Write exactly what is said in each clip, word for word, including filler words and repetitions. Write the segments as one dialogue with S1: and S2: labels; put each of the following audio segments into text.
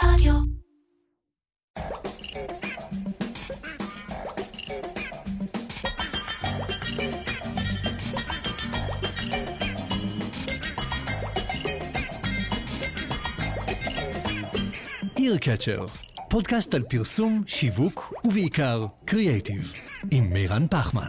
S1: רדיו.
S2: אירקצ'ר, פודקאסט על פרסום, שיווק ובעיקר קריאייטיב, עם מירן פחמן.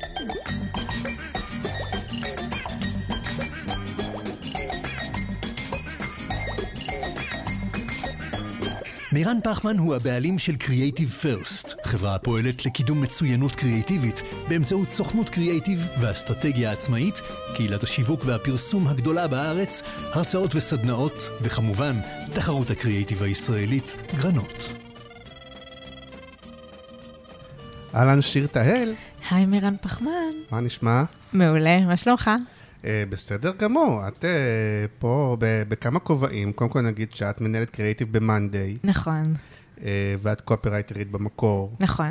S2: מירן פחמן הוא הבעלים של קריאייטיב פירסט, חברה הפועלת לקידום מצוינות קריאייטיבית באמצעות סוכנות קריאייטיב ואסטרטגיה עצמאית, קהילת השיווק והפרסום הגדולה בארץ, הרצאות וסדנאות, וכמובן, תחרות הקריאייטיב הישראלית, גרנות.
S3: אהלן שיר תהל.
S4: היי מירן פחמן.
S3: מה נשמע?
S4: מעולה, מה שלומך?
S3: בסדר גמור, את פה בכמה כובעים, קודם כל נגיד שאת מנהלת קריאייטיב במאנדיי.
S4: נכון.
S3: ואת קופרייטרית במקור.
S4: נכון.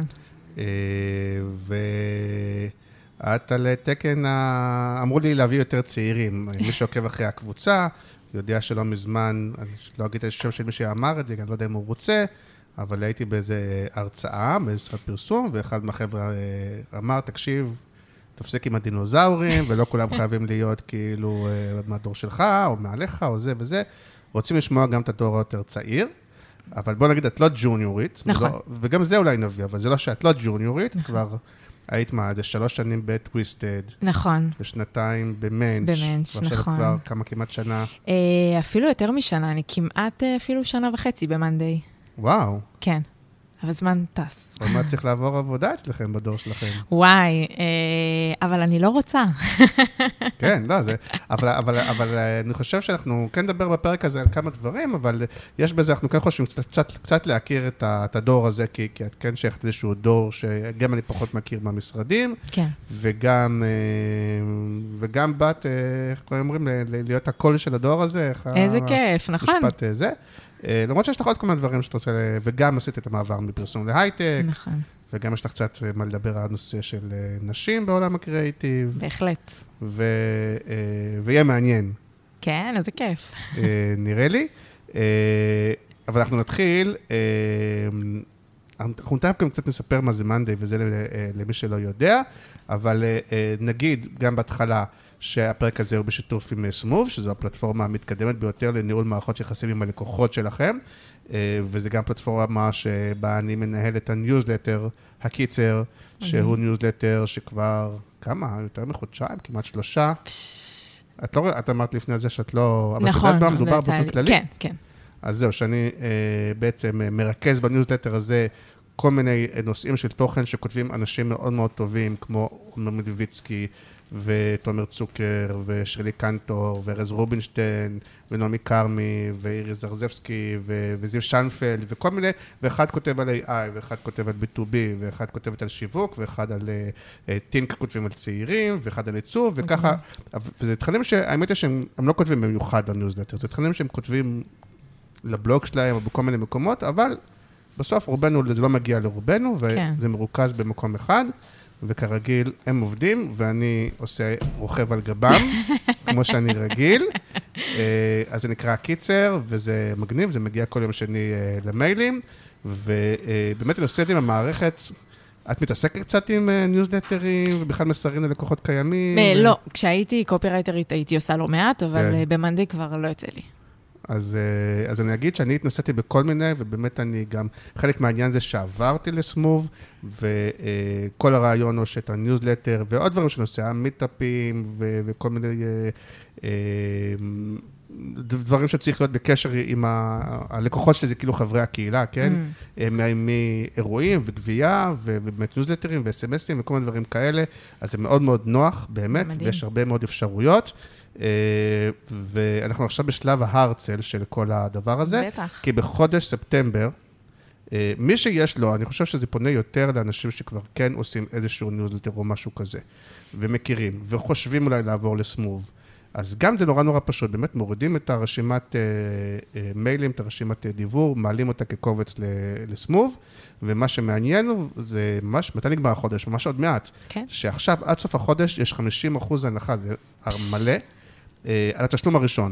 S3: ואת על תקן, אמרו לי להביא יותר צעירים, מי שעוקב אחרי הקבוצה, יודע שלא מזמן, אני לא אגיד את השם של מי שאמר את זה, אני לא יודע אם הוא רוצה, אבל הייתי באיזה הרצאה, במשרד פרסום, ואחד מהחבר'ה אמר, תקשיב, תפסיק עם הדינוזאורים, ולא כולם חייבים להיות כאילו מהדור שלך, או מעליך, או זה וזה. רוצים לשמוע גם את הדור היותר צעיר, אבל בוא נגיד, את לא ג'וניורית.
S4: נכון.
S3: וגם זה אולי נביא, אבל זה לא שאת לא ג'וניורית, כבר היית מה, זה שלוש שנים בטוויסטד.
S4: נכון.
S3: ושנתיים במנץ'.
S4: במנץ', נכון.
S3: ועכשיו כבר כמה כמעט שנה.
S4: אפילו יותר משנה, אני כמעט אפילו שנה וחצי במאנדיי.
S3: וואו.
S4: כן. אבל זמן טס.
S3: עוד מה צריך לעבור עבודה אצלכם בדור שלכם?
S4: וואי, אבל אני לא רוצה.
S3: כן, לא, זה, אבל, אבל, אבל אני חושב שאנחנו כן נדבר בפרק הזה על כמה דברים, אבל יש בזה, אנחנו כן חושבים קצת, קצת, קצת להכיר את, ה, את הדור הזה, כי, כי את כן שייכת איזשהו דור שגם אני פחות מכיר מהמשרדים,
S4: כן.
S3: וגם, וגם בת, איך קוראים אומרים, להיות הקול של הדור הזה.
S4: איזה כיף, נכון.
S3: משפט זה. למרות שיש לך עוד כל מיני דברים שאתה רוצה, וגם עשית את המעבר מפרסום להייטק.
S4: נכון.
S3: וגם יש לך קצת מה לדבר על נושא של נשים בעולם הקריאייטיב.
S4: בהחלט.
S3: ו... ויהיה מעניין.
S4: כן, איזה כיף.
S3: נראה לי. אבל אנחנו נתחיל, אנחנו תכף גם קצת נספר מה זה מאנדיי, וזה למי שלא יודע, אבל נגיד גם בהתחלה, שהפרק הזה הוא בשיתוף עם סמוב, שזו הפלטפורמה המתקדמת ביותר לניהול מערכות יחסים עם הלקוחות שלכם, וזה גם פלטפורמה שבה אני מנהל את הניוזלטר, הקיצר, שהוא ניוזלטר שכבר, כמה? יותר מחודשיים, כמעט שלושה. את לא, את אמרת לפני זה שאת לא, אבל את יודעת מה מדובר באופן כללי?
S4: כן, כן.
S3: אז זהו, שאני בעצם מרכז בניוזלטר הזה כל מיני נושאים של תוכן שכותבים אנשים מאוד מאוד טובים, כמו עומר מלביצקי, ותומר צוקר, ושרלי קנטור, ורז רובינשטיין, ונעמי קרמי, ואיריס זרזבסקי, ו- וזיו שנפלד, וכל מיני, ואחד כותב על איי איי, ואחד כותב על בי טו בי, ואחד כותבת על שיווק, ואחד על uh, טינק כותבים על צעירים, ואחד על עיצוב, וככה, וזה תכנים שהאמת היא שהם לא כותבים במיוחד בניוזלטר, זה תכנים שהם כותבים לבלוג שלהם, או בכל מיני מקומות, אבל בסוף רובנו, זה לא מגיע לרובנו, וזה מרוכז במקום אחד, וכרגיל הם עובדים, ואני עושה רוכב על גבם, כמו שאני רגיל. אז זה נקרא קיצר, וזה מגניב, זה מגיע כל יום שני למיילים, ובאמת אני עושה את זה עם המערכת. את מתעסקת קצת עם ניוזלטרים, ובכלל מסרים ללקוחות קיימים?
S4: לא, כשהייתי קופרייטרית הייתי עושה לא מעט, אבל במאנדיי כבר לא יוצא לי.
S3: אז, אז אני אגיד שאני התנסיתי בכל מיני, ובאמת אני גם, חלק מהעניין זה שעברתי לסמוב, וכל הרעיון הוא שאת הניוזלטר, ועוד דברים שנושא, מיטאפים, ו- וכל מיני דברים שצריך להיות בקשר עם ה- הלקוחות שלי, זה כאילו חברי הקהילה, כן? Mm. מאירועים וגבייה, ובאמת ניוזלטרים ואס אם אסים וכל מיני דברים כאלה, אז זה מאוד מאוד נוח, באמת, מדהים. ויש הרבה מאוד אפשרויות. ואנחנו עכשיו בשלב ההרצל של כל הדבר הזה,
S4: בטח.
S3: כי בחודש ספטמבר, מי שיש לו, אני חושב שזה פונה יותר לאנשים שכבר כן עושים איזשהו ניוזלטר או משהו כזה, ומכירים, וחושבים אולי לעבור לסמוב, אז גם זה נורא נורא פשוט, באמת מורידים את הרשימת מיילים, את הרשימת דיבור, מעלים אותה כקובץ לסמוב, ומה שמעניין הוא, זה ממש, מתי נגמר החודש, ממש עוד מעט,
S4: כן.
S3: שעכשיו עד סוף החודש יש חמישים אחוז הנחה, זה מלא, על התשלום הראשון.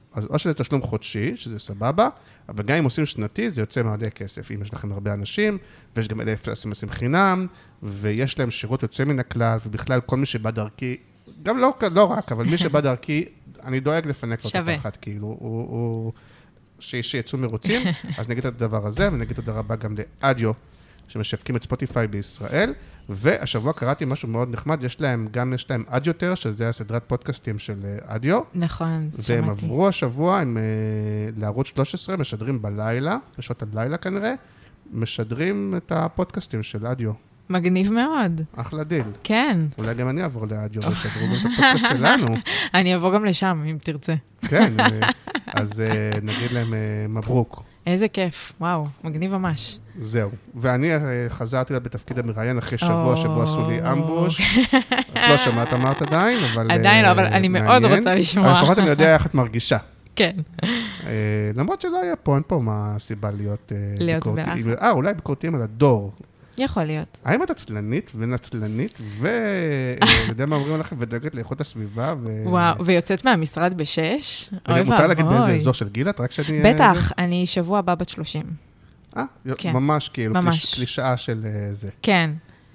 S3: אז או שזה תשלום חודשי, שזה סבבה, אבל גם אם עושים שנתי, זה יוצא מלא כסף. אם יש לכם הרבה אנשים, ויש גם אלף אסמסים חינם, ויש להם שירות יוצא מן הכלל, ובכלל כל מי שבא דרכי, גם לא, לא רק, אבל מי שבא דרכי, אני דואג לפנק לו את תחת, כאילו, הוא, הוא, שיצאו מרוצים, אז נגיד את הדבר הזה, ונגיד תודה רבה גם לאדיו, שמשווקים את ספוטיפיי בישראל, והשבוע קראתי משהו מאוד נחמד, יש להם, גם יש להם אדיוטר, שזה הסדרת פודקאסטים של אדיו.
S4: נכון,
S3: שמעתי. והם עברו השבוע, הם לערוץ שלוש עשרה, משדרים בלילה, בשעות הלילה כנראה, משדרים את הפודקאסטים של אדיו.
S4: מגניב מאוד.
S3: אחלה דיל.
S4: כן.
S3: אולי גם אני אעבור לאדיו וישדרו גם את הפודקאסט שלנו.
S4: אני אעבור גם לשם, אם תרצה.
S3: כן, אז נגיד להם מברוק.
S4: איזה כיף, וואו, מגניב ממש.
S3: זהו, ואני חזרתי לה בתפקיד המראיין אחרי שבוע שבו עשו לי אמבוש. את לא שמעת אמרת עדיין, אבל...
S4: עדיין לא, אבל אני מאוד רוצה לשמוע.
S3: אבל לפחות אני יודע איך את מרגישה.
S4: כן.
S3: למרות שלא היה פה, אין פה מה הסיבה להיות
S4: ביקורתיים.
S3: אה, אולי ביקורתיים על הדור.
S4: יכול להיות.
S3: האם את עצלנית ונצלנית, ויודע מה אומרים לכם, ודואגת לאיכות הסביבה, ו...
S4: וואו, ויוצאת מהמשרד בשש? אוי ואבוי.
S3: מותר להגיד באיזה אזור של גילת, רק שאני...
S4: בטח, אני שבוע הבא בת שלושים.
S3: אה, ממש כאילו, קלישאה של זה.
S4: כן.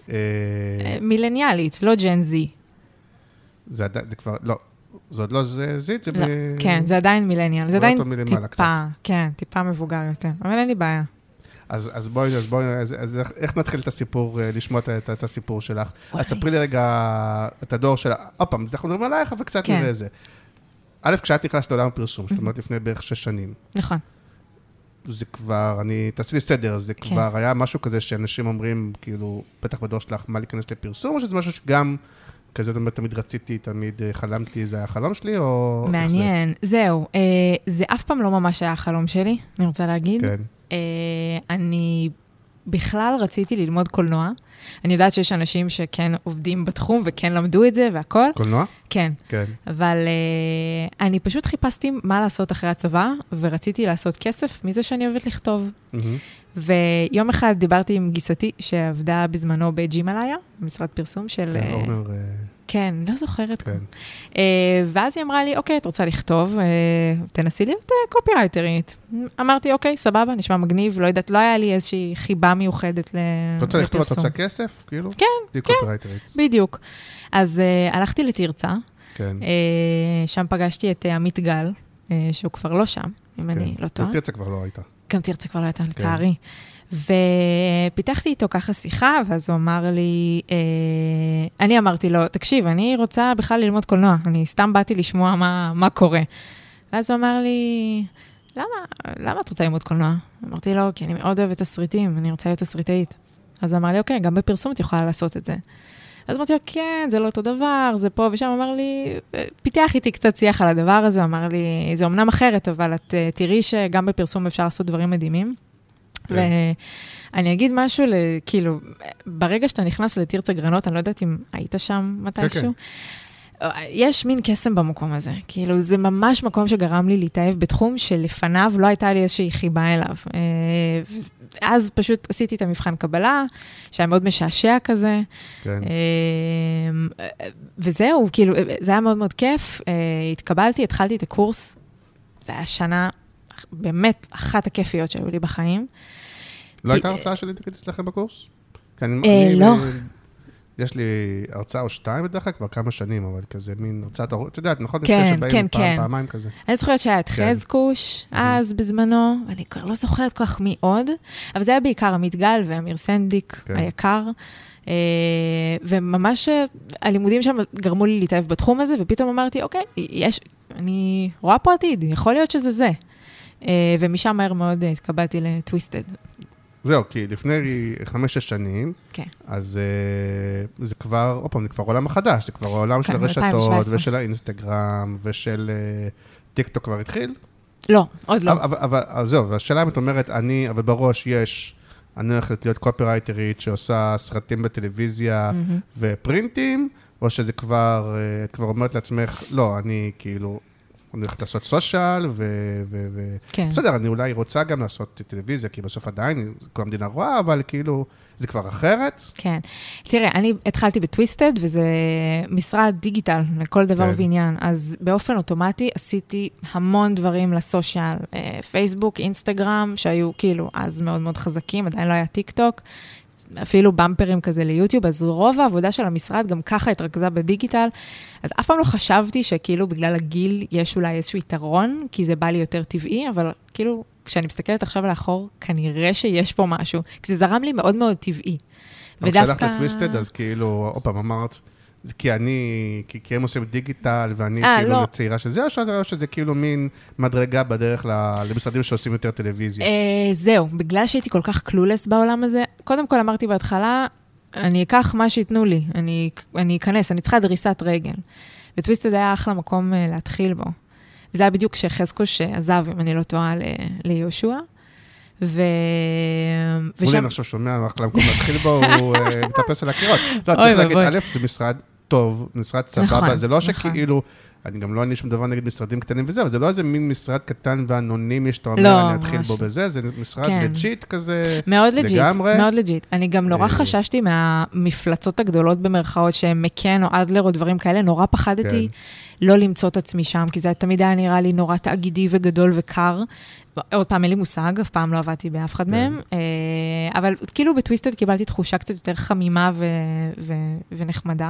S4: מילניאלית, לא ג'ן זי.
S3: זה כבר, לא, זה עוד לא זית, זה...
S4: כן, זה עדיין מילניאל, זה עדיין טיפה, כן, טיפה מבוגר יותר, אבל אין לי בעיה.
S3: אז, אז בואי, אז בואי, אז, אז איך נתחיל את הסיפור, לשמוע את, את, את הסיפור שלך? אז ספרי לי רגע את הדור של... עוד פעם, אנחנו מדברים עלייך, אבל קצת נראה זה. א', כשאת נכנסת לעולם הפרסום, זאת אומרת לפני בערך שש שנים.
S4: נכון. זה
S3: כבר, אני, תעשי לי סדר, זה כבר היה משהו כזה שאנשים אומרים, כאילו, בטח בדור שלך, מה להיכנס לפרסום, או שזה משהו שגם, כזה, זאת אומרת, תמיד רציתי, תמיד חלמתי, זה היה החלום שלי, או...
S4: מעניין, זהו. זה אף פעם לא ממש היה החלום שלי, אני רוצה להגיד.
S3: כן.
S4: אני בכלל רציתי ללמוד קולנוע. אני יודעת שיש אנשים שכן עובדים בתחום וכן למדו את זה והכל.
S3: קולנוע?
S4: כן.
S3: כן.
S4: אבל uh, אני פשוט חיפשתי מה לעשות אחרי הצבא, ורציתי לעשות כסף מזה שאני אוהבת לכתוב. Mm-hmm. ויום אחד דיברתי עם גיסתי שעבדה בזמנו בג'ימלאיה, במשרד פרסום של...
S3: כן, עומר...
S4: כן, לא זוכרת.
S3: כן.
S4: Uh, ואז היא אמרה לי, אוקיי, את רוצה לכתוב, uh, תנסי להיות uh, קופירייטרית. אמרתי, אוקיי, סבבה, נשמע מגניב, לא יודעת, לא היה לי איזושהי חיבה מיוחדת לפרסום.
S3: את רוצה לכתוב, את רוצה כסף? כאילו?
S4: כן, כן, בדיוק. אז uh, הלכתי לתרצה,
S3: כן.
S4: uh, שם פגשתי את uh, עמית גל, uh, שהוא כבר לא שם, אם כן. אני לא טועה.
S3: גם תרצה כבר לא הייתה.
S4: גם תרצה כבר לא הייתה, כן. לצערי. ופיתחתי איתו ככה שיחה, ואז הוא אמר לי, אה, אני אמרתי לו, תקשיב, אני רוצה בכלל ללמוד קולנוע, אני סתם באתי לשמוע מה, מה קורה. ואז הוא אמר לי, למה, למה את רוצה ללמוד קולנוע? אמרתי לו, כי אני מאוד אוהבת תסריטים, אני רוצה להיות תסריטאית. אז הוא אמר לי, אוקיי, גם בפרסום את יכולה לעשות את זה. אז אמרתי לו, כן, זה לא אותו דבר, זה פה ושם. הוא אמר לי, פיתח איתי קצת שיח על הדבר הזה, הוא אמר לי, זה אומנם אחרת, אבל את תראי שגם בפרסום אפשר לעשות דברים מדהימים. ואני אגיד משהו, כאילו, ברגע שאתה נכנס לתרצה גרנות, אני לא יודעת אם היית שם מתישהו, יש מין קסם במקום הזה. כאילו, זה ממש מקום שגרם לי להתאהב בתחום שלפניו לא הייתה לי איזושהי חיבה אליו. אז פשוט עשיתי את המבחן קבלה, שהיה מאוד משעשע כזה.
S3: כן.
S4: וזהו, כאילו, זה היה מאוד מאוד כיף. התקבלתי, התחלתי את הקורס. זה היה שנה באמת אחת הכיפיות שהיו לי בחיים.
S3: לא הייתה הרצאה שלי תגיד אצלכם בקורס?
S4: לא.
S3: יש לי הרצאה או שתיים בדרך כלל כבר כמה שנים, אבל כזה מין הרצאת, אתה יודעת, נכון?
S4: כן, כן, כן.
S3: פעמיים כזה.
S4: אני זוכרת שהיה את חזקוש, אז בזמנו, ואני כבר לא זוכרת כל כך מי עוד, אבל זה היה בעיקר עמית גל ואמיר סנדיק, היקר, וממש הלימודים שם גרמו לי להתאהב בתחום הזה, ופתאום אמרתי, אוקיי, יש, אני רואה פה עתיד, יכול להיות שזה זה. ומשם מהר מאוד התקבלתי לטוויסטד.
S3: זהו, כי לפני חמש-שש שנים, אז זה כבר, אופם, זה כבר עולם החדש, זה כבר העולם של הרשתות ושל האינסטגרם ושל טיקטוק כבר התחיל?
S4: לא, עוד לא.
S3: אבל זהו, והשאלה אם את אומרת, אני, אבל בראש יש, אני הולכת להיות קופירייטרית שעושה סרטים בטלוויזיה ופרינטים, או שזה כבר, את כבר אומרת לעצמך, לא, אני כאילו, אני הולכת לעשות סושיאל, ו...
S4: כן.
S3: בסדר, אני אולי רוצה גם לעשות טלוויזיה, כי בסוף עדיין, כל המדינה רואה, אבל כאילו, זה כבר אחרת.
S4: כן. תראה, אני התחלתי בטוויסטד, וזה משרד דיגיטל לכל דבר
S3: כן.
S4: ועניין, אז באופן אוטומטי עשיתי המון דברים לסושיאל, פייסבוק, אינסטגרם, שהיו כאילו אז מאוד מאוד חזקים, עדיין לא היה טיק טוק, אפילו במפרים כזה ליוטיוב, אז רוב העבודה של המשרד גם ככה התרכזה בדיגיטל, אז אף פעם לא חשבתי שכאילו בגלל הגיל יש אולי איזשהו יתרון, כי זה בא לי יותר טבעי, אבל כאילו כשאני מסתכלת עכשיו לאחור, כנראה שיש פה משהו, כי זה זרם לי מאוד מאוד טבעי.
S3: אבל כשהלכת לטוויסטד, אז כאילו, עוד פעם אמרת, כי אני, כי הם עושים דיגיטל, ואני כאילו צעירה שזה, או שזה כאילו מין מדרגה בדרך למשרדים שעושים יותר טלוויזיה?
S4: זהו, בגלל שהייתי כל כך קלולס בעולם הזה, קודם כל אמרתי בהתחלה, אני אקח מה שיתנו לי, אני אכנס, אני צריכה דריסת רגל. וטוויסטד היה אחלה מקום להתחיל בו. וזה היה בדיוק שחזקו שעזב, אם אני לא טועה, ליהושע. ו...
S3: אולי אני עכשיו שומע, הולך למקום להתחיל בו, הוא מטפס על הקירות. לא, צריך להגיד, א', זה משרד טוב, משרד סבבה, זה לא שכאילו, אני גם לא עני שום דבר נגד משרדים קטנים וזה, אבל זה לא איזה מין משרד קטן ואנונימי שאתה אומר, אני אתחיל בו בזה, זה משרד לג'יט כזה,
S4: מאוד לג'יט, מאוד לג'יט. אני גם נורא חששתי מהמפלצות הגדולות במרכאות, שהם מקן או אדלר או דברים כאלה, נורא פחדתי לא למצוא את עצמי שם, כי זה תמיד היה נראה לי נורא תאגידי וגדול וקר. עוד פעם אין לי מושג, אף פעם לא עבדתי באף אחד מהם, אבל כאילו בטוויסטד קיבלתי תחושה קצת יותר חמימה ונחמדה.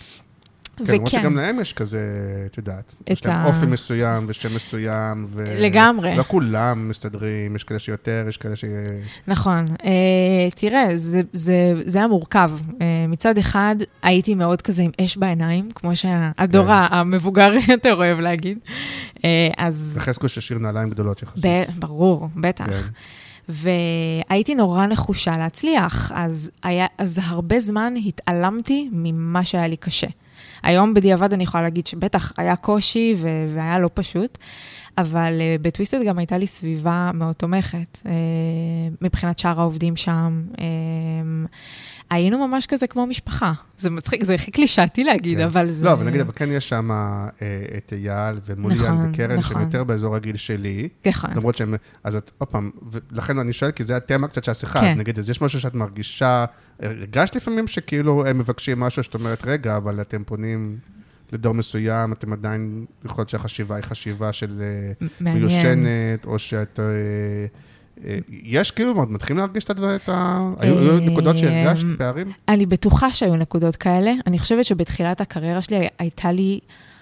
S3: כן, למרות שגם להם יש כזה, את יודעת, יש להם אופן מסוים ושם מסוים,
S4: לגמרי.
S3: לא כולם מסתדרים, יש כאלה שיותר, יש כאלה ש...
S4: נכון. תראה, זה היה מורכב. מצד אחד, הייתי מאוד כזה עם אש בעיניים, כמו שהדור המבוגר יותר אוהב להגיד. אז...
S3: וחזקו ששיר נעליים גדולות יחסית.
S4: ברור, בטח. והייתי נורא נחושה להצליח, אז, היה, אז הרבה זמן התעלמתי ממה שהיה לי קשה. היום בדיעבד אני יכולה להגיד שבטח היה קושי ו- והיה לא פשוט, אבל uh, בטוויסטד גם הייתה לי סביבה מאוד תומכת, uh, מבחינת שאר העובדים שם. Uh, היינו ממש כזה כמו משפחה. זה מצחיק, זה הכי קלישאתי להגיד,
S3: כן.
S4: אבל זה...
S3: לא, אבל נגיד, אבל כן יש שם אה, את אייל ומוליאן
S4: נכון,
S3: וקרן,
S4: נכון.
S3: שהם יותר באזור הגיל שלי.
S4: נכון.
S3: למרות שהם, אז את, עוד פעם, ולכן אני שואל, כי זה התמה קצת שהשיחה,
S4: כן.
S3: נגיד, אז יש משהו שאת מרגישה, הרגשת לפעמים שכאילו הם מבקשים משהו שאת אומרת, רגע, אבל אתם פונים לדור מסוים, אתם עדיין, יכול להיות שהחשיבה היא חשיבה של מיושנת, או שאת... יש כאילו, מתחילים להרגיש את ה... היו נקודות שהרגשת, פערים?
S4: אני בטוחה שהיו נקודות כאלה. אני חושבת שבתחילת הקריירה שלי הייתה לי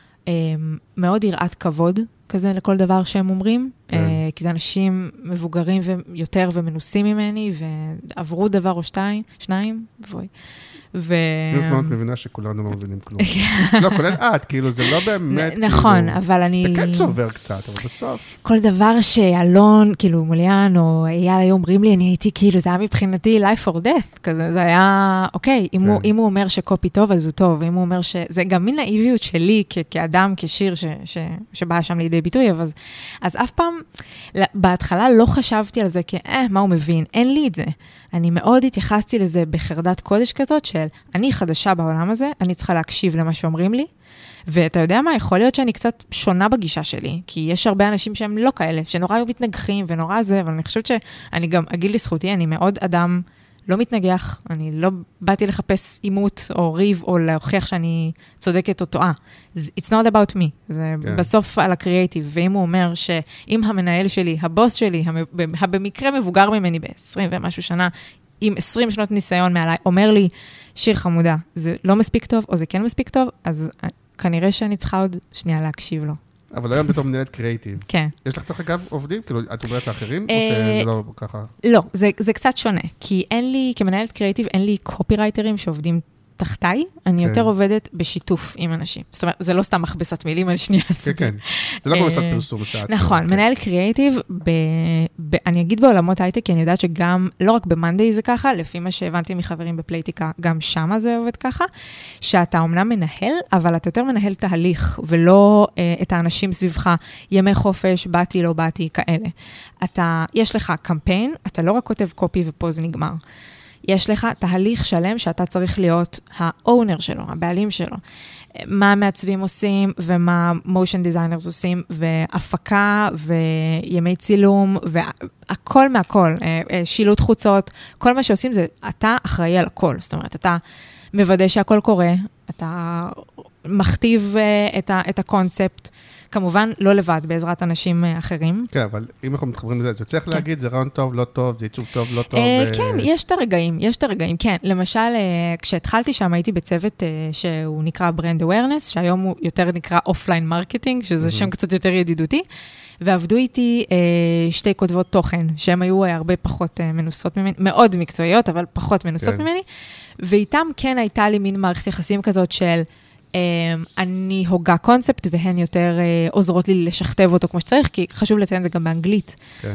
S4: מאוד יראת כבוד כזה לכל דבר שהם אומרים, כי זה אנשים מבוגרים יותר ומנוסים ממני, ועברו דבר או שתיים, שניים, בואי. ו...
S3: אני מאוד מבינה שכולנו לא מבינים כלום. לא, כולל את, כאילו, זה לא באמת...
S4: נכון, אבל אני...
S3: זה כן צובר קצת, אבל בסוף...
S4: כל דבר שאלון, כאילו, מוליאן או אייל היו אומרים לי, אני הייתי כאילו, זה היה מבחינתי life or death, כזה, זה היה, אוקיי, אם הוא אומר שקופי טוב, אז הוא טוב, אם הוא אומר ש... זה גם מין נאיביות שלי, כאדם, כשיר, שבא שם לידי ביטוי, אבל... אז אף פעם, בהתחלה לא חשבתי על זה, כי, אה, מה הוא מבין? אין לי את זה. אני מאוד התייחסתי לזה בחרדת קודש כזאת, של אני חדשה בעולם הזה, אני צריכה להקשיב למה שאומרים לי, ואתה יודע מה, יכול להיות שאני קצת שונה בגישה שלי, כי יש הרבה אנשים שהם לא כאלה, שנורא היו מתנגחים ונורא זה, אבל אני חושבת שאני גם אגיד לזכותי, אני מאוד אדם לא מתנגח, אני לא באתי לחפש עימות או ריב, או להוכיח שאני צודקת או טועה. It's not about me, זה כן. בסוף על הקריאייטיב, ואם הוא אומר שאם המנהל שלי, הבוס שלי, במקרה מבוגר ממני ב-עשרים ומשהו שנה, עם עשרים שנות ניסיון מעליי, אומר לי, שיר חמודה, זה לא מספיק טוב, או זה כן מספיק טוב, אז כנראה שאני צריכה עוד שנייה להקשיב לו.
S3: אבל היום בתור מנהלת קריאייטיב.
S4: כן.
S3: יש לך תוך אגב עובדים? כאילו, את אומרת לאחרים, או שזה לא ככה?
S4: לא, זה, זה קצת שונה, כי אין לי, כמנהלת קריאייטיב, אין לי קופירייטרים שעובדים תחתיי, אני יותר עובדת בשיתוף עם אנשים. זאת אומרת, זה לא סתם מכבסת מילים על שנייה הסוגים.
S3: כן, כן. זה לא כמו מסת פרסום שאת...
S4: נכון, מנהל קריאייטיב, אני אגיד בעולמות הייטק, כי אני יודעת שגם, לא רק במנדי זה ככה, לפי מה שהבנתי מחברים בפלייטיקה, גם שמה זה עובד ככה, שאתה אומנם מנהל, אבל אתה יותר מנהל תהליך, ולא את האנשים סביבך, ימי חופש, באתי, לא באתי, כאלה. אתה, יש לך קמפיין, אתה לא רק כותב קופי ופה זה נגמר. יש לך תהליך שלם שאתה צריך להיות האונר שלו, הבעלים שלו. מה מעצבים עושים, ומה motion designers עושים, והפקה, וימי צילום, והכל מהכל, שילוט חוצות, כל מה שעושים זה, אתה אחראי על הכל. זאת אומרת, אתה מוודא שהכל קורה, אתה מכתיב את, ה, את הקונספט, כמובן לא לבד, בעזרת אנשים אחרים.
S3: כן, אבל אם אנחנו מתחברים לזה, זה צריך כן. להגיד, זה רעיון טוב, לא טוב, זה עיצוב טוב, לא טוב.
S4: אה, ו... כן, יש את הרגעים, יש את הרגעים, כן. למשל, כשהתחלתי שם, הייתי בצוות שהוא נקרא Brand Awareness, שהיום הוא יותר נקרא Offline Marketing, שזה mm-hmm. שם קצת יותר ידידותי, ועבדו איתי אה, שתי כותבות תוכן, שהן היו הרבה פחות אה, מנוסות ממני, מאוד מקצועיות, אבל פחות מנוסות כן. ממני, ואיתם כן הייתה לי מין מערכת יחסים כזאת של, אני הוגה קונספט, והן יותר עוזרות לי לשכתב אותו כמו שצריך, כי חשוב לציין זה גם באנגלית. כן.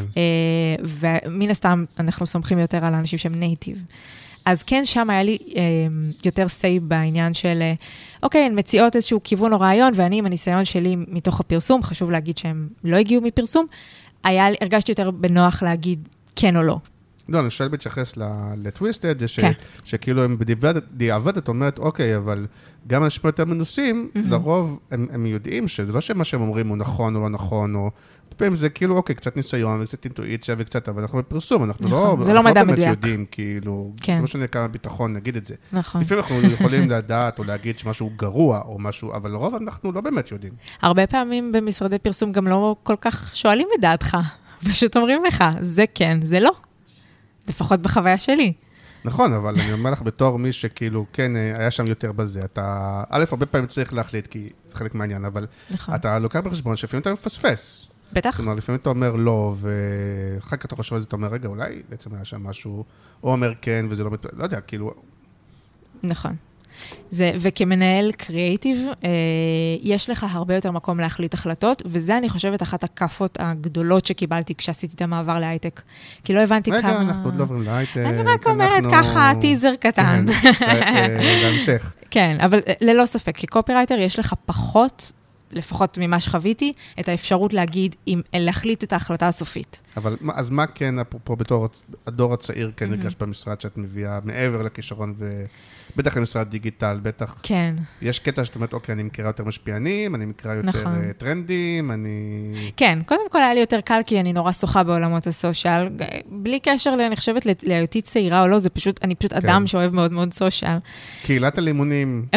S4: ומן הסתם אנחנו סומכים יותר על האנשים שהם נייטיב. אז כן, שם היה לי יותר סי בעניין של, אוקיי, הן מציעות איזשהו כיוון או רעיון, ואני עם הניסיון שלי מתוך הפרסום, חשוב להגיד שהם לא הגיעו מפרסום, היה, הרגשתי יותר בנוח להגיד כן או לא.
S3: לא, אני שואל בהתייחס לטוויסטד, זה שכאילו הם בדיעבד, את אומרת, אוקיי, אבל גם אנשים יותר מנוסים, לרוב הם יודעים שזה לא שמה שהם אומרים הוא נכון או לא נכון, או פעמים זה כאילו, אוקיי, קצת ניסיון, וקצת אינטואיציה וקצת, אבל אנחנו בפרסום, אנחנו לא באמת יודעים, כאילו, לא משנה כמה ביטחון, נגיד את זה. לפעמים אנחנו יכולים לדעת או להגיד שמשהו גרוע או משהו, אבל לרוב אנחנו לא באמת יודעים.
S4: הרבה פעמים במשרדי פרסום גם לא כל כך שואלים את דעתך, פשוט אומרים לך, זה כן, זה לא. לפחות בחוויה שלי.
S3: נכון, אבל אני אומר לך בתור מי שכאילו, כן, היה שם יותר בזה. אתה, א', הרבה פעמים צריך להחליט, כי זה חלק מהעניין, אבל אתה לוקח בחשבון שלפעמים אתה מפספס.
S4: בטח.
S3: כלומר, לפעמים אתה אומר לא, ואחר כך אתה חושב על זה, אתה אומר, רגע, אולי בעצם היה שם משהו, או אומר כן, וזה לא, לא יודע, כאילו...
S4: נכון. זה, וכמנהל קריאייטיב, אה, יש לך הרבה יותר מקום להחליט החלטות, וזה אני חושבת אחת הכפות הגדולות שקיבלתי כשעשיתי את המעבר להייטק. כי לא הבנתי
S3: רגע,
S4: כמה...
S3: רגע, אנחנו עוד לא עוברים להייטק.
S4: אני רק אומרת אנחנו... ככה, טיזר קטן.
S3: כן, להמשך.
S4: כן, אבל ללא ספק, כקופירייטר יש לך פחות, לפחות ממה שחוויתי, את האפשרות להגיד, אם, להחליט את ההחלטה הסופית.
S3: אבל אז מה כן, פה בתור הדור הצעיר, כן הרגש במשרד שאת מביאה, מעבר לכישרון ו... בטח למשרד דיגיטל, בטח.
S4: כן.
S3: יש קטע שאת אומרת, אוקיי, אני מכירה יותר משפיענים, אני מכירה יותר נכון. טרנדים, אני...
S4: כן, קודם כל היה לי יותר קל, כי אני נורא שוחה בעולמות הסושיאל. בלי קשר, אני חושבת, להיותי צעירה או לא, זה פשוט, אני פשוט כן. אדם שאוהב מאוד מאוד סושיאל.
S3: קהילת הלימונים.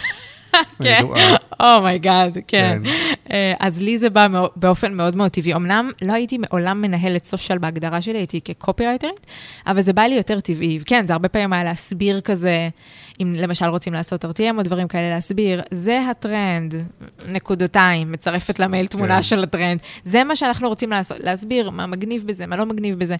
S4: כן, אומייגאד, כן. אז לי זה בא באופן מאוד מאוד טבעי. אמנם לא הייתי מעולם מנהלת סושיאל בהגדרה שלי, הייתי כקופירייטרית, אבל זה בא לי יותר טבעי. כן, זה הרבה פעמים היה להסביר כזה, אם למשל רוצים לעשות אר טי אם או דברים כאלה להסביר, זה הטרנד, נקודותיים, מצרפת למייל תמונה של הטרנד. זה מה שאנחנו רוצים לעשות, להסביר מה מגניב בזה, מה לא מגניב בזה.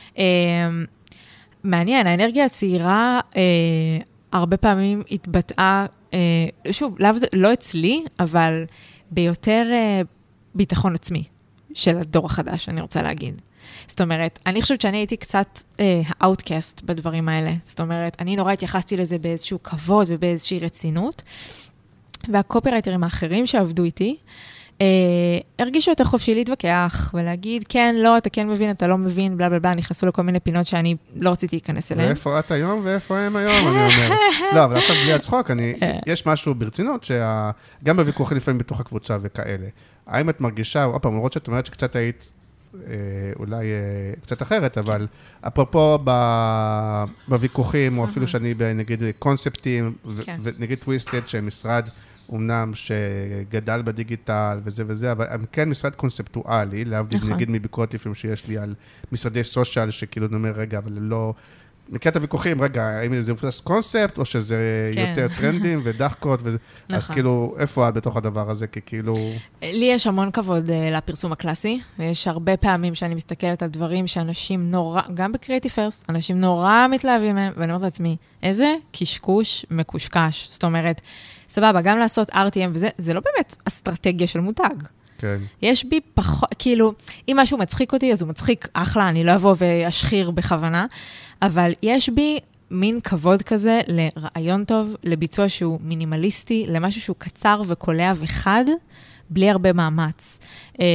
S4: מעניין, האנרגיה הצעירה הרבה פעמים התבטאה, שוב, לא אצלי, אבל ביותר ביטחון עצמי של הדור החדש, אני רוצה להגיד. זאת אומרת, אני חושבת שאני הייתי קצת האוטקאסט בדברים האלה. זאת אומרת, אני נורא התייחסתי לזה באיזשהו כבוד ובאיזושהי רצינות, והקופירייטרים האחרים שעבדו איתי, הרגישו יותר חופשי להתווכח ולהגיד, כן, לא, אתה כן מבין, אתה לא מבין, בלה בלה בלה, נכנסו לכל מיני פינות שאני לא רציתי להיכנס אליהן.
S3: ואיפה את היום ואיפה הם היום, אני אומר. לא, אבל עכשיו בלי הצחוק, יש משהו ברצינות, שגם בוויכוחים לפעמים בתוך הקבוצה וכאלה. האם את מרגישה, או פעם, למרות שאת אומרת שקצת היית, אולי קצת אחרת, אבל אפרופו בוויכוחים, או אפילו שאני נגיד קונספטים, ונגיד טוויסטד שהם משרד, אומנם שגדל בדיגיטל וזה וזה, אבל הם כן משרד קונספטואלי, להבדיל נגיד מביקורת לפעמים שיש לי על משרדי סושיאל, שכאילו נאמר, רגע, אבל לא... מכיר את הוויכוחים, רגע, האם זה מפלס קונספט, או שזה יותר טרנדים ודחקות, אז כאילו, איפה את בתוך הדבר הזה? כי כאילו...
S4: לי יש המון כבוד לפרסום הקלאסי, ויש הרבה פעמים שאני מסתכלת על דברים שאנשים נורא, גם בקריאיטיב פרסט, אנשים נורא מתלהבים מהם, ואני אומרת לעצמי, איזה קשקוש מקושקש. זאת אומרת, סבבה, גם לעשות אר טי אם וזה, זה לא באמת אסטרטגיה של מותג.
S3: כן.
S4: יש בי פחות, כאילו, אם משהו מצחיק אותי, אז הוא מצחיק, אחלה, אני לא אבוא ואשחיר בכוונה, אבל יש בי מין כבוד כזה לרעיון טוב, לביצוע שהוא מינימליסטי, למשהו שהוא קצר וקולע וחד, בלי הרבה מאמץ. אה,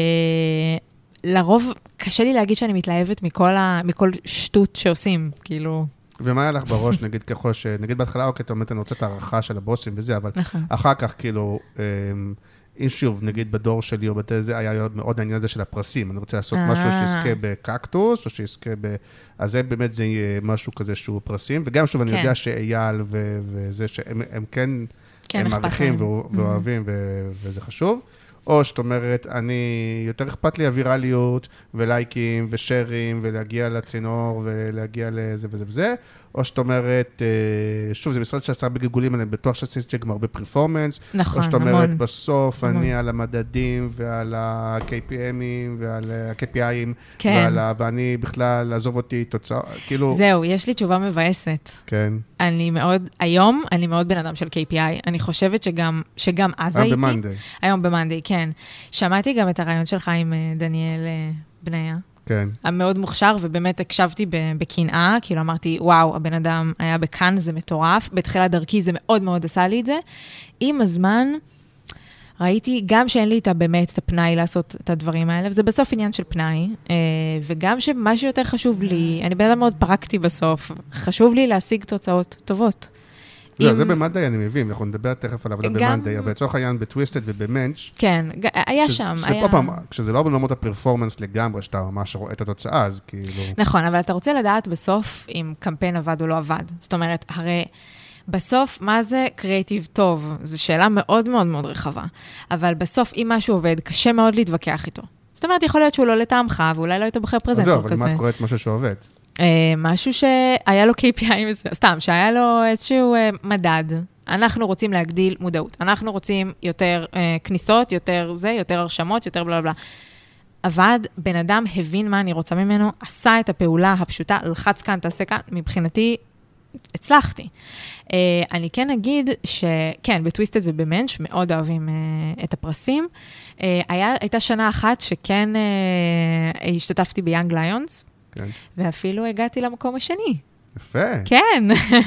S4: לרוב, קשה לי להגיד שאני מתלהבת מכל, ה, מכל שטות שעושים, כאילו...
S3: ומה היה לך בראש, נגיד ככל ש... נגיד בהתחלה, אוקיי, אתה אומרת, אני רוצה את הערכה של הבוסים וזה, אבל אחר כך, כאילו, אם שוב, נגיד בדור שלי או בתי זה, היה מאוד העניין הזה של הפרסים. אני רוצה לעשות משהו שיזכה בקקטוס, או שיזכה ב... אז זה באמת זה יהיה משהו כזה שהוא פרסים. וגם שוב, אני יודע שאייל וזה, שהם כן, הם מעריכים ואוהבים, וזה חשוב. או שאת אומרת, אני, יותר אכפת לי הווירליות, ולייקים, ושרים, ולהגיע לצינור, ולהגיע לזה וזה וזה. או שאת אומרת, שוב, זה משרד שעשה בגלגולים, אני בטוח שעשיתי גם הרבה פרפורמנס.
S4: נכון,
S3: או שאת אומרת, בסוף אני על המדדים, ועל ה-קיי פי אמים, ועל ה-קיי פי איים, ואני בכלל, לעזוב אותי תוצאה, כאילו...
S4: זהו, יש לי תשובה מבאסת.
S3: כן.
S4: אני מאוד, היום, אני מאוד בן אדם של קיי פי איי. אני חושבת שגם, שגם אז הייתי...
S3: היום במנדי.
S4: היום במנדי, כן. שמעתי גם את הרעיון שלך עם דניאל בניה.
S3: כן.
S4: המאוד מוכשר, ובאמת הקשבתי בקנאה, כאילו אמרתי, וואו, הבן אדם היה בכאן, זה מטורף. בתחילת דרכי זה מאוד מאוד עשה לי את זה. עם הזמן, ראיתי גם שאין לי את באמת את הפנאי לעשות את הדברים האלה, וזה בסוף עניין של פנאי, וגם שמשהו יותר חשוב לי, אני בן אדם מאוד פרקטי בסוף, חשוב לי להשיג תוצאות טובות.
S3: לא, זה במנדי אני מבין, אנחנו נדבר תכף על עבודה במנדי, אבל לצורך העניין בטוויסטד ובמנץ'
S4: כן, היה שם.
S3: כשזה לא בנורמות הפרפורמנס לגמרי, שאתה ממש רואה את התוצאה, אז כאילו...
S4: נכון, אבל אתה רוצה לדעת בסוף אם קמפיין עבד או לא עבד. זאת אומרת, הרי בסוף, מה זה קריאטיב טוב? זו שאלה מאוד מאוד מאוד רחבה. אבל בסוף, אם משהו עובד, קשה מאוד להתווכח איתו. זאת אומרת, יכול להיות שהוא לא לטעמך, ואולי לא היית בוחר פרזנטור כזה.
S3: זהו, אבל מה את קוראת משהו שעובד?
S4: משהו שהיה לו קיי פי איי, סתם, שהיה לו איזשהו מדד. אנחנו רוצים להגדיל מודעות. אנחנו רוצים יותר כניסות, יותר זה, יותר הרשמות, יותר בלה בלה. עבד, בן אדם הבין מה אני רוצה ממנו, עשה את הפעולה הפשוטה, לחץ כאן, תעשה כאן, מבחינתי, הצלחתי. אני כן אגיד שכן, בטוויסטד ובמנץ' מאוד אוהבים את הפרסים. הייתה שנה אחת שכן השתתפתי ביאנג ליונס, כן. ואפילו הגעתי למקום השני.
S3: יפה.
S4: כן.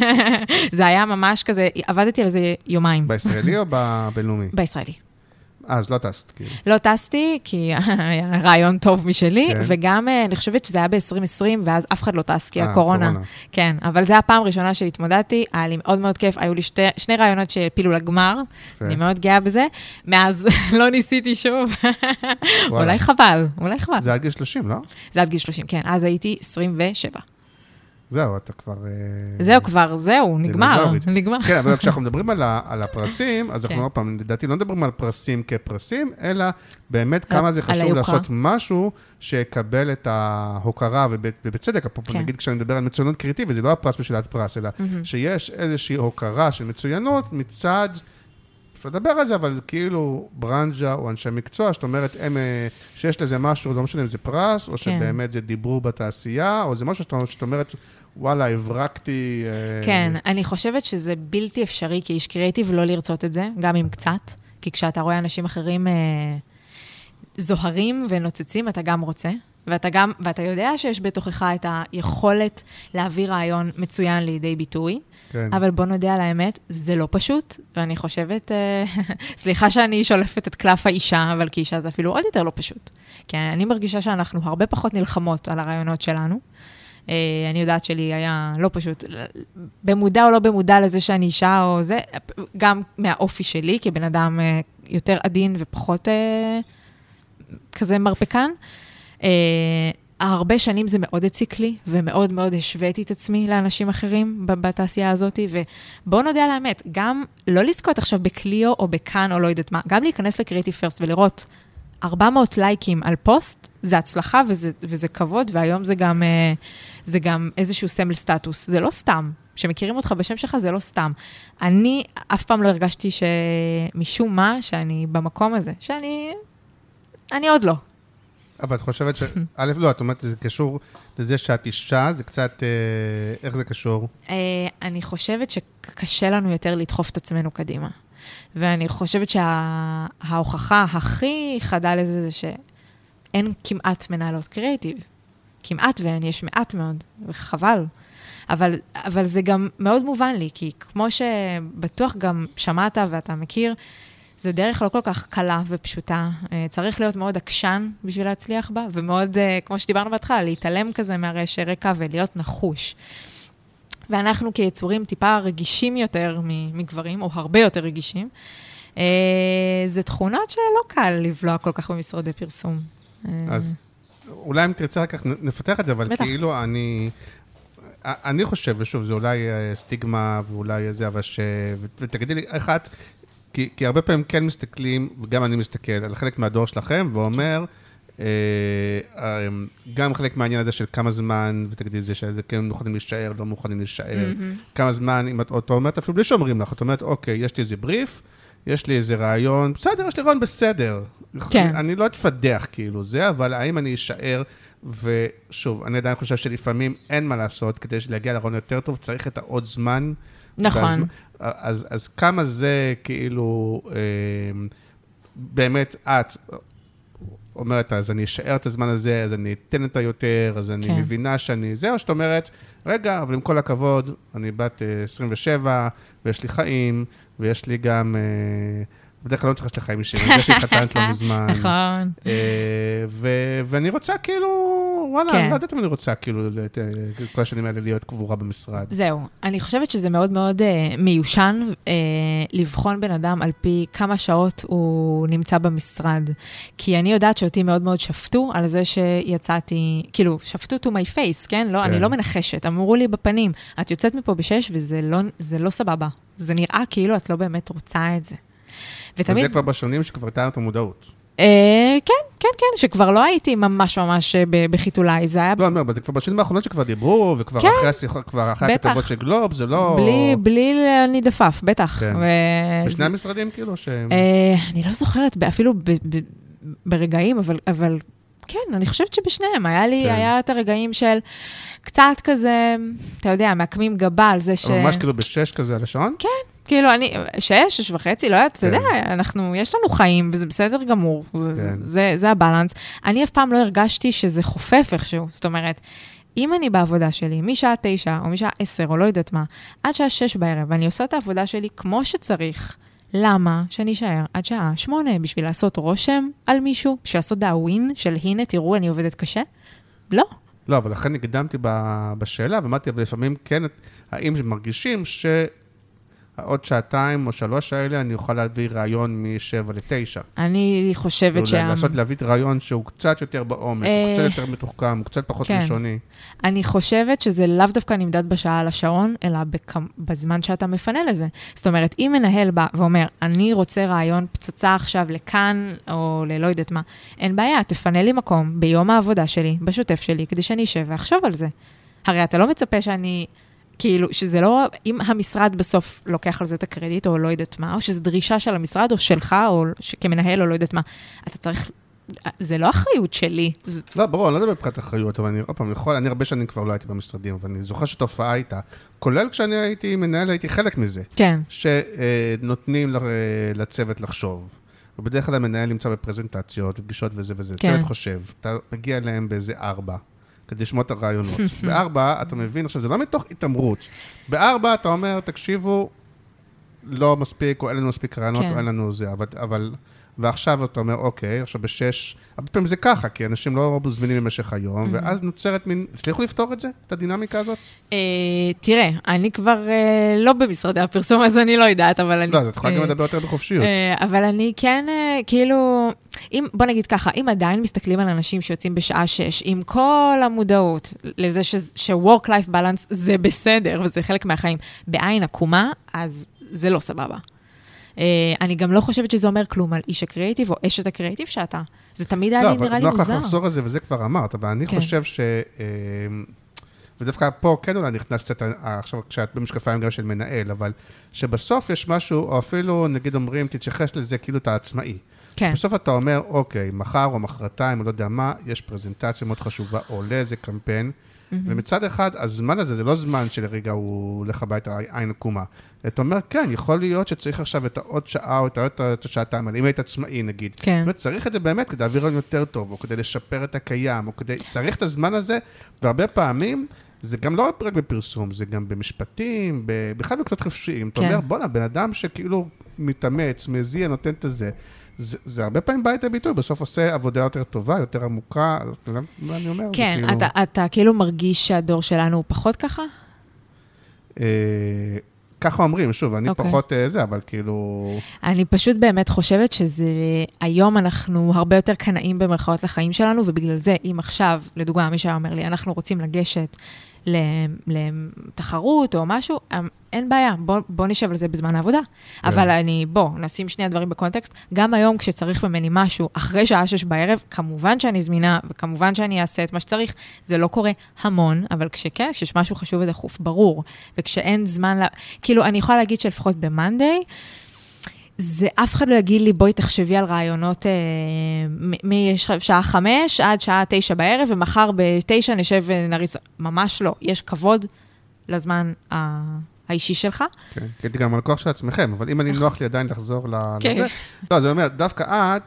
S4: זה היה ממש כזה, עבדתי על זה יומיים.
S3: בישראלי או בבינלאומי?
S4: בישראלי.
S3: אז לא טסת, כאילו.
S4: לא טסתי, כי היה רעיון טוב משלי, כן. וגם אני חושבת שזה היה ב-עשרים עשרים, ואז אף אחד לא טס, כי הקורונה. קורונה. כן, אבל זה הפעם הראשונה שהתמודדתי, היה לי מאוד מאוד כיף, היו לי שתי, שני רעיונות שהפילו לגמר, יפה. אני מאוד גאה בזה, מאז לא ניסיתי שוב. אולי חבל, אולי חבל.
S3: זה עד גיל שלושים, לא?
S4: זה עד גיל שלושים, כן, אז הייתי עשרים ושבע.
S3: זהו, אתה כבר...
S4: זהו כבר, זהו, נגמר, נגמר.
S3: כן, אבל כשאנחנו מדברים על הפרסים, אז אנחנו עוד פעם, לדעתי, לא מדברים על פרסים כפרסים, אלא באמת כמה זה חשוב לעשות משהו שיקבל את ההוקרה, ובצדק, נגיד כשאני מדבר על מצוינות קריאטיבית, זה לא הפרס בשבילת פרס, אלא שיש איזושהי הוקרה של מצוינות מצד... אפשר לדבר על זה, אבל כאילו ברנג'ה או אנשי מקצוע, שאת אומרת, הם, שיש לזה משהו, לא משנה אם זה פרס, או שבאמת זה דיבור בתעשייה, או זה משהו שאת אומרת, וואלה, הברקתי...
S4: כן, אני חושבת שזה בלתי אפשרי, כי איש קריאטיב לא לרצות את זה, גם אם קצת, כי כשאתה רואה אנשים אחרים זוהרים ונוצצים, אתה גם רוצה, ואתה גם, ואתה יודע שיש בתוכך את היכולת להביא רעיון מצוין לידי ביטוי, כן. אבל בוא נודע על האמת, זה לא פשוט, ואני חושבת, סליחה שאני שולפת את קלף האישה, אבל כאישה זה אפילו עוד יותר לא פשוט. כי אני מרגישה שאנחנו הרבה פחות נלחמות על הרעיונות שלנו. אני יודעת שלי היה לא פשוט, במודע או לא במודע לזה שאני אישה או זה, גם מהאופי שלי, כבן אדם יותר עדין ופחות כזה מרפקן. הרבה שנים זה מאוד הציק לי, ומאוד מאוד השוויתי את עצמי לאנשים אחרים בתעשייה הזאת, ובואו נודע על האמת, גם לא לזכות עכשיו בקליו או בכאן או לא יודעת מה, גם להיכנס לקריאטיב פרסט ולראות ארבע מאות לייקים על פוסט, זה הצלחה וזה, וזה כבוד, והיום זה גם, זה גם איזשהו סמל סטטוס, זה לא סתם. שמכירים אותך בשם שלך, זה לא סתם. אני אף פעם לא הרגשתי שמשום מה, שאני במקום הזה, שאני, אני עוד לא.
S3: אבל את חושבת ש... א', לא, את אומרת, זה קשור לזה שאת אישה, זה קצת... איך זה קשור?
S4: אני חושבת שקשה לנו יותר לדחוף את עצמנו קדימה. ואני חושבת שההוכחה הכי חדה לזה זה שאין כמעט מנהלות קריאיטיב. כמעט ואין, יש מעט מאוד, וחבל. אבל, אבל זה גם מאוד מובן לי, כי כמו שבטוח גם שמעת ואתה מכיר, זה דרך לא כל כך קלה ופשוטה. צריך להיות מאוד עקשן בשביל להצליח בה, ומאוד, כמו שדיברנו בהתחלה, להתעלם כזה מהרעשי רקע ולהיות נחוש. ואנחנו כיצורים טיפה רגישים יותר מגברים, או הרבה יותר רגישים, זה תכונות שלא קל לבלוע כל כך במשרדי פרסום.
S3: אז אולי אם תרצה רק נפתח את זה, אבל כאילו אני... אני חושב, ושוב, זה אולי סטיגמה, ואולי זה, אבל ש... ותגידי לי, איך את... כי, כי הרבה פעמים כן מסתכלים, וגם אני מסתכל על חלק מהדור שלכם, ואומר, גם חלק מהעניין הזה של כמה זמן, ותגידי זה שזה כן מוכנים להישאר, לא מוכנים להישאר, כמה זמן, אם את אומרת, אפילו בלי שאומרים לך, את אומרת, אוקיי, יש לי איזה בריף, יש לי איזה רעיון, בסדר, יש לי רעיון בסדר. כן. אני לא אתפדח כאילו זה, אבל האם אני אשאר, ושוב, אני עדיין חושב שלפעמים אין מה לעשות, כדי להגיע לרעיון יותר טוב, צריך את העוד זמן.
S4: נכון.
S3: אז, אז כמה זה כאילו, אה, באמת את אומרת, אז אני אשאר את הזמן הזה, אז אני אתן את היותר, אז אני כן. מבינה שאני זה, או שאת אומרת, רגע, אבל עם כל הכבוד, אני בת עשרים ושבע, ויש לי חיים, ויש לי גם, בדרך כלל לא מתייחס לחיים אישיים, אני יודע שהתחתנת לא מזמן.
S4: נכון.
S3: ואני רוצה כאילו, וואלה, אני לא יודעת אם אני רוצה כאילו, כל השנים האלה להיות קבורה במשרד.
S4: זהו, אני חושבת שזה מאוד מאוד מיושן, לבחון בן אדם על פי כמה שעות הוא נמצא במשרד. כי אני יודעת שאותי מאוד מאוד שפטו על זה שיצאתי, כאילו, שפטו to my face, כן? לא, אני לא מנחשת, אמרו לי בפנים, את יוצאת מפה בשש וזה לא סבבה. זה נראה כאילו את לא באמת רוצה את זה.
S3: וזה כבר בשנים שכבר הייתה את המודעות.
S4: כן, כן, כן, שכבר לא הייתי ממש ממש בחיתולי, זה היה...
S3: לא, אני אומר, זה כבר בשנים האחרונות שכבר דיברו, וכבר אחרי השיחות, כבר אחרי הכתבות של גלוב, זה לא...
S4: בלי להידפף, בטח.
S3: בשני המשרדים כאילו ש...
S4: אני לא זוכרת, אפילו ברגעים, אבל כן, אני חושבת שבשניהם, היה לי, היה את הרגעים של קצת כזה, אתה יודע, מעקמים גבה על זה ש...
S3: ממש כאילו בשש כזה על השעון?
S4: כן. כאילו, אני, שש, שש וחצי, לא יודעת, אתה יודע, אנחנו, יש לנו חיים, וזה בסדר גמור, זה הבלנס. אני אף פעם לא הרגשתי שזה חופף איכשהו, זאת אומרת, אם אני בעבודה שלי, משעה תשע, או משעה עשר, או לא יודעת מה, עד שעה שש בערב, ואני עושה את העבודה שלי כמו שצריך, למה שאני אשאר עד שעה שמונה, בשביל לעשות רושם על מישהו, בשביל לעשות דאווין של הנה, תראו, אני עובדת קשה? לא.
S3: לא, אבל לכן הקדמתי בשאלה, ואמרתי, אבל לפעמים כן, האם מרגישים ש... עוד שעתיים או שלוש האלה, אני אוכל להביא רעיון משבע לתשע.
S4: אני חושבת שה...
S3: לעשות להביא רעיון שהוא קצת יותר בעומק, הוא קצת יותר מתוחכם, הוא קצת פחות ראשוני.
S4: אני חושבת שזה לאו דווקא נמדד בשעה על השעון, אלא בזמן שאתה מפנה לזה. זאת אומרת, אם מנהל בא ואומר, אני רוצה רעיון פצצה עכשיו לכאן, או ללא יודעת מה, אין בעיה, תפנה לי מקום ביום העבודה שלי, בשוטף שלי, כדי שאני אשב ואחשוב על זה. הרי אתה לא מצפה שאני... כאילו, שזה לא, אם המשרד בסוף לוקח על זה את הקרדיט, או לא יודעת מה, או שזו דרישה של המשרד, או שלך, או כמנהל, או לא יודעת מה, אתה צריך, זה לא אחריות שלי.
S3: לא, ברור, אני לא יודע בפרט אחריות, אבל אני, עוד פעם, יכול, אני הרבה שנים כבר לא הייתי במשרדים, אבל אני זוכר שתופעה הייתה, כולל כשאני הייתי מנהל, הייתי חלק מזה.
S4: כן.
S3: שנותנים לצוות לחשוב. ובדרך כלל המנהל נמצא בפרזנטציות, פגישות וזה וזה. צוות חושב, אתה מגיע אליהם באיזה ארבע. כדי לשמוע את הרעיונות. בארבע, אתה מבין, עכשיו, זה לא מתוך התאמרות. בארבע, אתה אומר, תקשיבו, לא מספיק, או אין לנו מספיק רעיונות, או אין לנו זה, אבל, ועכשיו אתה אומר, אוקיי, עכשיו בשש, הרבה פעמים זה ככה, כי אנשים לא זמינים במשך היום, ואז נוצרת מין, הצליחו לפתור את זה, את הדינמיקה הזאת?
S4: תראה, אני כבר לא במשרדי הפרסום, אז אני לא יודעת, אבל אני...
S3: לא, אז את יכולה גם לדבר יותר בחופשיות.
S4: אבל אני כן, כאילו... אם, בוא נגיד ככה, אם עדיין מסתכלים על אנשים שיוצאים בשעה שש, עם כל המודעות לזה ש, ש-work-life balance זה בסדר, וזה חלק מהחיים, בעין עקומה, אז זה לא סבבה. Uh, אני גם לא חושבת שזה אומר כלום על איש הקריאיטיב, או אשת הקריאיטיב שאתה. זה תמיד היה לי נראה לי מוזר.
S3: לא, אבל לחזור על זה, וזה כבר אמרת, אבל אני חושב ש... ודווקא פה כן אולי נכנס קצת, עכשיו כשאת במשקפיים גם של מנהל, אבל שבסוף יש משהו, או אפילו נגיד אומרים, תתייחס לזה כאילו אתה עצמאי. כן. בסוף אתה אומר, אוקיי, מחר או מחרתיים, או לא יודע מה, יש פרזנטציה מאוד חשובה, או עולה איזה קמפיין, mm-hmm. ומצד אחד, הזמן הזה, זה לא זמן שלרגע הוא הולך הביתה עין עקומה. אתה אומר, כן, יכול להיות שצריך עכשיו את העוד שעה, או את העוד שעתיים, אם היית עצמאי נגיד. כן. זאת אומרת, צריך את זה באמת כדי להעביר לנו יותר טוב, או כדי לשפר את הקיים, או כדי, צריך את הזמן הזה, והרבה פעמים, זה גם לא רק בפרסום, זה גם במשפטים, בכלל בקצות חופשיים. אתה אומר, בוא נה, בן אדם שכאילו מתאמץ, מזיע, נותן את זה. זה, זה הרבה פעמים בא את הביטוי, בסוף עושה עבודה יותר טובה, יותר עמוקה, מה אני אומר?
S4: כן,
S3: כאילו...
S4: אתה, אתה כאילו מרגיש שהדור שלנו הוא פחות ככה?
S3: ככה אומרים, שוב, אני פחות זה, אבל כאילו...
S4: אני פשוט באמת חושבת שזה, היום אנחנו הרבה יותר קנאים במרכאות לחיים שלנו, ובגלל זה, אם עכשיו, לדוגמה, מי שהיה אומר לי, אנחנו רוצים לגשת לתחרות או משהו, אין בעיה, בוא, בוא נשב על זה בזמן העבודה. Yeah. אבל אני, בוא, נשים שני הדברים בקונטקסט, גם היום כשצריך ממני משהו, אחרי שעה שש בערב, כמובן שאני זמינה, וכמובן שאני אעשה את מה שצריך, זה לא קורה המון, אבל כשכן, כשיש משהו חשוב ודחוף, ברור, וכשאין זמן, לה... כאילו, אני יכולה להגיד שלפחות במנדי, זה אף אחד לא יגיד לי, בואי תחשבי על רעיונות משעה חמש עד שעה תשע בערב, ומחר בתשע נשב ונריץ, ממש לא, יש כבוד לזמן האישי שלך.
S3: כן, כי הייתי גם הלקוח של עצמכם, אבל אם אני נוח לי עדיין לחזור לזה, לא, זה אומר, דווקא את,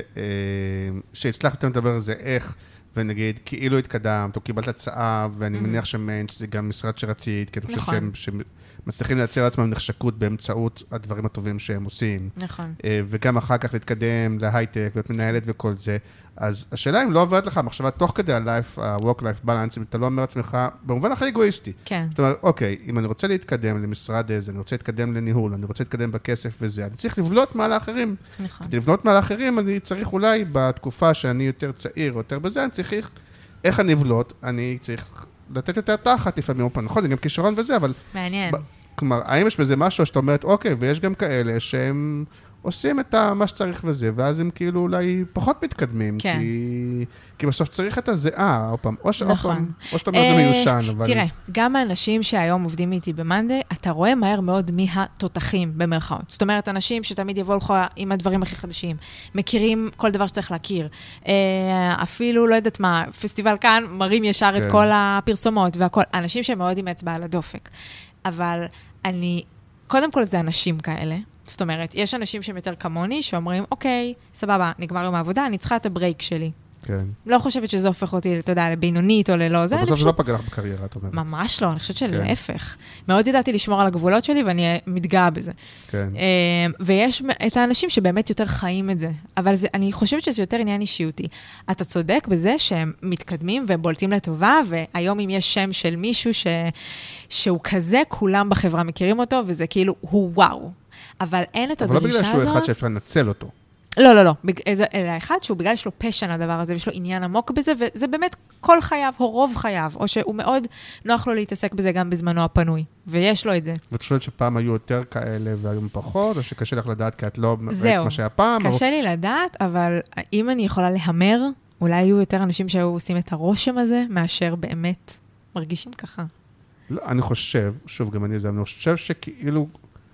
S3: שהצלחתם לדבר על זה איך, ונגיד, כאילו התקדמת, או קיבלת הצעה, ואני מניח שמיין, שזה גם משרד שרצית, כי אני חושב שהם מצליחים לייצר לעצמם נחשקות באמצעות הדברים הטובים שהם עושים.
S4: נכון.
S3: וגם אחר כך להתקדם להייטק, ואת מנהלת וכל זה. אז השאלה אם לא עוברת לך מחשבה תוך כדי ה-life, ה-work-life balance, אם אתה לא אומר עצמך, במובן הכי אגואיסטי. כן. זאת אומרת, אוקיי, אם אני רוצה להתקדם למשרד איזה, אני רוצה להתקדם לניהול, אני רוצה להתקדם בכסף וזה, אני צריך לבנות מעל האחרים. נכון. כדי לבנות מעל האחרים, אני צריך אולי בתקופה שאני יותר צעיר או יותר בזה, אני צריך, איך אני אבלוט, אני צריך לתת יותר תחת לפעמים, או פעם, נכון, זה גם כישרון וזה, אבל...
S4: מעניין.
S3: כלומר, האם יש בזה משהו שאתה אומרת, אוקיי, ויש גם כאלה שהם עושים את מה שצריך וזה, ואז הם כאילו אולי פחות מתקדמים, כן. כי, כי בסוף צריך את הזהה, או פעם, או, ש... נכון. או, פעם, או שאתה אומר את זה מיושן, אבל...
S4: תראה, גם האנשים שהיום עובדים איתי במנדי, אתה רואה מהר מאוד מי התותחים במרכאות. זאת אומרת, אנשים שתמיד יבואו לך עם הדברים הכי חדשים, מכירים כל דבר שצריך להכיר. אפילו, לא יודעת מה, פסטיבל כאן מרים ישר כן. את כל הפרסומות והכל. אנשים שמאוד עם אצבע על הדופק. אבל אני, קודם כל זה אנשים כאלה. זאת אומרת, יש אנשים שהם יותר כמוני, שאומרים, אוקיי, סבבה, נגמר יום העבודה, אני צריכה את הברייק שלי.
S3: כן.
S4: לא חושבת שזה הופך אותי, אתה יודע, לבינונית או ללא זה.
S3: בסוף זה לא פגע לך בקריירה, את אומרת.
S4: ממש לא, אני חושבת שלהפך. מאוד ידעתי לשמור על הגבולות שלי, ואני מתגאה בזה.
S3: כן.
S4: ויש את האנשים שבאמת יותר חיים את זה. אבל אני חושבת שזה יותר עניין אישיותי. אתה צודק בזה שהם מתקדמים ובולטים לטובה, והיום אם יש שם של מישהו שהוא כזה, כולם בחברה מכירים אותו, וזה כאילו, הוא וואו. אבל אין את הדרישה הזאת.
S3: אבל לא בגלל שהוא אחד שאפשר לנצל אותו.
S4: לא, לא, לא. אלא אחד שהוא בגלל יש לו פשן לדבר הזה, ויש לו עניין עמוק בזה, וזה באמת כל חייו, או רוב חייו, או שהוא מאוד נוח לו להתעסק בזה גם בזמנו הפנוי, ויש לו את זה.
S3: ואת חושבת שפעם היו יותר כאלה והיום פחות, או שקשה לך לדעת כי את לא ראית מה שהיה פעם?
S4: זהו, קשה לי לדעת, אבל אם אני יכולה להמר, אולי היו יותר אנשים שהיו עושים את הרושם הזה, מאשר באמת מרגישים ככה.
S3: לא, אני חושב, שוב, גם אני זה, אני חושב שכאילו...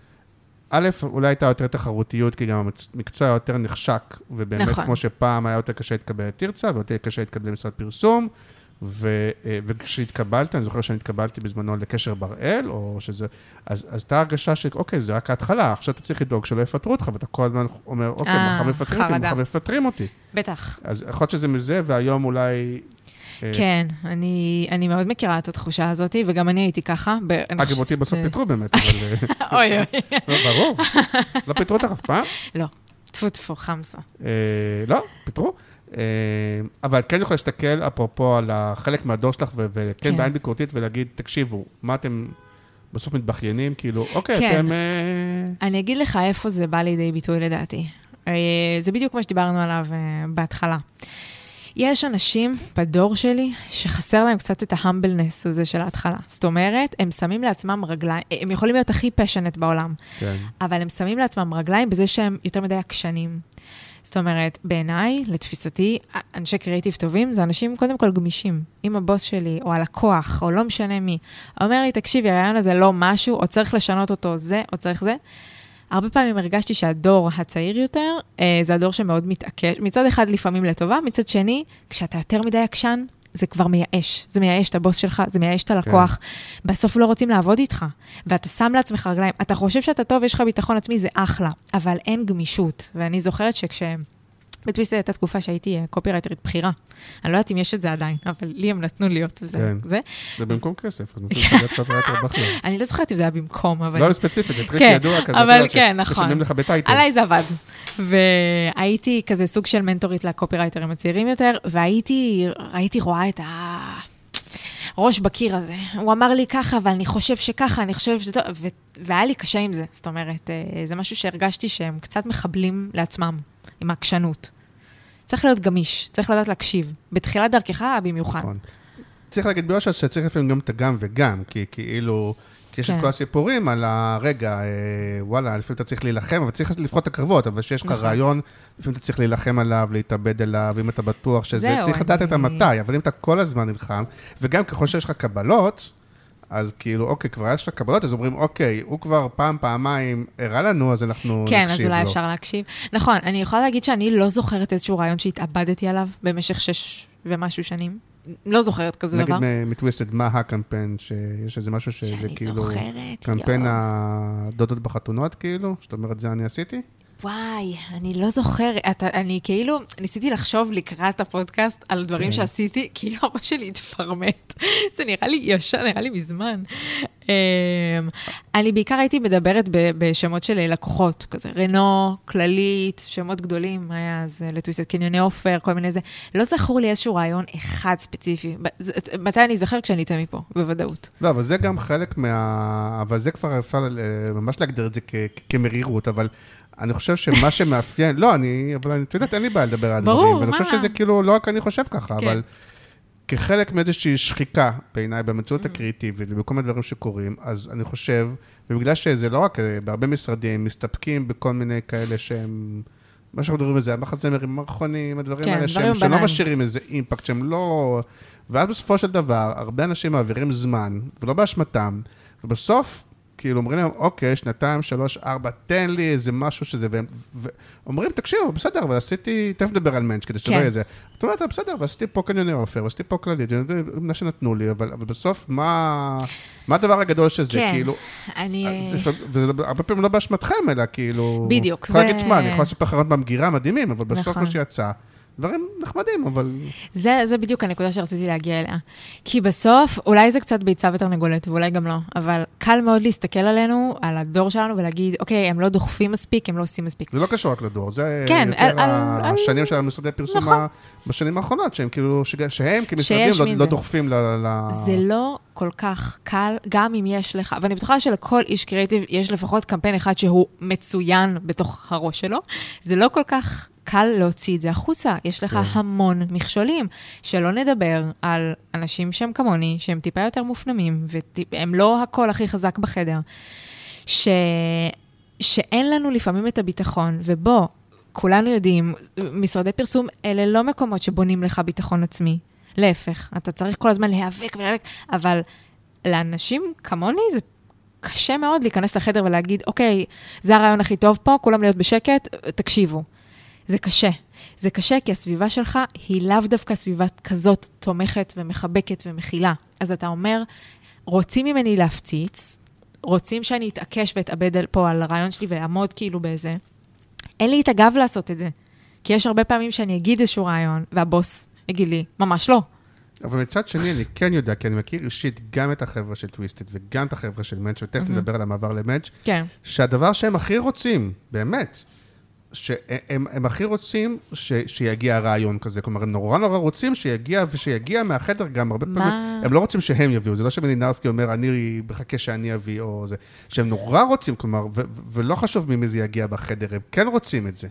S3: א', אולי הייתה יותר תחרותיות, כי גם המקצוע היה יותר נחשק, ובאמת נכון. כמו שפעם היה יותר קשה להתקבל לתרצה, ויותר קשה להתקבל למשרד פרסום, ו, וכשהתקבלת, אני זוכר שאני התקבלתי בזמנו לקשר בראל, או שזה, אז, אז אתה הרגשה שאוקיי, זה רק ההתחלה, עכשיו אתה צריך לדאוג שלא יפטרו אותך, ואתה כל הזמן אומר, אוקיי, 아, מחר מפטרים אותי, מחר מפטרים אותי.
S4: בטח.
S3: אז יכול להיות שזה מזה, והיום אולי...
S4: כן, אני, אני מאוד מכירה את התחושה הזאת, וגם אני הייתי ככה.
S3: אגב, אותי בסוף פיתרו באמת, אבל...
S4: אוי אוי.
S3: ברור. לא פיתרו אותך אף פעם?
S4: לא. טפו טפו, חמסה.
S3: לא, פיתרו. אבל כן יכול להסתכל, אפרופו, על החלק מהדור שלך, וכן בעין ביקורתית, ולהגיד, תקשיבו, מה אתם בסוף מתבחיינים? כאילו, אוקיי, אתם...
S4: אני אגיד לך איפה זה בא לידי ביטוי לדעתי. זה בדיוק מה שדיברנו עליו בהתחלה. יש אנשים בדור שלי שחסר להם קצת את ההמבלנס הזה של ההתחלה. זאת אומרת, הם שמים לעצמם רגליים, הם יכולים להיות הכי פשנט בעולם, כן. אבל הם שמים לעצמם רגליים בזה שהם יותר מדי עקשנים. זאת אומרת, בעיניי, לתפיסתי, אנשי קריאיטיב טובים, זה אנשים קודם כל גמישים. אם הבוס שלי, או הלקוח, או לא משנה מי, אומר לי, תקשיבי, הרעיון הזה לא משהו, או צריך לשנות אותו זה, או צריך זה, הרבה פעמים הרגשתי שהדור הצעיר יותר, זה הדור שמאוד מתעקש. מצד אחד לפעמים לטובה, מצד שני, כשאתה יותר מדי עקשן, זה כבר מייאש. זה מייאש את הבוס שלך, זה מייאש את הלקוח. כן. בסוף לא רוצים לעבוד איתך. ואתה שם לעצמך רגליים. אתה חושב שאתה טוב, יש לך ביטחון עצמי, זה אחלה. אבל אין גמישות. ואני זוכרת שכש... בטוויסט הייתה תקופה שהייתי קופירייטרית בחירה. אני לא יודעת אם יש את זה עדיין, אבל לי הם נתנו להיות וזה.
S3: כן.
S4: זה.
S3: זה במקום כסף, אז נתנו להיות קופירייטר בכיר.
S4: אני לא זוכרת אם זה היה במקום, אבל...
S3: לא ספציפית, זה טריק ידוע כזה.
S4: אבל כן, נכון.
S3: ששמים לך בטייטל.
S4: עליי זה עבד. והייתי כזה סוג של מנטורית לקופירייטרים הצעירים יותר, והייתי, ראיתי רואה את ה... ראש בקיר הזה. הוא אמר לי ככה, אבל אני חושב שככה, אני חושב שזה... ו... והיה לי קשה עם זה. זאת אומרת, זה משהו שהרגשתי שהם קצת מחבלים לעצמם, עם העקשנות. צריך להיות גמיש, צריך לדעת להקשיב. בתחילת דרכך, במיוחד. נכון.
S3: צריך להגיד ביושר שצריך לפעמים גם את הגם וגם, כי כאילו... כי יש את כל הסיפורים על הרגע, וואלה, לפעמים אתה צריך להילחם, אבל צריך לפחות את הקרבות, אבל שיש לך רעיון, לפעמים אתה צריך להילחם עליו, להתאבד עליו, אם אתה בטוח שזה, צריך לדעת את המתי, אבל אם אתה כל הזמן נלחם, וגם ככל שיש לך קבלות, אז כאילו, אוקיי, כבר יש לך קבלות, אז אומרים, אוקיי, הוא כבר פעם, פעמיים הראה לנו, אז אנחנו נקשיב לו.
S4: כן, אז אולי אפשר להקשיב. נכון, אני יכולה להגיד שאני לא זוכרת איזשהו רעיון שהתאבדתי עליו במשך שש ומשהו שנים. לא זוכרת כזה דבר.
S3: נגיד מטוויסטד, מה הקמפיין, שיש איזה משהו שזה כאילו...
S4: שאני זוכרת,
S3: קמפיין הדודות בחתונות, כאילו? זאת אומרת, זה אני עשיתי?
S4: וואי, אני לא זוכרת. אני כאילו, ניסיתי לחשוב לקראת הפודקאסט על דברים שעשיתי, כאילו הראש שלי התפרמט. זה נראה לי ישר, נראה לי מזמן. אני בעיקר הייתי מדברת בשמות של לקוחות, כזה רנו, כללית, שמות גדולים, היה אז לטוויסטד, קניוני אופר, כל מיני זה. לא זכור לי איזשהו רעיון אחד ספציפי. מתי אני אזכר כשאני אצא מפה, בוודאות.
S3: לא, אבל זה גם חלק מה... אבל זה כבר אפשר ממש להגדיר את זה כמרירות, אבל... אני חושב שמה שמאפיין, לא, אני, אבל אני, אתה יודעת, אין לי בעיה לדבר על הדברים.
S4: ברור, מה?
S3: ואני חושב שזה כאילו, לא רק אני חושב ככה, אבל כחלק מאיזושהי שחיקה בעיניי, במציאות הקריאיטיבית, ובכל מיני דברים שקורים, אז אני חושב, ובגלל שזה לא רק, בהרבה משרדים, מסתפקים בכל מיני כאלה שהם, מה שאנחנו מדברים בזה, המחזמרים, מערכונים, הדברים האלה, שהם לא משאירים איזה אימפקט, שהם לא... ואז בסופו של דבר, הרבה אנשים מעבירים זמן, ולא באשמתם, ובסוף, כאילו אומרים להם, אוקיי, שנתיים, שלוש, ארבע, תן לי איזה משהו שזה, ואומרים, תקשיבו, בסדר, אבל עשיתי, תכף נדבר על מנץ' כדי שלא יהיה זה. זאת אומרת, בסדר, ועשיתי פה קניוני אופר, ועשיתי פה כללית, מה שנתנו לי, אבל בסוף, מה הדבר הגדול שזה, כאילו...
S4: אני...
S3: והרבה פעמים לא באשמתכם, אלא כאילו...
S4: בדיוק,
S3: זה... אני יכולה לספר חרון במגירה מדהימים, אבל בסוף מה שיצא... דברים נחמדים, אבל...
S4: זה, זה בדיוק הנקודה שרציתי להגיע אליה. כי בסוף, אולי זה קצת ביצה ותרנגולת, ואולי גם לא, אבל קל מאוד להסתכל עלינו, על הדור שלנו, ולהגיד, אוקיי, הם לא דוחפים מספיק, הם לא עושים מספיק.
S3: זה לא קשור רק לדור, זה
S4: כן,
S3: יותר
S4: על,
S3: השנים
S4: על...
S3: של המשרדי פרסום
S4: נכון.
S3: בשנים האחרונות, שהם כאילו, שהם כמשרדים לא, לא דוחפים ל... ל...
S4: זה לא כל כך קל, גם אם יש לך, ואני בטוחה שלכל איש קריאיטיב יש לפחות קמפיין אחד שהוא מצוין בתוך הראש שלו, זה לא כל כך... קל להוציא את זה החוצה. יש לך המון מכשולים, שלא נדבר על אנשים שהם כמוני, שהם טיפה יותר מופנמים, והם לא הכל הכי חזק בחדר, ש... שאין לנו לפעמים את הביטחון, ובו כולנו יודעים, משרדי פרסום, אלה לא מקומות שבונים לך ביטחון עצמי. להפך, אתה צריך כל הזמן להיאבק ולהיאבק, אבל לאנשים כמוני זה קשה מאוד להיכנס לחדר ולהגיד, אוקיי, זה הרעיון הכי טוב פה, כולם להיות בשקט, תקשיבו. זה קשה. זה קשה כי הסביבה שלך היא לאו דווקא סביבה כזאת תומכת ומחבקת ומכילה. אז אתה אומר, רוצים ממני להפציץ, רוצים שאני אתעקש ואתאבד פה על הרעיון שלי ולעמוד כאילו באיזה. אין לי את הגב לעשות את זה. כי יש הרבה פעמים שאני אגיד איזשהו רעיון, והבוס יגיד לי, ממש לא.
S3: אבל מצד שני אני כן יודע, כי אני מכיר אישית גם את החבר'ה של טוויסטד וגם את החבר'ה של מנץ' ותכף נדבר על המעבר למנץ', שהדבר שהם הכי רוצים, באמת, שהם הם הכי רוצים ש, שיגיע הרעיון כזה, כלומר, הם נורא נורא רוצים שיגיע, ושיגיע מהחדר גם הרבה פעמים, הם לא רוצים שהם יביאו, זה לא שמנינרסקי אומר, אני בחכה שאני אביא, או זה, שהם נורא רוצים, כלומר, ו, ולא חשוב ממי זה יגיע בחדר, הם כן רוצים את זה.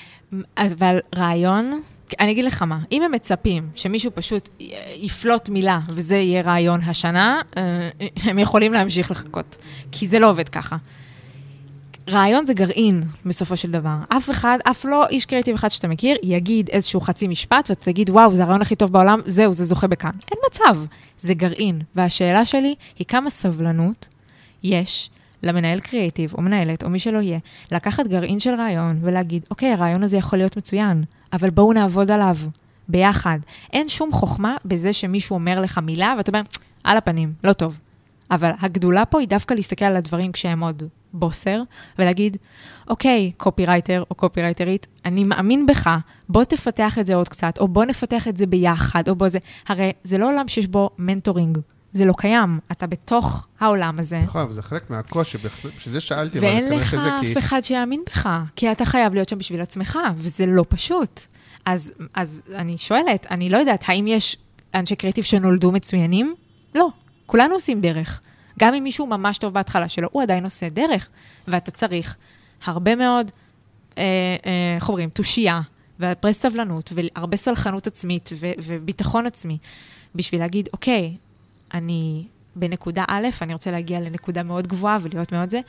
S4: אבל רעיון, אני אגיד לך מה, אם הם מצפים שמישהו פשוט יפלוט מילה, וזה יהיה רעיון השנה, הם יכולים להמשיך לחכות, כי זה לא עובד ככה. רעיון זה גרעין, בסופו של דבר. אף אחד, אף לא איש קריאיטיב אחד שאתה מכיר, יגיד איזשהו חצי משפט, ואתה תגיד, וואו, זה הרעיון הכי טוב בעולם, זהו, זה זוכה בכאן. אין מצב, זה גרעין. והשאלה שלי היא כמה סבלנות יש למנהל קריאיטיב, או מנהלת, או מי שלא יהיה, לקחת גרעין של רעיון, ולהגיד, אוקיי, הרעיון הזה יכול להיות מצוין, אבל בואו נעבוד עליו, ביחד. אין שום חוכמה בזה שמישהו אומר לך מילה, ואתה אומר, על הפנים, לא טוב. אבל הגדולה פה היא דווקא להסתכל על הדברים כשהם עוד בוסר, ולהגיד, אוקיי, קופירייטר או קופירייטרית, אני מאמין בך, בוא תפתח את זה עוד קצת, או בוא נפתח את זה ביחד, או בוא זה, הרי זה לא עולם שיש בו מנטורינג, זה לא קיים, אתה בתוך העולם הזה.
S3: נכון, וזה חלק מהקושי, שזה שאלתי,
S4: ואין לך אף אחד שיאמין בך, כי אתה חייב להיות שם בשביל עצמך, וזה לא פשוט. אז, אז אני שואלת, אני לא יודעת, האם יש אנשי קריאיטיב שנולדו מצוינים? לא, כולנו עושים דרך. גם אם מישהו ממש טוב בהתחלה שלו, הוא עדיין עושה דרך, ואתה צריך הרבה מאוד, איך אה, אה, אומרים, תושייה, והפרס סבלנות, והרבה סלחנות עצמית, ו- וביטחון עצמי, בשביל להגיד, אוקיי, אני בנקודה א', אני רוצה להגיע לנקודה מאוד גבוהה, ולהיות מאוד זה,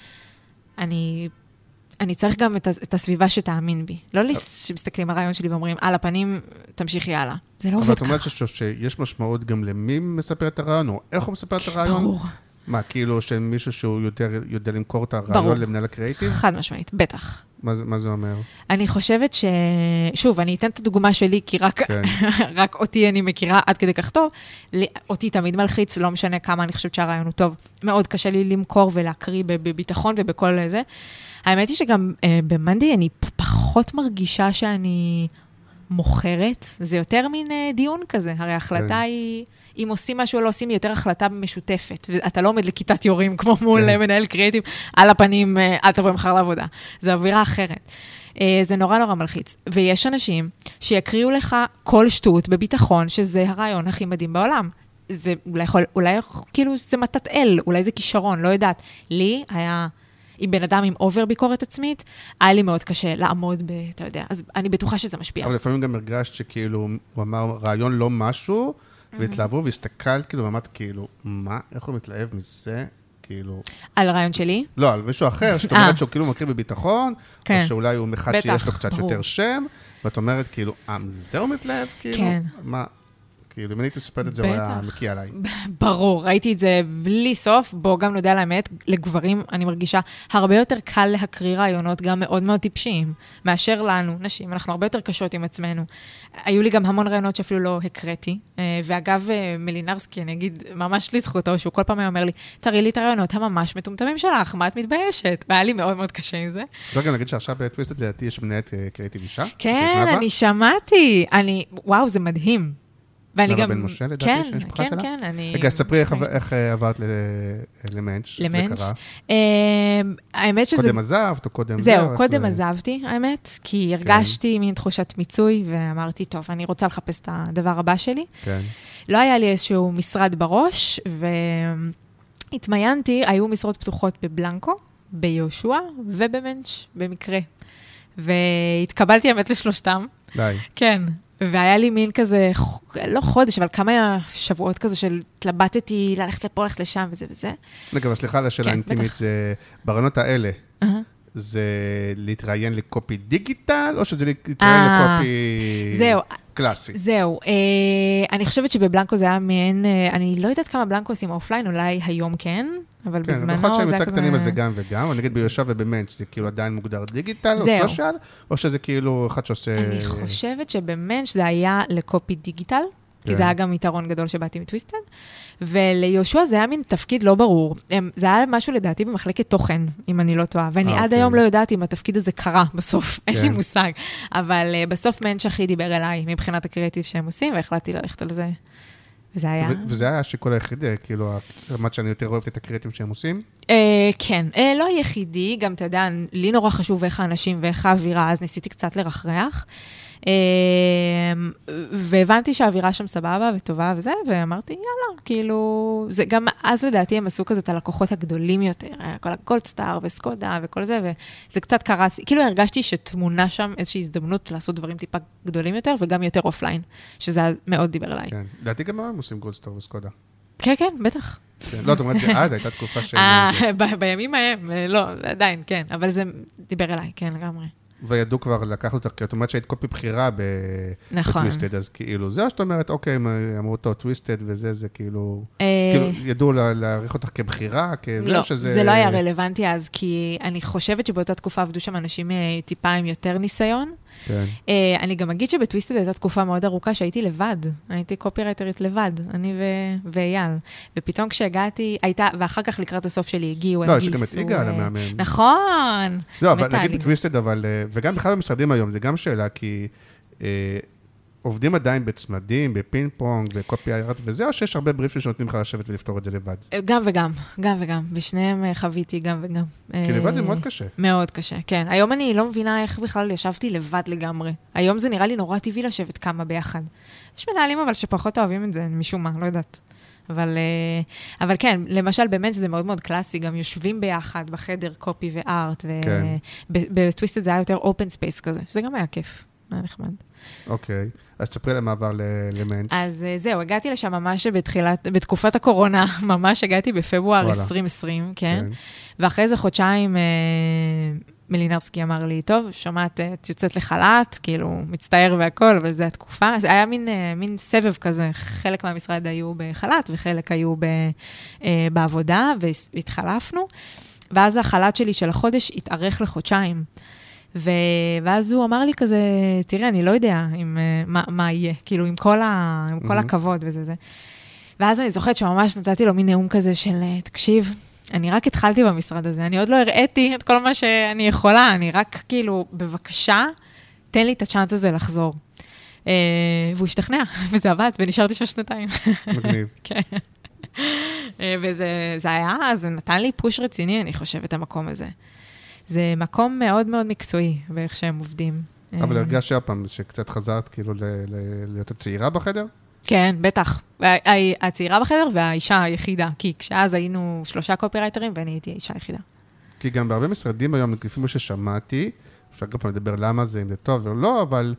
S4: אני, אני צריך גם את, את הסביבה שתאמין בי. לא שמסתכלים הרעיון שלי ואומרים, על הפנים, תמשיכי הלאה. זה לא עובד ככה.
S3: אבל את אומרת שיש משמעות גם למי מספר את הרעיון, או איך הוא מספר את הרעיון?
S4: ברור.
S3: מה, כאילו שמישהו שהוא יודע, יודע למכור את הרעיון למנהל הקריאיטיב?
S4: חד משמעית, בטח.
S3: מה, מה זה אומר?
S4: אני חושבת ש... שוב, אני אתן את הדוגמה שלי, כי רק, כן. רק אותי אני מכירה עד כדי כך טוב. אותי תמיד מלחיץ, לא משנה כמה אני חושבת שהרעיון הוא טוב. מאוד קשה לי למכור ולהקריא בביטחון ובכל זה. האמת היא שגם אה, במנדי אני פחות מרגישה שאני מוכרת. זה יותר מין אה, דיון כזה. הרי ההחלטה כן. היא... אם עושים משהו או לא עושים, יותר החלטה משותפת. ואתה לא עומד לכיתת יורים, כמו מול מנהל קריאיטיב, על הפנים, אל תבוא מחר לעבודה. זו אווירה אחרת. זה נורא נורא מלחיץ. ויש אנשים שיקריאו לך כל שטות בביטחון, שזה הרעיון הכי מדהים בעולם. זה אולי יכול, אולי כאילו זה מתתאל, אולי זה כישרון, לא יודעת. לי היה, עם בן אדם עם אובר ביקורת עצמית, היה לי מאוד קשה לעמוד ב, אתה יודע, אז אני בטוחה שזה משפיע.
S3: אבל לפעמים גם הרגשת שכאילו, הוא אמר, רעיון לא משהו, והתלהבו והסתכלת, כאילו, ואמרת, כאילו, מה? איך הוא מתלהב מזה? כאילו...
S4: על הרעיון שלי?
S3: לא, על מישהו אחר, שאת אומרת שהוא כאילו מקריא בביטחון, או שאולי הוא אחד שיש לו קצת יותר שם, ואת אומרת, כאילו, אה, זה הוא מתלהב? כאילו, מה? כאילו, אם אני הייתי מספרת את זה, הוא היה מקיע עליי.
S4: ברור, ראיתי את זה בלי סוף, בוא גם נודע לאמת, לגברים אני מרגישה הרבה יותר קל להקריא רעיונות, גם מאוד מאוד טיפשיים, מאשר לנו, נשים, אנחנו הרבה יותר קשות עם עצמנו. היו לי גם המון רעיונות שאפילו לא הקראתי, ואגב, מלינרסקי, אני אגיד, ממש לזכותו, שהוא כל פעם היה אומר לי, תראי לי את הרעיונות הממש מטומטמים שלך, מה את מתביישת? והיה לי מאוד מאוד קשה עם זה.
S3: צריך גם להגיד שעכשיו בטוויסטד לדעתי יש מנהלת קריאיטיב אישה?
S4: כן, אני שמעתי. אני, וואו, זה מדהים. ואני גם...
S3: בן משה, לדעתי,
S4: כן,
S3: שהמשפחה
S4: כן,
S3: שלה?
S4: כן, אני...
S3: רגע, ספרי איך עברת למנץ',
S4: למנץ'.
S3: זה קרה.
S4: האמת שזה...
S3: קודם עזבת או קודם...
S4: זהו, קודם עזבתי, האמת, כי הרגשתי מין תחושת מיצוי, ואמרתי, טוב, אני רוצה לחפש את הדבר הבא שלי.
S3: כן.
S4: לא היה לי איזשהו משרד בראש, והתמיינתי, היו משרות פתוחות בבלנקו, ביהושע ובמנץ', במקרה. והתקבלתי האמת לשלושתם.
S3: די.
S4: כן. והיה לי מין כזה, לא חודש, אבל כמה שבועות כזה של התלבטתי ללכת לפה, ללכת לשם וזה וזה.
S3: רגע, וסליחה על השאלה האינטימית, זה ברעיונות האלה, זה להתראיין לקופי דיגיטל, או שזה להתראיין לקופי קלאסי?
S4: זהו. אני חושבת שבבלנקו זה היה מעין, אני לא יודעת כמה בלנקו עושים אופליין, אולי היום כן, אבל בזמנו זה היה כזה... כן, בכל שהם
S3: יותר קטנים על זה גם וגם, אני נגיד ביושב ובמנץ' זה כאילו עדיין מוגדר דיגיטל או סושיאל, או שזה כאילו אחד שעושה...
S4: אני חושבת שבמנץ' זה היה לקופי דיגיטל, כי זה היה גם יתרון גדול שבאתי מטוויסטד, וליהושע זה היה מין תפקיד לא ברור. זה היה משהו לדעתי במחלקת תוכן, אם אני לא טועה, ואני עד היום לא יודעת אם התפקיד הזה קרה בסוף, אין לי מושג. אבל בסוף מנץ' הכי דיבר אליי, מבחינת הקריאיטיב שהם עושים, והחלטתי ללכת על זה. וזה היה...
S3: וזה היה השיקול היחידי, כאילו, רמת שאני יותר אוהבת את הקריאיטיב שהם עושים?
S4: כן, לא היחידי, גם אתה יודע, לי נורא חשוב איך האנשים ואיך האווירה, אז ניסיתי קצת לרחרח. והבנתי שהאווירה שם סבבה וטובה וזה, ואמרתי, יאללה, כאילו, זה גם אז לדעתי הם עשו כזה את הלקוחות הגדולים יותר, כל הגולדסטאר וסקודה וכל זה, וזה קצת קרס, כאילו הרגשתי שתמונה שם איזושהי הזדמנות לעשות דברים טיפה גדולים יותר, וגם יותר אופליין, שזה מאוד דיבר אליי.
S3: כן, לדעתי גם הם עושים גולדסטאר וסקודה.
S4: כן, כן, בטח.
S3: לא, זאת אומרת שאז הייתה תקופה של...
S4: בימים ההם, לא, עדיין, כן, אבל זה דיבר אליי, כן, לגמרי.
S3: וידעו כבר לקחת אותך, כי את אומרת שהיית קופי בחירה בטוויסטד, אז כאילו, זה שאת אומרת, אוקיי, אמרו אותו טוויסטד וזה, זה כאילו, ידעו להעריך אותך כבחירה,
S4: לא, זה לא היה רלוונטי אז, כי אני חושבת שבאותה תקופה עבדו שם אנשים טיפה עם יותר ניסיון. אני גם אגיד שבטוויסטד הייתה תקופה מאוד ארוכה שהייתי לבד, הייתי קופירייטרית לבד, אני ואייל, ופתאום כשהגעתי, הייתה, ואחר כך לקראת הסוף שלי הגיעו,
S3: לא, יש גם את יגאל המאמן.
S4: נכון.
S3: לא, אבל נגיד בטוויסטד, אבל, וגם בכלל במשרדים היום, זה גם שאלה, כי עובדים עדיין בצמדים, בפינג פונג, בקופי איירט וזה, או שיש הרבה בריפים שנותנים לך לשבת ולפתור את זה לבד?
S4: גם וגם, גם וגם. בשניהם חוויתי גם וגם.
S3: כי לבד זה מאוד קשה.
S4: מאוד קשה, כן. היום אני לא מבינה איך בכלל ישבתי לבד לגמרי. היום זה נראה לי נורא טבעי לשבת כמה ביחד. יש מנהלים אבל שפחות אוהבים את זה, משום מה, לא יודעת. אבל, אבל כן, למשל, באמת שזה מאוד מאוד קלאסי, גם יושבים ביחד בחדר קופי וארט, ובטוויסטד זה היה יותר אופן ספייס כזה, שזה גם היה כיף, היה נחמד.
S3: אוקיי, אז תספרי למה עבר למנץ'.
S4: אז זהו, הגעתי לשם ממש בתחילת, בתקופת הקורונה, ממש הגעתי בפברואר עשרים עשרים, כן? ואחרי זה חודשיים, מלינרסקי אמר לי, טוב, שומעת, את יוצאת לחל"ת, כאילו, מצטער והכל, אבל זו התקופה. זה היה מין, מין סבב כזה, חלק מהמשרד היו בחל"ת, וחלק היו ב, בעבודה, והתחלפנו. ואז החל"ת שלי של החודש התארך לחודשיים. ו... ואז הוא אמר לי כזה, תראה, אני לא יודע עם, מה, מה יהיה, כאילו, עם כל, ה... עם כל הכבוד וזה זה. ואז אני זוכרת שממש נתתי לו מין נאום כזה של, תקשיב, אני רק התחלתי במשרד הזה, אני עוד לא הראיתי את כל מה שאני יכולה, אני רק כאילו, בבקשה, תן לי את הצ'אנס הזה לחזור. Uh, והוא השתכנע, וזה עבד, ונשארתי שם שנתיים.
S3: מגניב.
S4: כן. uh, וזה זה היה, זה נתן לי פוש רציני, אני חושבת, המקום הזה. זה מקום מאוד מאוד מקצועי, באיך שהם עובדים.
S3: אבל הרגשתי הפעם שקצת חזרת כאילו להיות הצעירה בחדר? כן,
S4: בטח. הצעירה בחדר והאישה היחידה, כי כשאז היינו שלושה קופירייטרים ואני הייתי האישה היחידה.
S3: כי גם בהרבה משרדים היום, לפי מה ששמעתי, אפשר גם פעם לדבר למה זה, אם זה טוב או לא, אבל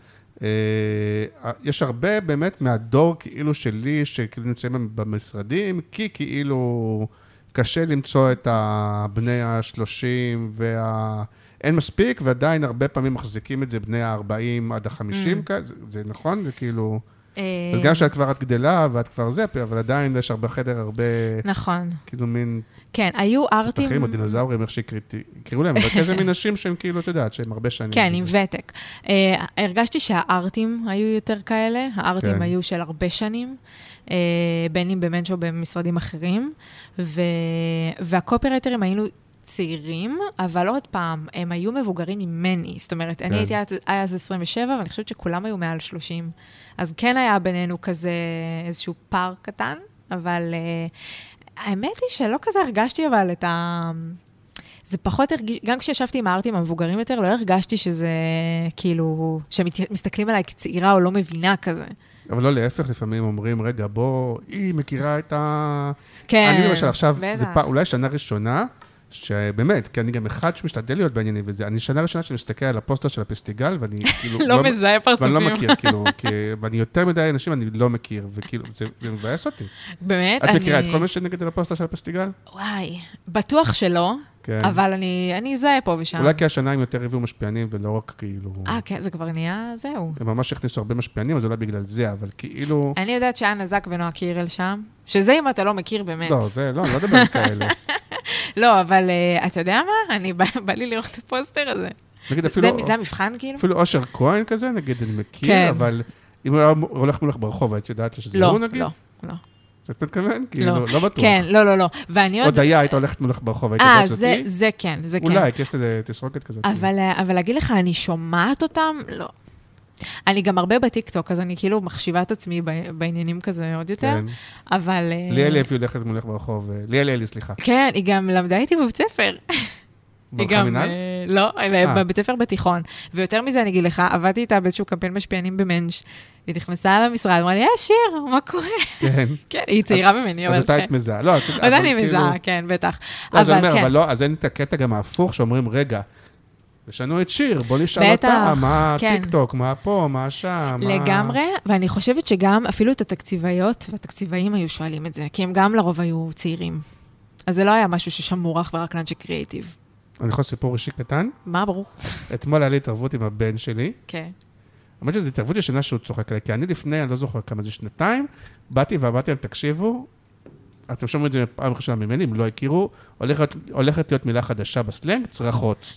S3: יש הרבה באמת מהדור כאילו שלי, שכאילו נמצאים במשרדים, כי כאילו קשה למצוא את בני ה-שלושים וה... אין מספיק, ועדיין הרבה פעמים מחזיקים את זה בני ה-ארבעים עד ה-חמישים, זה נכון? זה כאילו... אז גם שאת כבר את גדלה, ואת כבר זה, אבל עדיין יש הרבה חדר, הרבה...
S4: נכון.
S3: כאילו מין...
S4: כן, היו ארטים...
S3: אחרים, הדינוזאורים, איך שיקראו להם, אבל כזה מין נשים שהם כאילו, אתה יודעת, שהם הרבה שנים.
S4: כן, עם ותק. הרגשתי שהארטים היו יותר כאלה, הארטים היו של הרבה שנים, בין אם במנצ'ו במשרדים אחרים, והקופירייטרים היינו... צעירים, אבל עוד פעם, הם היו מבוגרים ממני. זאת אומרת, אני הייתי אז עשרים ושבע, ואני חושבת שכולם היו מעל שלושים. אז כן היה בינינו כזה איזשהו פער קטן, אבל האמת היא שלא כזה הרגשתי, אבל את ה... זה פחות הרגיש... גם כשישבתי עם הארטים המבוגרים יותר, לא הרגשתי שזה כאילו... שמסתכלים עליי כצעירה או לא מבינה כזה.
S3: אבל לא להפך, לפעמים אומרים, רגע, בוא, היא מכירה את ה...
S4: כן,
S3: אני למשל עכשיו, זה פע... אולי שנה ראשונה, שבאמת, כי אני גם אחד שמשתדל להיות בעניינים וזה, אני שנה ראשונה שאני מסתכל על הפוסטר של הפסטיגל, ואני כאילו...
S4: לא מזהה פרצופים.
S3: ואני לא מכיר, כאילו, ואני יותר מדי אנשים, אני לא מכיר, וכאילו, זה מבאס אותי.
S4: באמת, אני...
S3: את מכירה את כל מה שנגד על הפוסטר של הפסטיגל?
S4: וואי, בטוח שלא, אבל אני אזהה פה ושם.
S3: אולי כי השנה הם יותר הביאו משפיענים, ולא רק כאילו...
S4: אה, כן, זה כבר נהיה, זהו.
S3: הם ממש הכניסו הרבה משפיענים, אז אולי בגלל זה, אבל כאילו...
S4: אני יודעת שאנה זק ונועה קירל שם, שזה אם אתה לא מכיר באמת.
S3: לא, זה לא, אני לא מדבר כאלה.
S4: לא, אבל אתה יודע מה? אני בא לי לראות את הפוסטר הזה. זה המבחן כאילו?
S3: אפילו אושר כהן כזה, נגיד, אני מכיר, אבל אם הוא הולך מולך ברחוב, היית יודעת שזה הוא נגיד?
S4: לא, לא.
S3: את מתכוון? כאילו, לא בטוח.
S4: כן, לא, לא, לא.
S3: עוד היה, היית הולכת מולך ברחוב, היית יודעת אותי?
S4: אה, זה כן, זה כן.
S3: אולי, כי יש לזה תסרוקת כזאת.
S4: אבל להגיד לך, אני שומעת אותם? לא. אני גם הרבה בטיקטוק, אז אני כאילו מחשיבה את עצמי בעניינים כזה עוד יותר, אבל...
S3: ליאלי אלי הולכת מולך ברחוב, ליאלי אלי, סליחה.
S4: כן, היא גם למדה איתי בבית ספר.
S3: ברכה מנהל?
S4: לא, בבית ספר בתיכון. ויותר מזה אני אגיד לך, עבדתי איתה באיזשהו קמפיין משפיענים במנש, והיא נכנסה למשרד, אמרה לי, אה, שיר, מה קורה?
S3: כן.
S4: כן, היא צעירה ממני, אבל...
S3: אז אותה היית מזהה. לא,
S4: עוד אני מזהה, כן, בטח.
S3: אז אני אומר, אבל לא, אז אין את הקטע גם ההפוך, שאומרים, רגע, ושנו את שיר, בוא נשאל אותה, מה טיקטוק, מה פה, מה שם, מה...
S4: לגמרי, ואני חושבת שגם אפילו את התקציביות והתקציבאים היו שואלים את זה, כי הם גם לרוב היו צעירים. אז זה לא היה משהו ששמור אך ורק לאנשי קריאיטיב.
S3: אני יכול סיפור אישי קטן?
S4: מה, ברור.
S3: אתמול היה לי התערבות עם הבן שלי.
S4: כן.
S3: אמרתי שזו התערבות ישנה שהוא צוחק עליה, כי אני לפני, אני לא זוכר כמה זה שנתיים, באתי ואמרתי להם, תקשיבו, אתם שומעים את זה פעם ראשונה ממני, אם לא הכירו, הולכת, הולכת להיות מילה חדשה בסלנג, צרחות.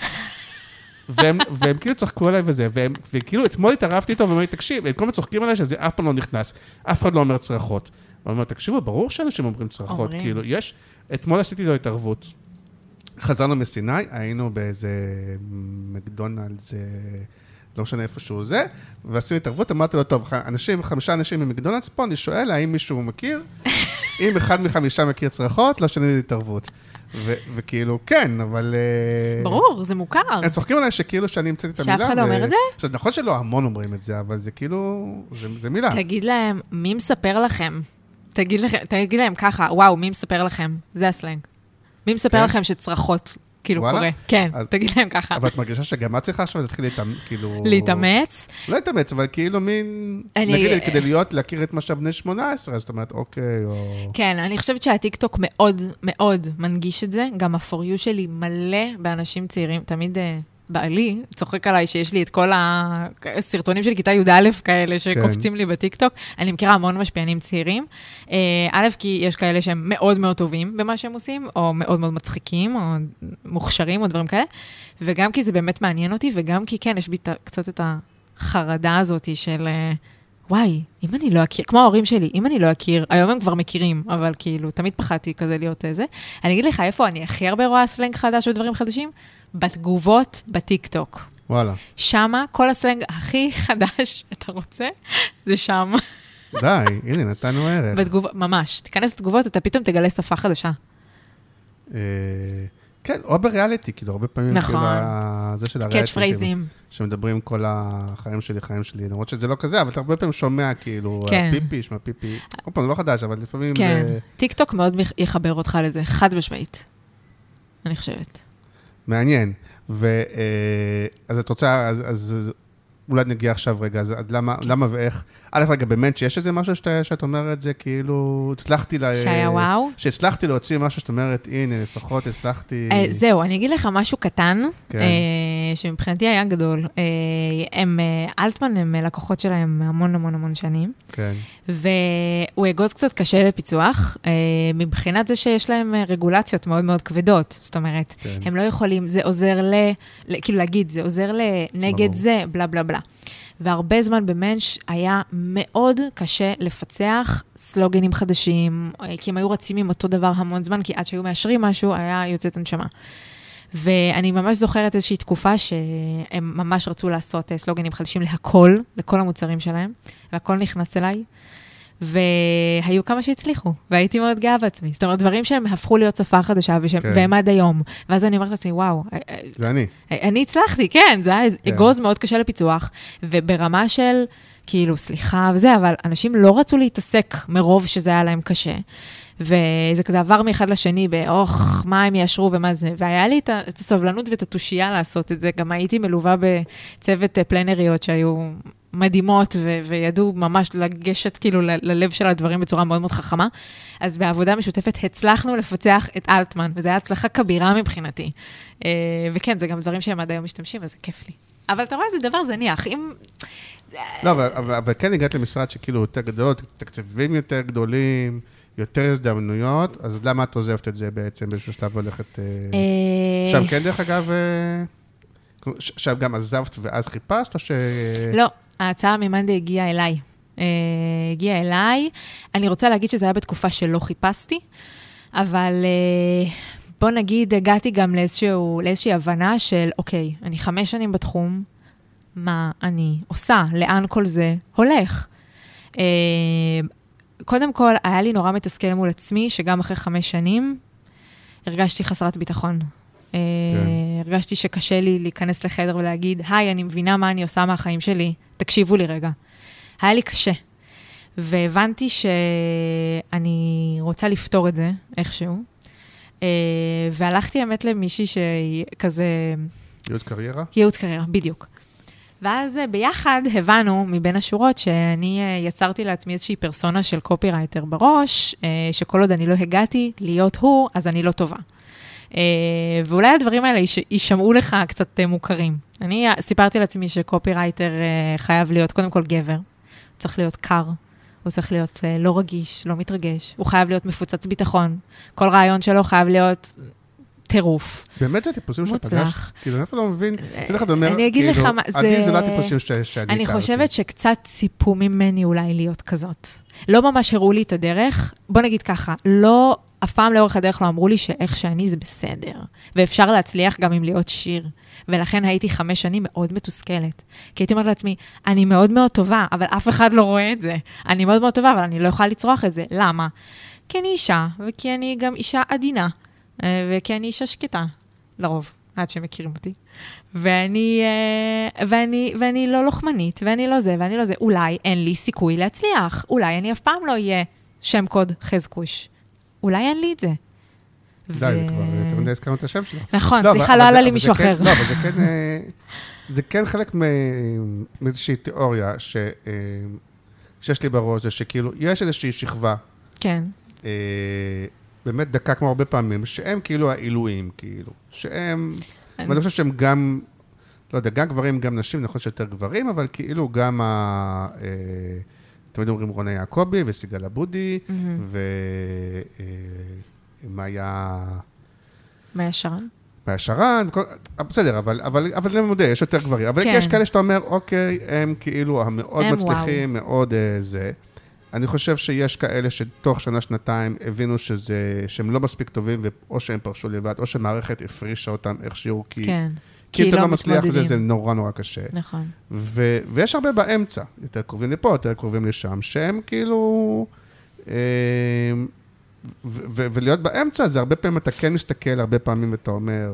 S3: והם, והם כאילו צחקו עליי וזה, והם, וכאילו אתמול התערבתי איתו, והם אמרו לי, תקשיב, הם כל מה צוחקים עליי שזה אף פעם לא נכנס, אף אחד לא אומר צרחות. ואני אומר, תקשיבו, ברור שאנשים אומרים צרחות, אומרים. כאילו, יש, אתמול עשיתי איתו התערבות. חזרנו מסיני, היינו באיזה מקדונלדס, לא משנה איפה שהוא זה, ועשינו התערבות, אמרתי לו, טוב, אנשים, חמישה אנשים ממקדונלדס פה, אני שואל, האם מישהו מכיר? אם אחד מחמישה מכיר צרחות, לא שני התערבות. וכאילו, כן, אבל...
S4: ברור, זה מוכר.
S3: הם צוחקים עליי שכאילו שאני המצאתי את המילה.
S4: שאף אחד לא אומר את זה?
S3: עכשיו, נכון שלא המון אומרים את זה, אבל זה כאילו, זה מילה.
S4: תגיד להם, מי מספר לכם תגיד לכם, תגיד להם ככה, וואו, מי מספר לכם? זה הסלנג. מי מספר לכם שצרכות, כאילו קורה? כן, תגיד להם ככה.
S3: אבל את מרגישה שגם את צריכה עכשיו להתחיל כאילו...
S4: להתאמץ?
S3: לא להתאמץ, אבל כאילו מין... נגיד, כדי להיות, להכיר את מה שהבני שמונה עשרה, אז זאת אומרת, אוקיי, או...
S4: כן, אני חושבת שהטיקטוק מאוד מאוד מנגיש את זה. גם ה-פור יו שלי מלא באנשים צעירים, תמיד... בעלי, צוחק עליי שיש לי את כל הסרטונים של כיתה י"א כאלה שקופצים לי בטיקטוק. אני מכירה המון משפיענים צעירים. א', כי יש כאלה שהם מאוד מאוד טובים במה שהם עושים, או מאוד מאוד מצחיקים, או מוכשרים, או דברים כאלה. וגם כי זה באמת מעניין אותי, וגם כי כן, יש בי קצת את החרדה הזאת של, וואי, אם אני לא אכיר, כמו ההורים שלי, אם אני לא אכיר, היום הם כבר מכירים, אבל כאילו, תמיד פחדתי כזה להיות איזה. אני אגיד לך, איפה אני הכי הרבה רואה סלנג חדש ודברים חדשים? בתגובות בטיקטוק.
S3: וואלה.
S4: שמה, כל הסלנג הכי חדש, אתה רוצה, זה שם.
S3: די, הנה, נתנו ערך.
S4: בתגוב... ממש, תיכנס לתגובות, אתה פתאום תגלה שפה חדשה.
S3: כן, או בריאליטי, כאילו, הרבה פעמים,
S4: נכון.
S3: זה של הריאליטי.
S4: קאץ' פרייזים.
S3: שמדברים כל החיים שלי, חיים שלי, למרות שזה לא כזה, אבל אתה הרבה פעמים שומע, כאילו, פיפי, שמה פיפי, עוד פעם, לא חדש, אבל לפעמים...
S4: כן, טיקטוק מאוד יחבר אותך לזה, חד משמעית, אני חושבת.
S3: מעניין. ואז את רוצה, אז, אז אולי נגיע עכשיו רגע, אז למה, למה ואיך? א', רגע, באמת שיש איזה משהו שאתה, שאת אומרת, זה כאילו, הצלחתי לה...
S4: שהיה וואו?
S3: שהצלחתי להוציא משהו שאת אומרת, הנה, לפחות הצלחתי...
S4: זהו, אני אגיד לך משהו קטן, שמבחינתי היה גדול. הם, אלטמן, הם לקוחות שלהם המון המון המון שנים.
S3: כן.
S4: והוא אגוז קצת קשה לפיצוח, מבחינת זה שיש להם רגולציות מאוד מאוד כבדות. זאת אומרת, הם לא יכולים, זה עוזר ל... כאילו להגיד, זה עוזר לנגד זה, בלה בלה בלה. והרבה זמן במנש היה מאוד קשה לפצח סלוגנים חדשים, כי הם היו רצים עם אותו דבר המון זמן, כי עד שהיו מאשרים משהו, היה יוצאת הנשמה. ואני ממש זוכרת איזושהי תקופה שהם ממש רצו לעשות סלוגנים חדשים להכל, לכל המוצרים שלהם, והכל נכנס אליי. והיו כמה שהצליחו, והייתי מאוד גאה בעצמי. זאת אומרת, דברים שהם הפכו להיות שפה חדשה, והם עד היום. ואז אני אומרת לעצמי, וואו.
S3: זה אני.
S4: אני הצלחתי, כן, זה היה אגוז מאוד קשה לפיצוח, וברמה של, כאילו, סליחה וזה, אבל אנשים לא רצו להתעסק מרוב שזה היה להם קשה. וזה כזה עבר מאחד לשני, באוך, מה הם יאשרו ומה זה. והיה לי את הסבלנות ואת התושייה לעשות את זה. גם הייתי מלווה בצוות פלנריות שהיו מדהימות, ו- וידעו ממש לגשת כאילו ל- ללב של הדברים בצורה מאוד מאוד חכמה. אז בעבודה משותפת הצלחנו לפצח את אלטמן, וזו הייתה הצלחה כבירה מבחינתי. וכן, זה גם דברים שהם עד היום משתמשים, וזה כיף לי. אבל אתה רואה, זה דבר זניח. אם...
S3: לא, אבל, אבל, אבל כן הגעת למשרד שכאילו יותר גדולות, תקציבים יותר גדולים, יותר הזדמנויות, אז למה את עוזבת את זה בעצם באיזשהו שלב הולכת... שם כן, דרך אגב, שם גם עזבת ואז חיפשת, או ש...
S4: לא, ההצעה ממנדי הגיעה אליי. הגיעה אליי. אני רוצה להגיד שזה היה בתקופה שלא חיפשתי, אבל בוא נגיד, הגעתי גם לאיזשהו, לאיזושהי הבנה של, אוקיי, אני חמש שנים בתחום, מה אני עושה? לאן כל זה הולך? קודם כל, היה לי נורא מתסכל מול עצמי, שגם אחרי חמש שנים, הרגשתי חסרת ביטחון. כן. הרגשתי שקשה לי להיכנס לחדר ולהגיד, היי, אני מבינה מה אני עושה מהחיים שלי, תקשיבו לי רגע. היה לי קשה. והבנתי שאני רוצה לפתור את זה, איכשהו. והלכתי האמת למישהי שהיא כזה...
S3: ייעוץ קריירה?
S4: ייעוץ קריירה, בדיוק. ואז ביחד הבנו מבין השורות שאני יצרתי לעצמי איזושהי פרסונה של קופירייטר בראש, שכל עוד אני לא הגעתי להיות הוא, אז אני לא טובה. ואולי הדברים האלה יישמעו לך קצת מוכרים. אני סיפרתי לעצמי שקופירייטר חייב להיות קודם כל גבר, הוא צריך להיות קר, הוא צריך להיות לא רגיש, לא מתרגש, הוא חייב להיות מפוצץ ביטחון, כל רעיון שלו חייב להיות... טירוף.
S3: באמת זה הטיפוסים שפגשת? כאילו, אני לא מבין.
S4: אני אגיד לך מה, זה...
S3: עדיין זה לא הטיפוסים שאני הכרתי.
S4: אני חושבת שקצת ציפו ממני אולי להיות כזאת. לא ממש הראו לי את הדרך. בוא נגיד ככה, לא, אף פעם לאורך הדרך לא אמרו לי שאיך שאני זה בסדר. ואפשר להצליח גם עם להיות שיר. ולכן הייתי חמש שנים מאוד מתוסכלת. כי הייתי אומרת לעצמי, אני מאוד מאוד טובה, אבל אף אחד לא רואה את זה. אני מאוד מאוד טובה, אבל אני לא יכולה לצרוח את זה. למה? כי אני אישה, וכי אני גם אישה עדינה. וכי אני אישה שקטה, לרוב, עד שמכירים אותי. ואני, ואני, ואני לא לוחמנית, ואני לא זה, ואני לא זה. אולי אין לי סיכוי להצליח. אולי אני אף פעם לא אהיה שם קוד חזקוש. אולי אין לי את זה.
S3: די, זה כבר, אתם יודעים, הזכרנו את השם שלו.
S4: נכון, סליחה, לא עלה לי מישהו אחר.
S3: לא, אבל זה כן, זה כן חלק מאיזושהי תיאוריה שיש לי בראש, זה שכאילו, יש איזושהי שכבה.
S4: כן.
S3: באמת דקה כמו הרבה פעמים, שהם כאילו העילויים, כאילו. שהם, ואני חושב שהם גם, לא יודע, גם גברים, גם נשים, נכון שיותר גברים, אבל כאילו גם ה... תמיד אומרים רוני יעקובי וסיגל אבודי, ומאיה...
S4: מאיה שרן?
S3: מאיה שרן, בסדר, אבל אני מודה, יש יותר גברים. אבל יש כאלה שאתה אומר, אוקיי, הם כאילו המאוד מצליחים, מאוד זה. אני חושב שיש כאלה שתוך שנה, שנתיים, הבינו שהם לא מספיק טובים, או שהם פרשו לבד, או שמערכת הפרישה אותם איכשהו, כי... כי אתה לא מצליח וזה, זה נורא נורא קשה.
S4: נכון.
S3: ויש הרבה באמצע, יותר קרובים לפה, יותר קרובים לשם, שהם כאילו... ולהיות באמצע, זה הרבה פעמים אתה כן מסתכל, הרבה פעמים אתה אומר,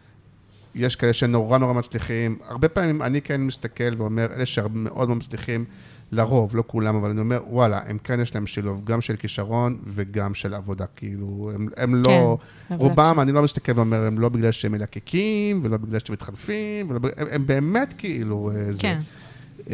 S3: יש כאלה שנורא נורא מצליחים, הרבה פעמים אני כן מסתכל ואומר, אלה שמאוד מאוד מצליחים, לרוב, לא כולם, אבל אני אומר, וואלה, הם כן יש להם שילוב, גם של כישרון וגם של עבודה, כאילו, הם, הם לא, רובם, אני לא מסתכל ואומר, הם לא בגלל שהם מלקקים, ולא בגלל שהם מתחלפים, ולא, הם, הם באמת כאילו,
S4: כן.
S3: זה.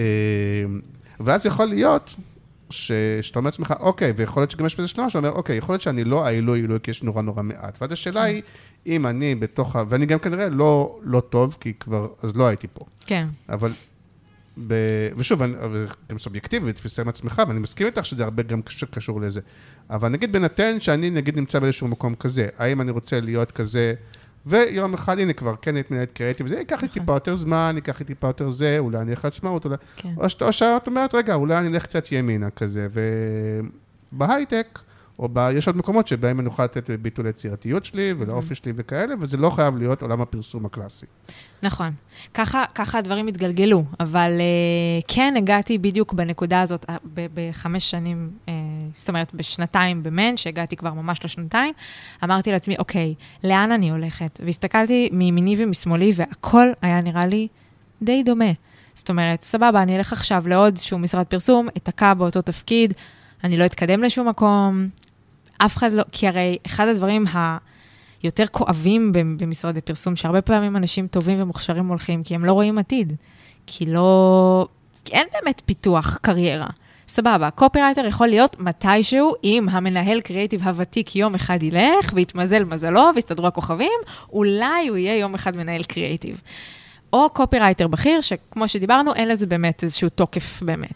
S3: ואז יכול להיות, שאתה אומר לעצמך, אוקיי, ויכול להיות שגם יש בזה שלמה, שאתה אומר, אוקיי, יכול להיות שאני לא העילוי, עילוי, כי יש נורא נורא מעט. ואז השאלה היא, אם אני בתוך, ואני גם כנראה לא, לא טוב, כי כבר, אז לא הייתי פה.
S4: כן.
S3: אבל ב... ושוב, אני, גם סובייקטיבי, ותפיסה עם עצמך, ואני מסכים איתך שזה הרבה גם קשור לזה. אבל נגיד בנתן שאני נגיד נמצא באיזשהו מקום כזה, האם אני רוצה להיות כזה, ויום אחד, הנה כבר, כן, את מנהלת קריאטיב, זה ייקח לי טיפה יותר זמן, ייקח לי טיפה יותר זה, אולי אני אלך לעצמאות, אולי... כן. או, שאת, או שאת אומרת, רגע, אולי אני אלך קצת ימינה כזה, ובהייטק, או ב... יש עוד מקומות שבהם אני אוכל לתת ביטוי ליצירתיות שלי, ולאופי שלי וכאלה, וזה לא חייב להיות עולם הפרסום הקלאסי.
S4: נכון. ככה, ככה הדברים התגלגלו, אבל uh, כן הגעתי בדיוק בנקודה הזאת, ב- בחמש שנים, uh, זאת אומרת, בשנתיים במן, שהגעתי כבר ממש לשנתיים, אמרתי לעצמי, אוקיי, לאן אני הולכת? והסתכלתי מימיני ומשמאלי, והכל היה נראה לי די דומה. זאת אומרת, סבבה, אני אלך עכשיו לעוד שהוא משרד פרסום, אתקע באותו תפקיד, אני לא אתקדם לשום מקום, אף אחד לא, כי הרי אחד הדברים היותר כואבים במשרדי פרסום, שהרבה פעמים אנשים טובים ומוכשרים הולכים, כי הם לא רואים עתיד, כי לא, כי אין באמת פיתוח קריירה. סבבה, קופירייטר יכול להיות מתישהו, אם המנהל קריאיטיב הוותיק יום אחד ילך, ויתמזל מזלו, ויסתדרו הכוכבים, אולי הוא יהיה יום אחד מנהל קריאיטיב. או קופירייטר בכיר, שכמו שדיברנו, אין לזה באמת איזשהו תוקף באמת.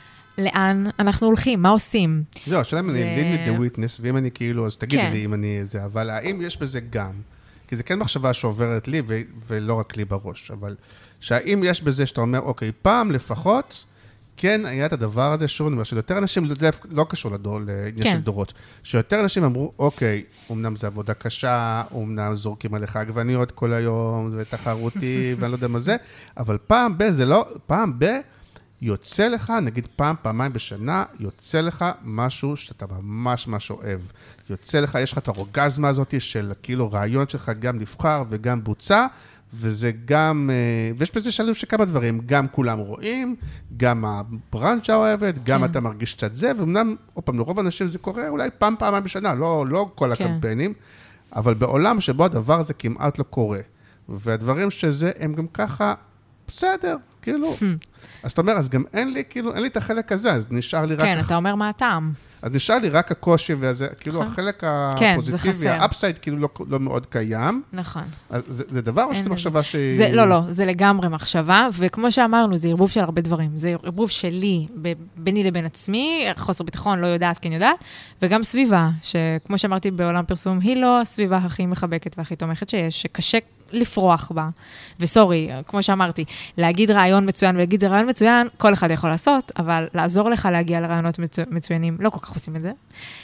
S4: לאן אנחנו הולכים, מה עושים?
S3: זהו, השאלה אם אני lead with the witness, ואם אני כאילו, אז תגידי לי אם אני זה, אבל האם יש בזה גם? כי זה כן מחשבה שעוברת לי, ולא רק לי בראש, אבל שהאם יש בזה שאתה אומר, אוקיי, פעם לפחות, כן היה את הדבר הזה, שוב, אני אומר, שיותר אנשים, לא קשור לדור, לעניין של דורות, שיותר אנשים אמרו, אוקיי, אמנם זה עבודה קשה, אמנם זורקים עליך עגבניות כל היום, זה תחרותי, ואני לא יודע מה זה, אבל פעם ב, זה לא, פעם ב, יוצא לך, נגיד פעם, פעמיים בשנה, יוצא לך משהו שאתה ממש ממש אוהב. יוצא לך, יש לך את האורגזמה הזאת של כאילו רעיון שלך גם נבחר וגם בוצע, וזה גם, ויש בזה שלב שכמה דברים, גם כולם רואים, גם הברנצ'ה אוהבת, גם כן. אתה מרגיש קצת זה, ואומנם, עוד פעם, לרוב אנשים זה קורה אולי פעם, פעמיים בשנה, לא, לא כל כן. הקמפיינים, אבל בעולם שבו הדבר הזה כמעט לא קורה, והדברים שזה הם גם ככה, בסדר, כאילו... אז אתה אומר, אז גם אין לי, כאילו, אין לי את החלק הזה, אז נשאר לי רק...
S4: כן, אתה אומר מה הטעם.
S3: אז נשאר לי רק הקושי, וזה, כאילו, החלק הפוזיטיבי, האפסייד, כאילו, לא מאוד קיים. נכון. אז זה דבר או שזה מחשבה שהיא...
S4: לא, לא, זה לגמרי מחשבה, וכמו שאמרנו, זה ערבוב של הרבה דברים. זה ערבוב שלי, ביני לבין עצמי, חוסר ביטחון, לא יודעת, כן יודעת, וגם סביבה, שכמו שאמרתי בעולם פרסום, היא לא הסביבה הכי מחבקת והכי תומכת שיש, שקשה לפרוח בה. וסורי, כמו שאמרתי, להגיד רעיון מצוין ולהגיד זה רעיון מצוין, כל אחד יכול לעשות, אבל לעזור לך להגיע לרעיונות מצו... מצוינים, לא כל כך עושים את זה.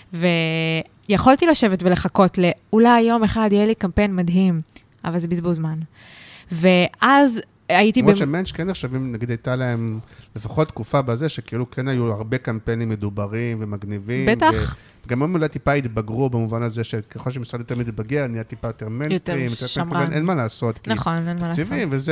S4: ויכולתי לשבת ולחכות לאולי יום אחד יהיה לי קמפיין מדהים, אבל זה בזבוז זמן. ואז הייתי...
S3: למרות שמנש כן נחשבים, נגיד הייתה להם לפחות תקופה בזה, שכאילו כן היו הרבה קמפיינים מדוברים ומגניבים.
S4: בטח.
S3: גם הם אולי טיפה התבגרו במובן הזה שככל שמשרד יותר מתבגר, נהיה טיפה יותר מיינסטרים,
S4: יותר שמרן.
S3: אין מה לעשות.
S4: נכון, אין מה לעשות.
S3: תקציבים וזה...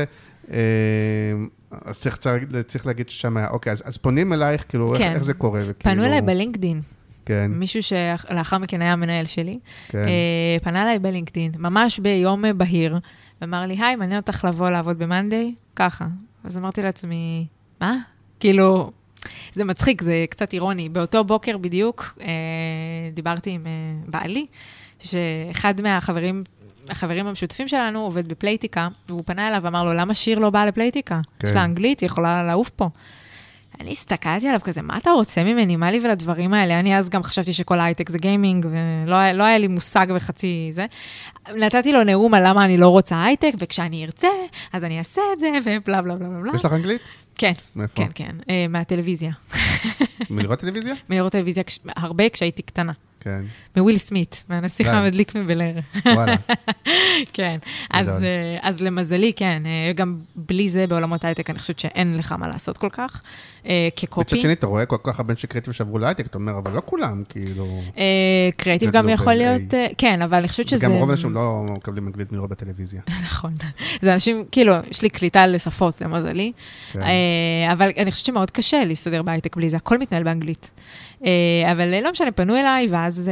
S3: אז צריך, צריך להגיד ששם היה, אוקיי, אז, אז פונים אלייך, כאילו,
S4: כן.
S3: איך, איך זה קורה?
S4: פנו
S3: וכאילו...
S4: אליי בלינקדין.
S3: כן.
S4: מישהו שלאחר מכן היה המנהל שלי,
S3: כן.
S4: פנה אליי בלינקדין, ממש ביום בהיר, ואמר לי, היי, מעניין אותך לבוא לעבוד במנדי? ככה. אז אמרתי לעצמי, מה? כאילו, זה מצחיק, זה קצת אירוני. באותו בוקר בדיוק, דיברתי עם בעלי, שאחד מהחברים, החברים המשותפים שלנו עובד בפלייטיקה, והוא פנה אליו ואמר לו, למה שיר לא באה לפלייטיקה? יש לה אנגלית, היא יכולה לעוף פה. אני הסתכלתי עליו כזה, מה אתה רוצה ממני? מה לי ולדברים האלה? אני אז גם חשבתי שכל הייטק זה גיימינג, ולא לא היה לי מושג וחצי זה. נתתי לו נאום על למה אני לא רוצה הייטק, וכשאני ארצה, אז אני אעשה את זה, ובלה בלה בלה בלה.
S3: יש לך אנגלית?
S4: כן.
S3: מאיפה?
S4: כן, כן. מהטלוויזיה.
S3: מלראות טלוויזיה?
S4: מלראות טלוויזיה הרבה כשהייתי קטנה.
S3: כן.
S4: מוויל סמית, מהנסיך המדליק מבלר.
S3: וואלה.
S4: כן. אז, אז למזלי, כן, גם בלי זה בעולמות הייטק, אני חושבת שאין לך מה לעשות כל כך, כקופי.
S3: מצד שני, אתה רואה כל כך הרבה שקריאטיב שעברו להייטק, אתה אומר, אבל לא כולם, כאילו...
S4: קריאטיב גם יכול להיות, כן, אבל אני חושבת שזה...
S3: גם רוב אנשים לא מקבלים אנגלית מלראות בטלוויזיה.
S4: נכון. זה אנשים, כאילו, יש לי קליטה לשפות, למזלי, אבל אני חושבת שמאוד קשה להסתדר בהייטק בלי זה, הכל מתנהל באנגלית. אבל לא משנה, פנו אליי, ואז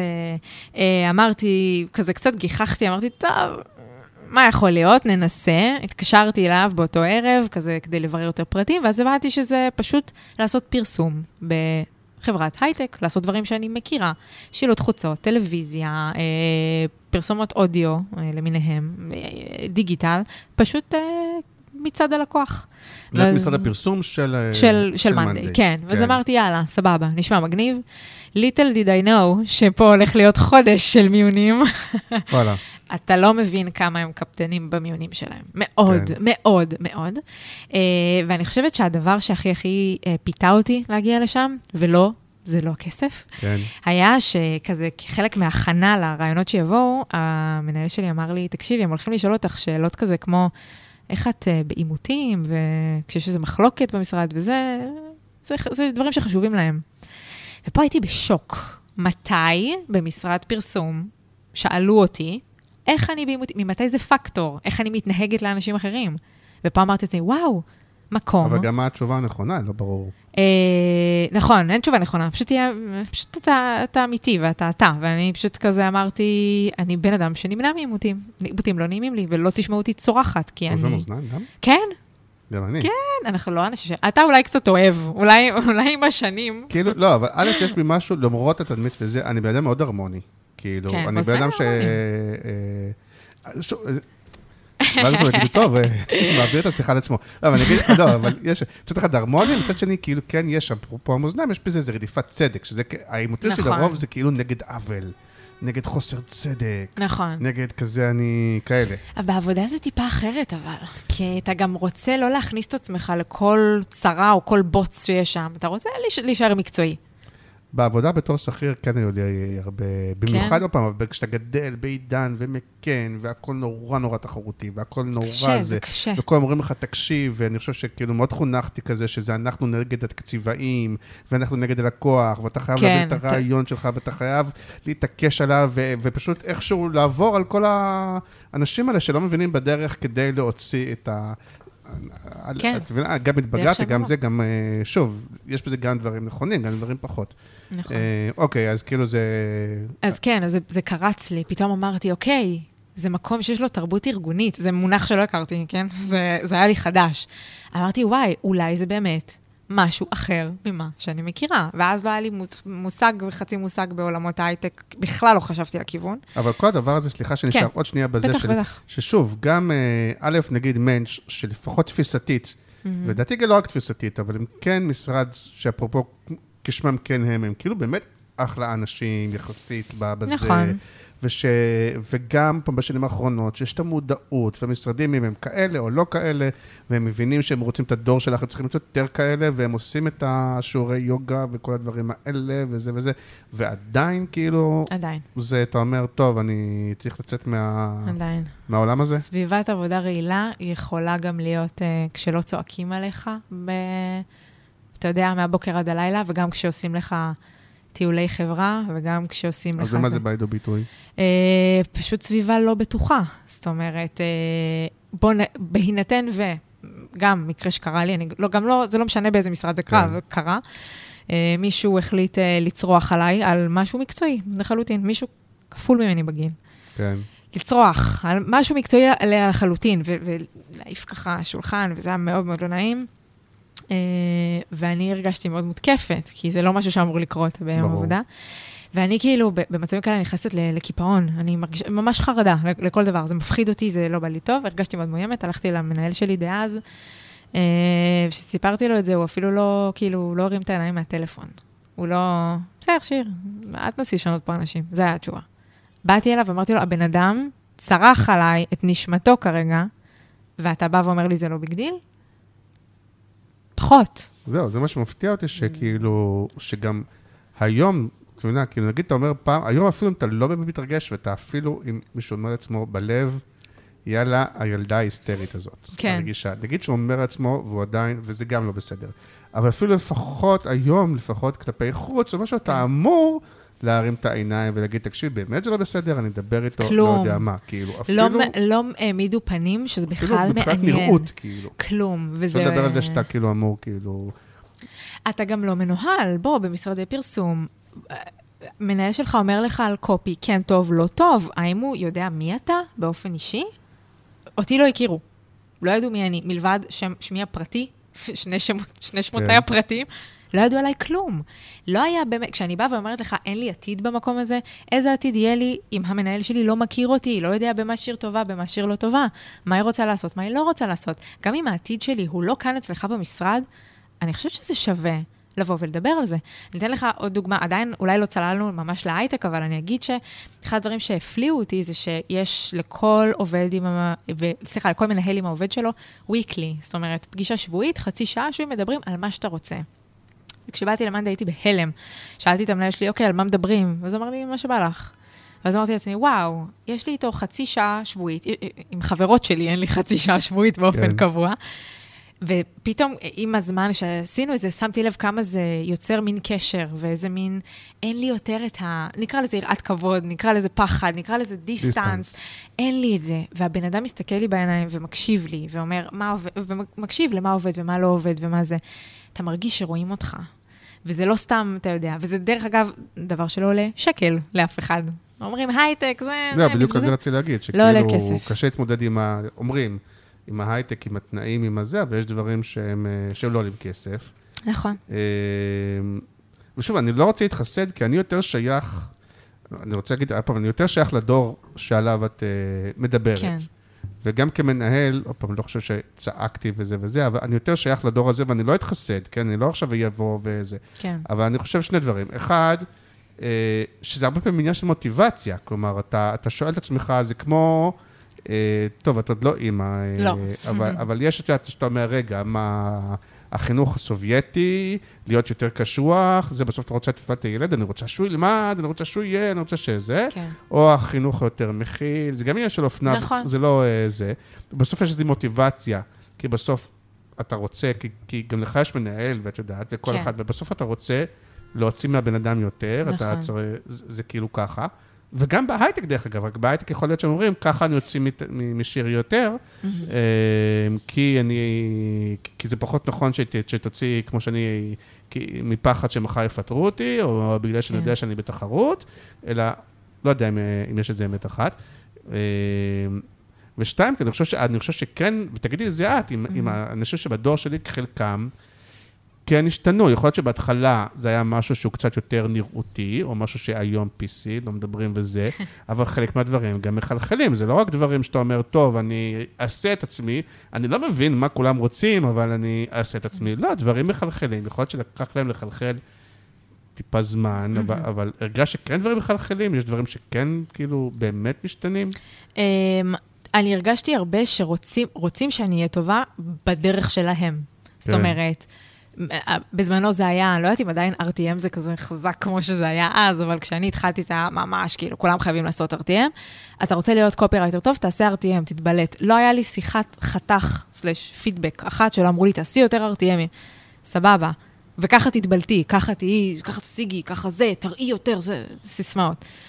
S4: אמרתי, כזה קצת גיחכתי, אמרתי, טוב, מה יכול להיות? ננסה. התקשרתי אליו באותו ערב, כזה כדי לברר יותר פרטים, ואז הבנתי שזה פשוט לעשות פרסום בחברת הייטק, לעשות דברים שאני מכירה, שילוט חוצות, טלוויזיה, פרסומות אודיו למיניהם, דיגיטל, פשוט מצד הלקוח.
S3: מצד הפרסום של
S4: מנדי, כן. ואז אמרתי, יאללה, סבבה, נשמע מגניב. Little did I know שפה הולך להיות חודש של מיונים.
S3: וואלה.
S4: אתה לא מבין כמה הם קפטנים במיונים שלהם. מאוד, מאוד, מאוד. ואני חושבת שהדבר שהכי הכי פיתה אותי להגיע לשם, ולא, זה לא הכסף, היה שכזה, כחלק מההכנה לרעיונות שיבואו, המנהל שלי אמר לי, תקשיבי, הם הולכים לשאול אותך שאלות כזה כמו, איך את בעימותים, וכשיש איזו מחלוקת במשרד, וזה, זה, זה דברים שחשובים להם. ופה הייתי בשוק. מתי במשרד פרסום שאלו אותי, איך אני בעימותים, ממתי זה פקטור, איך אני מתנהגת לאנשים אחרים. ופה אמרתי את זה, וואו, מקום.
S3: אבל גם מה התשובה הנכונה, לא ברור.
S4: אה, נכון, אין תשובה נכונה, פשוט, תהיה, פשוט אתה, אתה אמיתי ואתה אתה, ואני פשוט כזה אמרתי, אני בן אדם שנמנע מעימותים, עימותים לא נעימים לי, ולא תשמעו אותי צורחת, כי אני...
S3: זה מאוזנן גם?
S4: כן.
S3: גם אני.
S4: כן, אנחנו לא אנשים ש... אתה אולי קצת אוהב, אולי, אולי עם השנים.
S3: כאילו, לא, אבל א', יש לי משהו, למרות התדמית וזה, אני בן אדם מאוד הרמוני. כאילו,
S4: כן,
S3: אני בן אדם ש... ואז אנחנו נגידו, טוב, מעביר את השיחה לעצמו. לא, אבל אני אגיד, לא, אבל יש, מצד אחד הרמוני, מצד שני, כאילו, כן, יש, אפרופו המאזניים, יש בזה איזה רדיפת צדק, שזה, העימותים שלי לרוב זה כאילו נגד עוול, נגד חוסר צדק.
S4: נכון.
S3: נגד כזה אני, כאלה.
S4: אבל בעבודה זה טיפה אחרת, אבל. כי אתה גם רוצה לא להכניס את עצמך לכל צרה או כל בוץ שיש שם. אתה רוצה להישאר מקצועי.
S3: בעבודה בתור שכיר כן היו לי הרבה, במיוחד עוד פעם, כשאתה גדל בעידן ומקן, והכל נורא נורא תחרותי, והכל נורא
S4: קשה,
S3: זה,
S4: זה קשה.
S3: וכל אומרים לך תקשיב, ואני חושב שכאילו מאוד חונכתי כזה, שזה אנחנו נגד התקציבאים, ואנחנו נגד הלקוח, ואתה חייב
S4: כן,
S3: להביא את הרעיון שלך, ואתה חייב להתעקש עליו, ו- ופשוט איכשהו לעבור על כל האנשים האלה שלא מבינים בדרך כדי להוציא את ה...
S4: כן.
S3: גם התבגרתי, גם זה, גם, שוב, יש בזה גם דברים נכונים, גם דברים פחות.
S4: נכון.
S3: אוקיי, אז כאילו זה...
S4: אז כן, אז זה קרץ לי, פתאום אמרתי, אוקיי, זה מקום שיש לו תרבות ארגונית, זה מונח שלא הכרתי, כן? זה, זה היה לי חדש. אמרתי, וואי, אולי זה באמת משהו אחר ממה שאני מכירה. ואז לא היה לי מושג וחצי מושג בעולמות ההייטק, בכלל לא חשבתי לכיוון.
S3: אבל כל הדבר הזה, סליחה שנשאר כן. עוד שנייה בזה,
S4: בטח,
S3: של,
S4: בטח.
S3: ששוב, גם א', נגיד מנש, שלפחות תפיסתית, mm-hmm. ודעתי לא רק תפיסתית, אבל הם כן משרד שאפרופו כשמם כן הם, הם כאילו באמת אחלה אנשים יחסית בזה.
S4: נכון.
S3: וש... וגם פה בשנים האחרונות, שיש את המודעות, והמשרדים אם הם כאלה או לא כאלה, והם מבינים שהם רוצים את הדור שלך, הם צריכים להיות יותר כאלה, והם עושים את השיעורי יוגה וכל הדברים האלה, וזה וזה, ועדיין כאילו...
S4: עדיין.
S3: זה, אתה אומר, טוב, אני צריך לצאת מה...
S4: עדיין.
S3: מהעולם הזה.
S4: סביבת עבודה רעילה יכולה גם להיות, uh, כשלא צועקים עליך, ב... אתה יודע, מהבוקר עד הלילה, וגם כשעושים לך... טיולי חברה, וגם כשעושים לך זה.
S3: אז מה זה בא לידי ביטוי?
S4: פשוט סביבה לא בטוחה. זאת אומרת, בוא, בהינתן וגם מקרה שקרה לי, אני, לא, גם לא, זה לא משנה באיזה משרד זה קרה, קרה. מישהו החליט לצרוח עליי על משהו מקצועי, לחלוטין, מישהו כפול ממני בגיל.
S3: כן.
S4: לצרוח על משהו מקצועי עליה לחלוטין, ולהעיף ככה שולחן, וזה היה מאוד מאוד לא נעים. ואני הרגשתי מאוד מותקפת, כי זה לא משהו שאמור לקרות ביום עבודה. ואני כאילו, במצבים כאלה נכנסת לקיפאון, אני מרגישה ממש חרדה לכל דבר, זה מפחיד אותי, זה לא בא לי טוב, הרגשתי מאוד מאוימת, הלכתי למנהל שלי דאז, כשסיפרתי לו את זה, הוא אפילו לא, כאילו, לא הרים את העיניים מהטלפון. הוא לא, בסדר, שיר, אל תנסי לשנות פה אנשים, זה היה התשובה. באתי אליו ואמרתי לו, הבן אדם צרח עליי את נשמתו כרגע, ואתה בא ואומר לי, זה לא בגדיל? פחות.
S3: זהו, זה מה שמפתיע אותי, שכאילו, שגם היום, כאילו נגיד, אתה אומר פעם, היום אפילו אם אתה לא באמת מתרגש, ואתה אפילו, אם מישהו אומר עצמו בלב, יאללה, הילדה ההיסטרית הזאת.
S4: כן.
S3: הרגישה. נגיד שהוא אומר עצמו, והוא עדיין, וזה גם לא בסדר. אבל אפילו לפחות היום, לפחות כלפי חוץ, זה משהו, אתה אמור להרים את העיניים ולהגיד, תקשיב, באמת זה לא בסדר, אני אדבר איתו,
S4: כלום.
S3: לא יודע מה, כאילו, אפילו...
S4: לא, לא העמידו פנים, שזה בכלל מעניין.
S3: אפילו מבחינת נראות, כאילו.
S4: כלום, וזה...
S3: אתה מדבר על זה שאתה כאילו אמור, כאילו...
S4: אתה גם לא מנוהל, בוא, במשרדי פרסום, מנהל שלך אומר לך על קופי, כן טוב, לא טוב, האם הוא יודע מי אתה באופן אישי? אותי לא הכירו, לא ידעו מי אני, מלבד שם, שמי הפרטי, שני, שמות, שני שמותי כן. הפרטיים, לא ידעו עליי כלום. לא היה באמת, כשאני באה ואומרת לך, אין לי עתיד במקום הזה, איזה עתיד יהיה לי אם המנהל שלי לא מכיר אותי, לא יודע במה שיר טובה, במה שיר לא טובה, מה היא רוצה לעשות, מה היא לא רוצה לעשות. גם אם העתיד שלי הוא לא כאן אצלך במשרד, אני חושבת שזה שווה לבוא ולדבר על זה. אני אתן לך עוד דוגמה, עדיין אולי לא צללנו ממש להייטק, אבל אני אגיד שאחד הדברים שהפליאו אותי זה שיש לכל עובד עם, ו... סליחה, לכל מנהל עם העובד שלו, weekly, זאת אומרת, פגישה שבועית, חצי שעה, שהם מדברים על מה שאתה רוצה. וכשבאתי למנדה הייתי בהלם, שאלתי את המנהל שלי, אוקיי, על מה מדברים? ואז אמר לי, מה שבא לך. ואז אמרתי לעצמי, וואו, יש לי איתו חצי שעה שבועית, עם חברות שלי אין לי חצי שעה שבועית באופן כן. קבוע, ופתאום עם הזמן שעשינו את זה, שמתי לב כמה זה יוצר מין קשר, ואיזה מין, אין לי יותר את ה... נקרא לזה יראת כבוד, נקרא לזה פחד, נקרא לזה דיסטנס, אין לי את זה. והבן אדם מסתכל לי בעיניים ומקשיב לי, ואומר, מה עובד, ומקשיב למה עובד ומה לא עובד ומה זה. אתה מרגיש שרואים אותך. וזה לא סתם, אתה יודע, וזה דרך אגב, דבר שלא עולה שקל לאף אחד. אומרים, הייטק, זה...
S3: זה, בדיוק כזה רציתי להגיד, שכאילו קשה להתמודד עם ה... אומרים, עם ההייטק, עם התנאים, עם הזה, אבל יש דברים שהם, שהם לא עולים כסף.
S4: נכון.
S3: ושוב, אני לא רוצה להתחסד, כי אני יותר שייך, אני רוצה להגיד, אני יותר שייך לדור שעליו את מדברת. כן. וגם כמנהל, עוד פעם, אני לא חושב שצעקתי וזה וזה, אבל אני יותר שייך לדור הזה, ואני לא אתחסד, כן? אני לא עכשיו יבוא וזה. כן. אבל אני חושב שני דברים. אחד, שזה הרבה פעמים עניין של מוטיבציה, כלומר, אתה, אתה שואל את עצמך, זה כמו... טוב, את עוד לא אימא,
S4: לא.
S3: אבל, אבל יש את זה שאתה אומר, רגע, מה החינוך הסובייטי, להיות יותר קשוח, זה בסוף אתה רוצה לטובת הילד, אני רוצה שהוא ילמד, אני רוצה שהוא יהיה, אני רוצה שזה, כן. או החינוך היותר מכיל, זה גם עניין של אופנה, נכון. זה לא זה. בסוף יש איזו מוטיבציה, כי בסוף אתה רוצה, כי, כי גם לך יש מנהל, ואת יודעת, וכל כן. אחד, ובסוף אתה רוצה להוציא מהבן אדם יותר, נכון. אתה צור... זה, זה כאילו ככה. וגם בהייטק דרך אגב, רק בהייטק יכול להיות שאומרים, ככה אני יוצא משיר יותר, כי אני, כי זה פחות נכון שתוציא, כמו שאני, מפחד שמחר יפטרו אותי, או בגלל שאני יודע שאני בתחרות, אלא, לא יודע אם יש את זה אמת אחת. ושתיים, אני חושב שכן, ותגידי את זה את, עם האנשים שבדור שלי כחלקם, כן השתנו, יכול להיות שבהתחלה זה היה משהו שהוא קצת יותר נראותי, או משהו שהיום פי סי, לא מדברים וזה, אבל חלק מהדברים גם מחלחלים, זה לא רק דברים שאתה אומר, טוב, אני אעשה את עצמי, אני לא מבין מה כולם רוצים, אבל אני אעשה את עצמי, לא, דברים מחלחלים, יכול להיות שלקח להם לחלחל טיפה זמן, אבל, אבל הרגע שכן דברים מחלחלים, יש דברים שכן כאילו באמת משתנים?
S4: אני הרגשתי הרבה שרוצים רוצים שאני אהיה טובה בדרך שלהם, זאת אומרת, בזמנו זה היה, לא יודעת אם עדיין אר טי אם זה כזה חזק כמו שזה היה אז, אבל כשאני התחלתי זה היה ממש, כאילו, כולם חייבים לעשות אר טי אם. אתה רוצה להיות קופירייטר טוב, תעשה אר טי אם, תתבלט. לא היה לי שיחת חתך, סלש פידבק, אחת שלא אמרו לי, תעשי יותר אר טי אם. סבבה. וככה תתבלטי, ככה תהיי, ככה תשיגי, ככה זה, תראי יותר, זה, זה סיסמאות.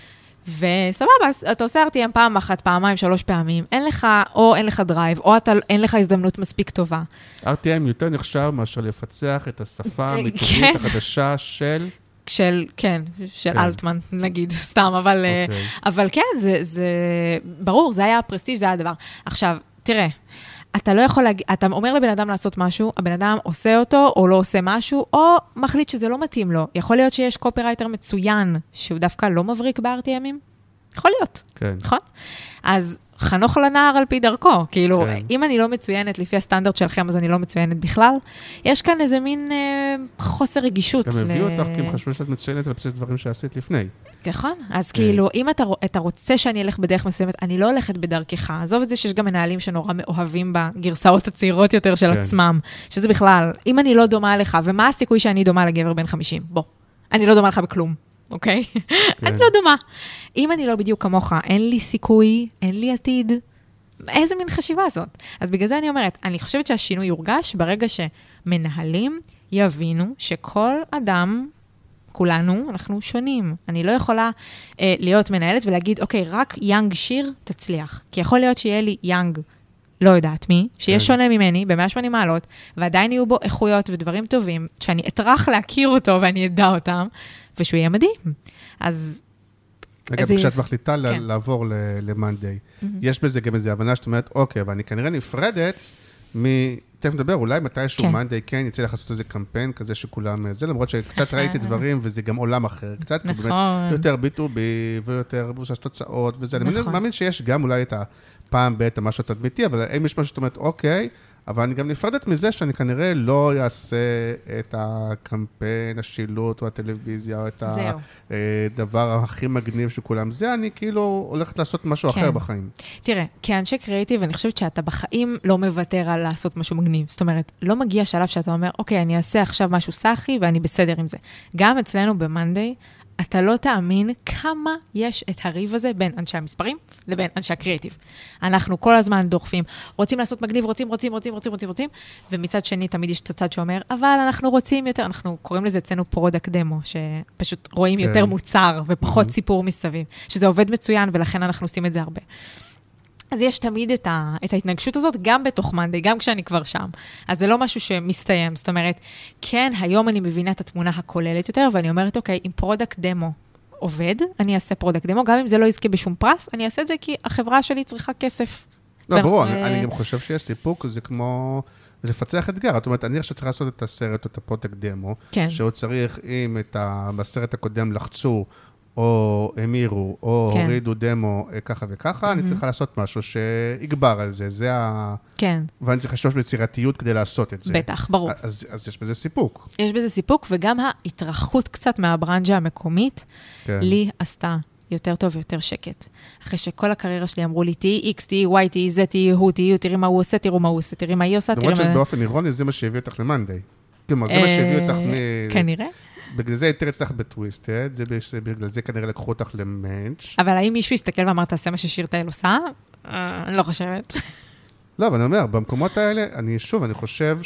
S4: וסבבה, אז אתה עושה אר טי אם פעם אחת, פעמיים, שלוש פעמים, אין לך, או אין לך דרייב, או אתה, אין לך הזדמנות מספיק טובה.
S3: אר טי אם יותר נחשב מאשר לפצח את השפה המקורית החדשה של...
S4: של, כן, של כן. אלטמן, נגיד, סתם, אבל, okay. אבל כן, זה, זה, ברור, זה היה הפרסטיג', זה היה הדבר. עכשיו, תראה, אתה לא יכול להגיד, אתה אומר לבן אדם לעשות משהו, הבן אדם עושה אותו, או לא עושה משהו, או מחליט שזה לא מתאים לו. יכול להיות שיש קופירייטר מצוין, שהוא דווקא לא מבריק ב-אר טי אמים? יכול להיות, כן. נכון? אז חנוך לנער על פי דרכו, כאילו, כן. אם אני לא מצוינת לפי הסטנדרט שלכם, אז אני לא מצוינת בכלל. יש כאן איזה מין אה, חוסר רגישות.
S3: הם הביאו ל... אותך, כי הם חשבו שאת מצוינת על בסיס דברים שעשית לפני.
S4: נכון, אז כן. כאילו, אם אתה, אתה רוצה שאני אלך בדרך מסוימת, אני לא הולכת בדרכך. עזוב את זה שיש גם מנהלים שנורא מאוהבים בגרסאות הצעירות יותר של כן. עצמם, שזה בכלל, אם אני לא דומה לך, ומה הסיכוי שאני דומה לגבר בן חמישים? בוא, אני לא דומה לך בכלום. אוקיי? אני לא דומה. אם אני לא בדיוק כמוך, אין לי סיכוי, אין לי עתיד. איזה מין חשיבה זאת? אז בגלל זה אני אומרת, אני חושבת שהשינוי יורגש ברגע שמנהלים יבינו שכל אדם, כולנו, אנחנו שונים. אני לא יכולה אה, להיות מנהלת ולהגיד, אוקיי, רק יאנג שיר תצליח. כי יכול להיות שיהיה לי יאנג, לא יודעת מי, שיהיה שונה ממני ב-מאה ושמונים מעלות, ועדיין יהיו בו איכויות ודברים טובים, שאני אטרח להכיר אותו ואני אדע אותם, ושהוא יהיה מדהים. אז...
S3: אגב, כשאת מחליטה לעבור למאנדיי, יש בזה גם איזו הבנה שאת אומרת, אוקיי, ואני כנראה נפרדת מ... תכף נדבר, אולי מתישהו מאנדיי כן יצא לך לעשות איזה קמפיין כזה שכולם... זה למרות שקצת ראיתי דברים, וזה גם עולם אחר, קצת, כי באמת יותר בי טו בי, ויותר מבוסס תוצאות, וזה. אני מאמין שיש גם אולי את הפעם בעת המשהו התדמיתי, אבל אם יש משהו שאת אומרת, אוקיי, אבל אני גם נפרדת מזה שאני כנראה לא אעשה את הקמפיין, השילוט או הטלוויזיה, או את הדבר הכי מגניב שכולם. זה אני כאילו הולכת לעשות משהו אחר בחיים.
S4: תראה, כאנשי קריאיטיב, אני חושבת שאתה בחיים לא מוותר על לעשות משהו מגניב. זאת אומרת, לא מגיע שלב שאתה אומר, אוקיי, אני אעשה עכשיו משהו סחי ואני בסדר עם זה. גם אצלנו במאנדיי, אתה לא תאמין כמה יש את הריב הזה בין אנשי המספרים לבין אנשי הקריאיטיב. אנחנו כל הזמן דוחפים, רוצים לעשות מגניב, רוצים, רוצים, רוצים, רוצים, רוצים, רוצים, ומצד שני תמיד יש את הצד שאומר, אבל אנחנו רוצים יותר, אנחנו קוראים לזה אצלנו פרודקט דמו, שפשוט רואים יותר מוצר ופחות סיפור מסביב, שזה עובד מצוין ולכן אנחנו עושים את זה הרבה. אז יש תמיד את, ה, את ההתנגשות הזאת, גם בתוך מאנדיי, גם כשאני כבר שם. אז זה לא משהו שמסתיים. זאת אומרת, כן, היום אני מבינה את התמונה הכוללת יותר, ואני אומרת, אוקיי, אם פרודקט דמו עובד, אני אעשה פרודקט דמו, גם אם זה לא יזכה בשום פרס, אני אעשה את זה כי החברה שלי צריכה כסף.
S3: לא, ברור, אני, אני גם חושב שיש סיפוק, זה כמו לפצח אתגר. זאת אומרת, אני עכשיו צריך לעשות את הסרט או את הפרודקט דמו, כן. שהוא צריך, אם את ה, בסרט הקודם לחצו, או אמירו, או כן. הורידו דמו ככה וככה, mm-hmm. אני צריכה לעשות משהו שיגבר על זה. זה ה...
S4: כן.
S3: ואני צריך לשמוש ביצירתיות כדי לעשות את זה.
S4: בטח, ברור.
S3: אז, אז יש בזה סיפוק.
S4: יש בזה סיפוק, וגם ההתרחקות קצת מהברנז'ה המקומית, כן. לי עשתה יותר טוב ויותר שקט. אחרי שכל הקריירה שלי אמרו לי, תהי X, תהי Y, תהי Z, תהי הוא, תהי, תראי מה הוא עושה, תראו מה הוא עושה, תראי מה היא עושה, תראי מה...
S3: למרות שבאופן אירוני זה מה שהביא אותך למאנדיי. כלומר, זה מה שהביא אותך מ...
S4: כנראה.
S3: בגלל זה יותר הצלחת בטוויסטד, זה בגלל זה כנראה לקחו אותך למנץ'.
S4: אבל האם מישהו יסתכל ואמר, תעשה מה ששיר תהל עושה? אני לא חושבת.
S3: לא, אבל אני אומר, במקומות האלה, אני שוב, אני חושב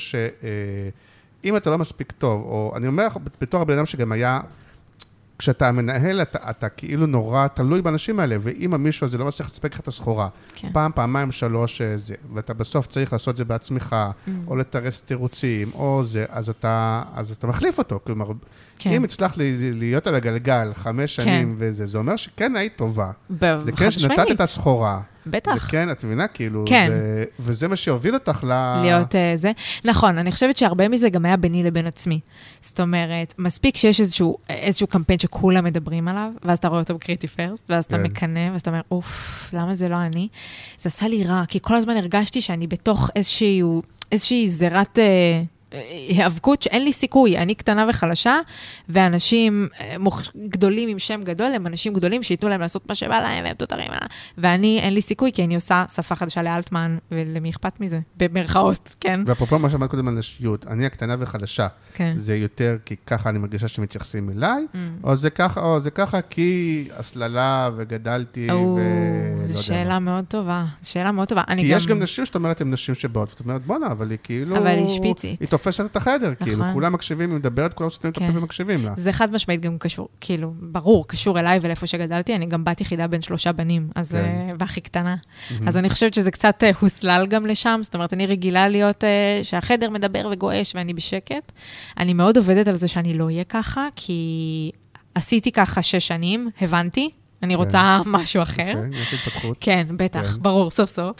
S3: שאם אתה לא מספיק טוב, או אני אומר, בתור הבן אדם שגם היה, כשאתה מנהל, אתה, אתה כאילו נורא תלוי באנשים האלה, ואם המישהו הזה לא מצליח לספק לך את הסחורה, כן. פעם, פעמיים, שלוש, זה, ואתה בסוף צריך לעשות זה בעצמך, mm. או לתרס תירוצים, או זה, אז אתה, אז אתה מחליף אותו. כלומר, כן. אם הצלח לי, להיות על הגלגל חמש כן. שנים וזה, זה אומר שכן היית טובה.
S4: ב-
S3: זה כן שנתת את הסחורה.
S4: בטח.
S3: זה כן, את מבינה, כאילו,
S4: כן.
S3: זה, וזה מה שהוביל אותך ל...
S4: להיות uh, זה. נכון, אני חושבת שהרבה מזה גם היה ביני לבין עצמי. זאת אומרת, מספיק שיש איזשהו, איזשהו קמפיין שכולם מדברים עליו, ואז אתה רואה אותו בקריאיטיב פרסט, ואז כן. אתה מקנה, ואז אתה אומר, אוף, למה זה לא אני? זה עשה לי רע, כי כל הזמן הרגשתי שאני בתוך איזשהו, איזושהי זירת... Uh, היאבקות שאין לי סיכוי, אני קטנה וחלשה, ואנשים גדולים עם שם גדול, הם אנשים גדולים שיתנו להם לעשות מה שבא להם, והם תותרים, ואני, אין לי סיכוי, כי אני עושה שפה חדשה לאלטמן, ולמי אכפת מזה? במרכאות, כן?
S3: ואפרופו מה שאמרת קודם על נשיות, אני הקטנה וחלשה, כן. זה יותר כי ככה אני מרגישה שמתייחסים אליי, mm. או זה ככה, או זה ככה כי הסללה וגדלתי,
S4: או,
S3: ו...
S4: זו שאלה מה. מאוד טובה, שאלה מאוד טובה.
S3: כי יש גם... גם נשים שאת אומרת, הן נשים שבאות, ואת אומרת, בונה, אבל היא כאילו...
S4: אבל היא שפיצית.
S3: היא תופסת את החדר, כאילו, כולם מקשיבים, היא מדברת, כולם סותמים את הפה ומקשיבים לה.
S4: זה חד משמעית גם קשור, כאילו, ברור, קשור אליי ולאיפה שגדלתי, אני גם בת יחידה בין שלושה בנים, אז, והכי קטנה. אז אני חושבת שזה קצת הוסלל גם לשם, זאת אומרת, אני רגילה להיות, שהחדר מדבר וגועש ואני בשקט. אני מאוד עובדת על זה שאני לא אהיה ככה, כי עשיתי ככה שש שנים, הבנתי, אני רוצה משהו אחר.
S3: יש התפתחות.
S4: כן, בטח, ברור, סוף סוף.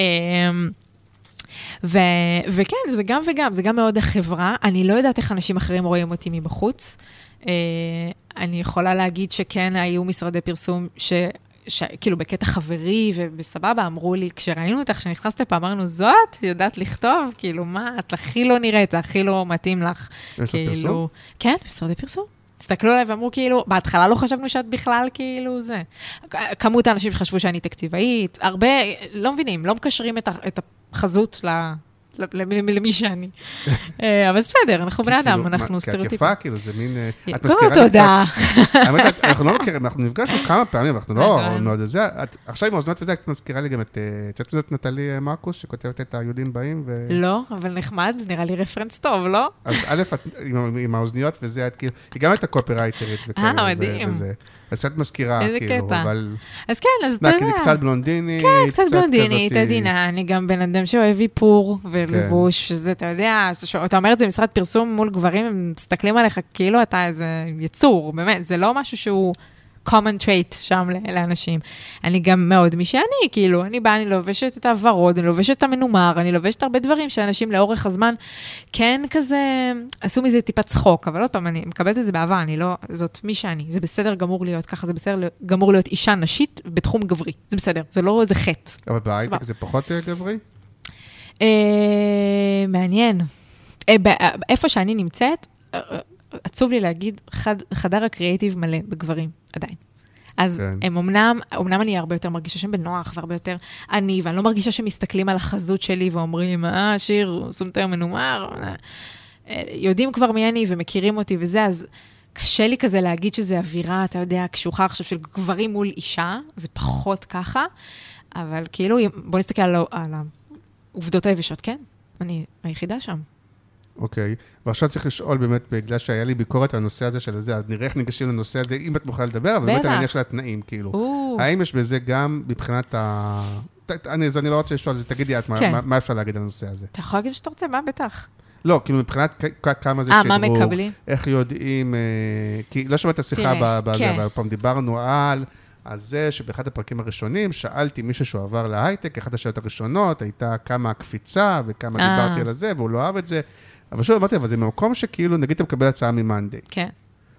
S4: ו- וכן, זה גם וגם, זה גם מאוד החברה. אני לא יודעת איך אנשים אחרים רואים אותי מבחוץ. אני יכולה להגיד שכן, היו משרדי פרסום ש... ש... כאילו בקטע חברי ובסבבה, אמרו לי, כשראינו אותך, כשנכנסת לפה, אמרנו, זאת, יודעת לכתוב, כאילו, מה, את הכי לא נראית, זה הכי לא מתאים לך.
S3: משרדי
S4: כאילו...
S3: פרסום?
S4: כן, משרדי פרסום. הסתכלו עליי ואמרו, כאילו, בהתחלה לא חשבנו שאת בכלל, כאילו, זה. כמות האנשים שחשבו שאני תקציבאית, הרבה, לא מבינים, לא מקשרים את, ה... את החזות ל... למי שאני. אבל בסדר, אנחנו בני אדם, אנחנו סטריאוטיפים.
S3: כי את יפה, כאילו, זה מין...
S4: כל תודה.
S3: אנחנו לא מכירים, אנחנו נפגשנו כמה פעמים, אנחנו לא מאוד זה. עכשיו עם האוזנות וזה, את מזכירה לי גם את... את יודעת את נטלי מרקוס, שכותבת את היהודים באים ו...
S4: לא, אבל נחמד, נראה לי רפרנס טוב, לא?
S3: אז א', עם האוזניות וזה, את כאילו... היא גם הייתה קופרייטרית וכאלה.
S4: אה, מדהים.
S3: אז את מזכירה, כאילו, אבל...
S4: אז כן, אז אתה יודע.
S3: כי זה קצת בלונדינית,
S4: כן, קצת בלונדינית, עדינה. אני גם בן אדם שאוהב איפור ולבוש, שזה, אתה יודע, אתה אומר את זה במשרד פרסום מול גברים, הם מסתכלים עליך כאילו אתה איזה יצור, באמת, זה לא משהו שהוא common trait שם לאנשים. אני גם מאוד מי שאני, כאילו, אני באה, אני לובשת את הוורוד, אני לובשת את המנומר, אני לובשת הרבה דברים שאנשים לאורך הזמן, כן כזה, עשו מזה טיפה צחוק, אבל עוד פעם, אני מקבלת את זה באהבה, אני לא, זאת מי שאני, זה בסדר גמור להיות ככה, זה בסדר גמור להיות אישה נשית בתחום גברי, זה בסדר, זה לא איזה חטא.
S3: אבל בהייטק זה פחות גברי?
S4: מעניין. איפה שאני נמצאת, עצוב לי להגיד, חדר הקריאייטיב מלא בגברים, עדיין. אז הם אמנם, אמנם אני הרבה יותר מרגישה שהם בנוח, והרבה יותר אני, ואני לא מרגישה שמסתכלים על החזות שלי ואומרים, אה, שיר, סומטר מנומר, יודעים כבר מי אני ומכירים אותי וזה, אז קשה לי כזה להגיד שזה אווירה, אתה יודע, קשוחה עכשיו של גברים מול אישה, זה פחות ככה, אבל כאילו, בוא נסתכל על, על העובדות היבשות, כן? אני היחידה שם.
S3: אוקיי, ועכשיו צריך לשאול באמת, בגלל שהיה לי ביקורת על הנושא הזה של זה, אז נראה איך ניגשים לנושא הזה, אם את מוכנה לדבר, אבל באמת אני יש לה תנאים, כאילו. האם יש בזה גם מבחינת ה... אז אני לא רוצה לשאול, תגידי את, מה אפשר להגיד על הנושא הזה?
S4: אתה יכול להגיד שאתה רוצה, מה בטח?
S3: לא, כאילו מבחינת כמה זה שדרו, איך יודעים, כי לא שמעת השיחה בזה, אבל פעם דיברנו על... אז זה שבאחד הפרקים הראשונים, שאלתי מישהו שהוא עבר להייטק, אחת השאלות הראשונות, הייתה כמה הקפיצה, וכמה דיברתי על זה, והוא לא אהב את זה. אבל שוב, אמרתי, אבל זה ממקום שכאילו, נגיד, אתה מקבל הצעה ממנדי.
S4: כן.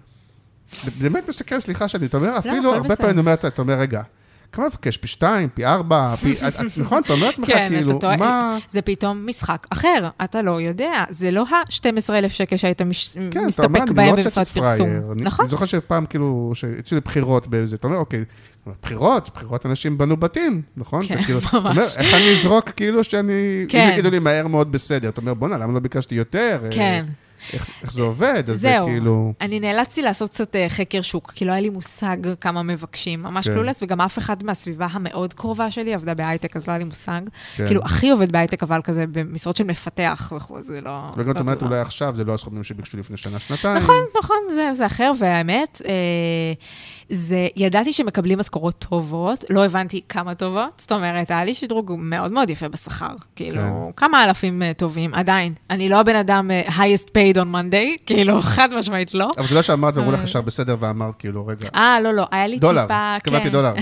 S3: באמת מסקר, סליחה שאני, אתה אומר, אפילו, הרבה פעמים אני אומרת, אתה אומר, רגע, כמה מבקש? פי שתיים, פי ארבע, פי... נכון, אתה אומר לעצמך, כאילו, מה...
S4: זה פתאום משחק אחר, אתה לא יודע, זה לא ה-שנים עשר אלף שקל שהיית מסתפק בהם במשרד פרסום. נכון?
S3: אני זוכר שפעם, כאילו, שיצאו לבחירות באיזה, אתה אומר, אוקיי, בחירות, בחירות אנשים בנו בתים, נכון?
S4: כן,
S3: ממש. אתה אומר, איך אני אזרוק, כאילו, שאני... אם יגידו לי מהר מאוד בסדר, אתה אומר, בוא נע, למה לא ביקשתי יותר?
S4: כן.
S3: איך, איך זה עובד? אז זה כאילו...
S4: אני נאלצתי לעשות קצת חקר שוק, כי לא היה לי מושג כמה מבקשים, ממש כן. קלולס, וגם אף אחד מהסביבה המאוד קרובה שלי עבדה בהייטק, אז לא היה לי מושג. כן. כאילו, הכי עובד בהייטק, אבל כזה במשרות של מפתח, וכו', זה לא...
S3: וגם את אומרת, אולי עכשיו, זה לא הסכומים שביקשו לפני שנה, שנתיים.
S4: נכון, נכון, זה, זה אחר, והאמת, אה, זה, ידעתי שמקבלים משכורות טובות, לא הבנתי כמה טובות, זאת אומרת, היה לי שדרוג מאוד מאוד יפה בשכר, כאילו, כן. כמה אלפים טובים, עדיין. אני לא הבן אדם highest paid on Monday, כאילו, חד משמעית לא.
S3: אבל זה לא שאמרת, ואמרו לך ישר בסדר, ואמרת, כאילו, רגע.
S4: אה, לא, לא, היה לי
S3: דולר,
S4: טיפה,
S3: כן. קבעתי דולר.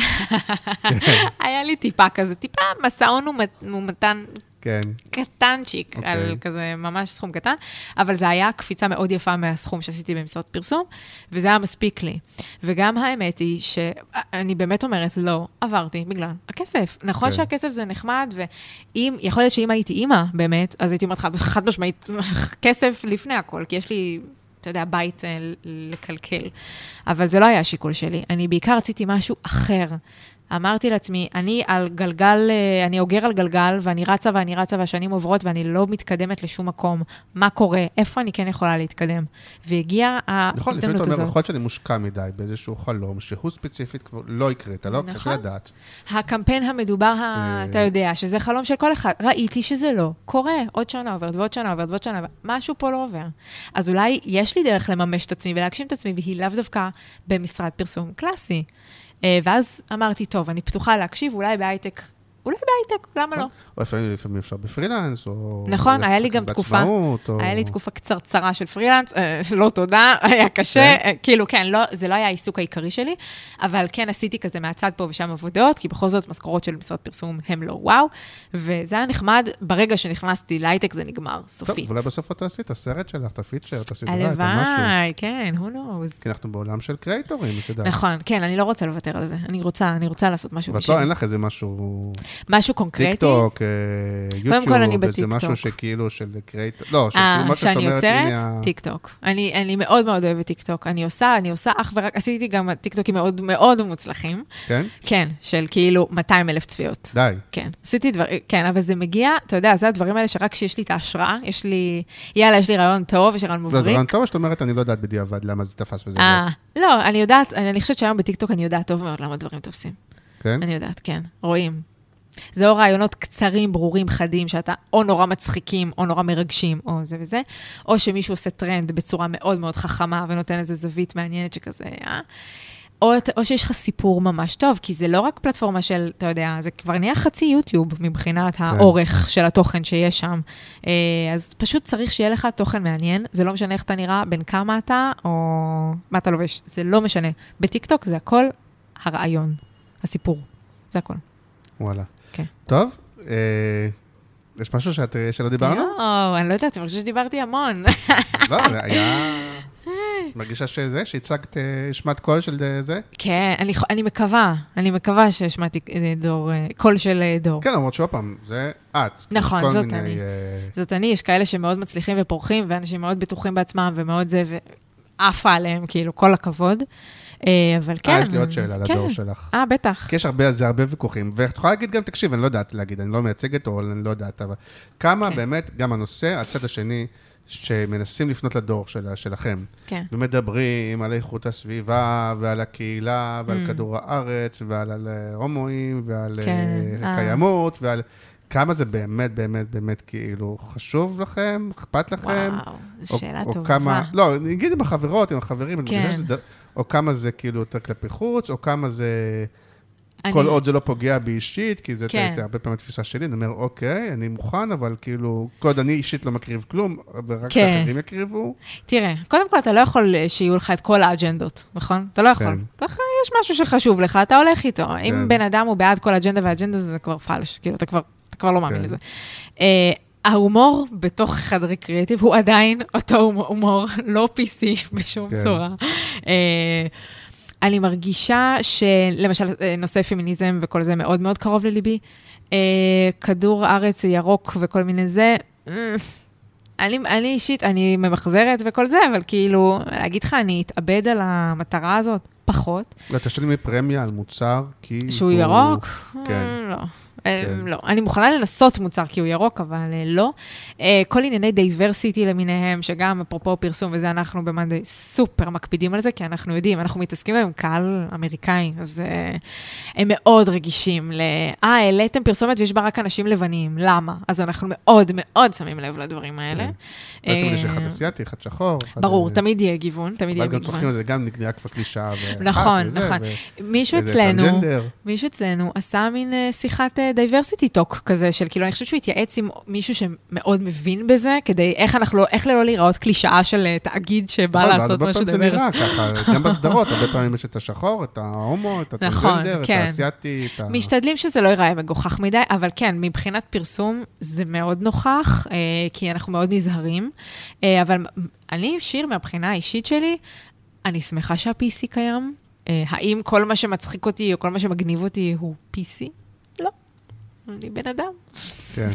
S4: היה לי טיפה כזה, טיפה מסעון ומתן,
S3: כן.
S4: קטנצ'יק, okay. על כזה ממש סכום קטן, אבל זה היה קפיצה מאוד יפה מהסכום שעשיתי במשרד פרסום, וזה היה מספיק לי. וגם האמת היא שאני באמת אומרת, לא, עברתי בגלל הכסף. נכון okay. שהכסף זה נחמד, ואם, יכול להיות שאם הייתי אימא באמת, אז הייתי אומרת, חד משמעית, כסף לפני הכל, כי יש לי... אתה יודע, בית לקלקל. אבל זה לא היה השיקול שלי. אני בעיקר רציתי משהו אחר. אמרתי לעצמי, אני על גלגל, אני אוגר על גלגל, ואני רצה ואני רצה והשנים עוברות, ואני לא מתקדמת לשום מקום. מה קורה? איפה אני כן יכולה להתקדם? והגיעה ההזדמנות הזאת.
S3: נכון, לפעמים אתה אומר, יכול להיות שאני מושקע מדי באיזשהו חלום, שהוא ספציפית כבר לא יקרה, אתה לא קשה לדעת.
S4: הקמפיין המדובר, אתה יודע, שזה חלום של כל אחד. ראיתי שזה לא קורה. עוד שנה עוברת ועוד שנה עוברת ועוד שנה, משהו פה לא עובר. אז אולי יש לי דרך לממש את עצמי ולהגשים את עצמי, והיא לאו דווקא במשרד פרסום קלאסי. ואז אמרתי, טוב, אני פתוחה להקשיב, אולי בהייטק, אולי בהייטק, למה לא?
S3: או לפעמים אפשר בפרילנס, או...
S4: נכון, היה לי גם תקופה, היה לי תקופה קצרצרה של פרילנס, לא תודה, היה קשה, כאילו, כן, זה לא היה העיסוק העיקרי שלי, אבל כן עשיתי כזה מהצד פה ושם עבודות, כי בכל זאת משכורות של משרד פרסום הם לא וואו, וזה היה נחמד, ברגע שנכנסתי להייטק זה נגמר, סופית.
S3: טוב, אולי בסוף אתה עשית, הסרט שלך, את הפיצ'ר, את הסדרה, את המשהו.
S4: הלוואי, כן, who knows.
S3: כי אנחנו בעולם של קריאטורים, אתה יודע.
S4: נכון, כן, אני לא רוצה לוותר על זה. אני רוצה, אני רוצה לעשות משהו בשביל.
S3: אבל לא, אין לך איזה משהו...
S4: משהו קונקרטי?
S3: טיקטוק, יוטיוב, זה משהו שכאילו של קריאטור, לא, שכאילו משהו שאת אומרת,
S4: הנה... טיקטוק. אני, אני מאוד מאוד אוהבת טיקטוק. אני עושה, אני עושה אך ורק, עשיתי גם טיקטוקים מאוד מאוד מוצלחים.
S3: כן?
S4: כן, של כאילו מאתיים אלף צפיות.
S3: די.
S4: כן, עשיתי דבר, כן, אבל זה מגיע, אתה יודע, זה הדברים האלה שרק כשיש לי את ההשראה, יש לי, יאללה, יש לי רעיון טוב, יש לי רעיון מבריק.
S3: לא, זה רעיון טוב, שאת אומרת, אני לא יודעת בדיעבד למה זה תפס וזה
S4: לא. לא, אני יודעת, אני חושבת שהיום בטיקטוק אני יודעת טוב מאוד למה דברים תופסים.
S3: כן?
S4: אני יודעת, כן, רואים. זה או רעיונות קצרים, ברורים, חדים, שאתה או נורא מצחיקים, או נורא מרגשים, או זה וזה, או שמישהו עושה טרנד בצורה מאוד מאוד חכמה, ונותן איזו זווית מעניינת שכזה, אה? או, או שיש לך סיפור ממש טוב, כי זה לא רק פלטפורמה של, אתה יודע, זה כבר נהיה חצי יוטיוב, מבחינת האורך של התוכן שיש שם. אז פשוט צריך שיהיה לך תוכן מעניין, זה לא משנה איך אתה נראה, בין כמה אתה, או מה אתה לובש, זה לא משנה. בטיקטוק זה הכל הרעיון, הסיפור, זה הכל.
S3: וואלה.
S4: כן.
S3: טוב, יש משהו שלא דיברנו?
S4: לא, אני לא יודעת, אני חושב שדיברתי המון.
S3: לא, זה היה... מרגישה שזה, שהצגת, השמעת קול של זה?
S4: כן, אני, אני מקווה, אני מקווה שהשמעתי דור, קול של דור.
S3: כן, למרות שעוד פעם, זה את.
S4: נכון, זאת
S3: מיני,
S4: אני.
S3: Uh...
S4: זאת אני, יש כאלה שמאוד מצליחים ופורחים, ואנשים מאוד בטוחים בעצמם, ומאוד זה, ועפה עליהם, כאילו, כל הכבוד. אבל כן.
S3: אה, יש לי עוד שאלה
S4: כן.
S3: לדור שלך.
S4: אה, בטח.
S3: כי יש הרבה, זה הרבה ויכוחים, ואת יכולה להגיד גם, תקשיב, אני לא יודעת להגיד, אני לא מייצגת, או אני לא יודעת, אבל כמה כן. באמת, גם הנושא, הצד השני, שמנסים לפנות לדור של, שלכם,
S4: כן.
S3: ומדברים על איכות הסביבה, ועל הקהילה, ועל mm. כדור הארץ, ועל על הומואים, ועל כן. קיימות, ועל כמה זה באמת, באמת, באמת, כאילו, חשוב לכם, אכפת לכם?
S4: וואו, זו שאלה
S3: או,
S4: טובה.
S3: או כמה, לא, נגיד עם החברות, עם החברים,
S4: כן.
S3: אני חושב שזה, או כמה זה כאילו יותר כלפי חוץ, או כמה זה...
S4: אני...
S3: כל עוד זה לא פוגע בי אישית, כי זה
S4: כן.
S3: הרבה פעמים התפיסה שלי, אני אומר, אוקיי, אני מוכן, אבל כאילו, כל עוד אני אישית לא מקריב כלום, ורק
S4: כן.
S3: שאחרים יקריבו.
S4: תראה, קודם כל אתה לא יכול שיהיו לך את כל האג'נדות, נכון? אתה לא יכול.
S3: כן.
S4: אתה, יש משהו שחשוב לך, אתה הולך איתו. כן. אם בן אדם הוא בעד כל אג'נדה והאג'נדה, זה כבר פלש, כאילו, אתה כבר, אתה כבר לא מאמין כן. לזה. Uh, ההומור בתוך חדרי קריאטיב הוא עדיין אותו הומור, לא פי סי בשום כן. צורה. Uh, אני מרגישה שלמשל נושא פמיניזם וכל זה מאוד מאוד קרוב לליבי. כדור ארץ ירוק וכל מיני זה. אני, אני אישית, אני ממחזרת וכל זה, אבל כאילו, להגיד לך, אני אתאבד על המטרה הזאת פחות.
S3: לא, תשלים לי פרמיה על מוצר, כי...
S4: שהוא ירוק?
S3: כן.
S4: לא. לא, אני מוכנה לנסות מוצר כי הוא ירוק, אבל לא. כל ענייני דייברסיטי למיניהם, שגם אפרופו פרסום, וזה אנחנו במאנדיי סופר מקפידים על זה, כי אנחנו יודעים, אנחנו מתעסקים עם קהל אמריקאי, אז הם מאוד רגישים ל... אה, העליתם פרסומת ויש בה רק אנשים לבנים, למה? אז אנחנו מאוד מאוד שמים לב לדברים האלה.
S3: לא תמיד יש אחד אסיאתי, אחד שחור.
S4: ברור, תמיד יהיה גיוון, תמיד יהיה גיוון.
S3: אבל גם צוחקים על זה, גם נהיה כבר קלישה.
S4: נכון, נכון. מישהו אצלנו, מישהו אצלנו עשה מין שיחת דייברסיטי טוק כזה, של כאילו, אני חושבת שהוא התייעץ עם מישהו שמאוד מבין בזה, כדי איך אנחנו לא, איך לא להיראות קלישאה של תאגיד שבא לעשות משהו דייברסיטי.
S3: זה נראה ככה, גם בסדרות, הרבה פעמים יש את השחור, את ההומו, את הטרנסג'נדר, את האסיאתי, את ה...
S4: משתדלים שזה לא ייראה מגוחך מדי, אבל כן, מבחינת פרסום זה מאוד נוכח, כי אנחנו מאוד נזהרים, אבל אני, שיר, מהבחינה האישית שלי, אני שמחה שה-פי סי קיים. האם כל מה שמצחיק אותי, או כל מה שמגניב אותי, הוא פי סי? לא. אני בן אדם.
S3: כן.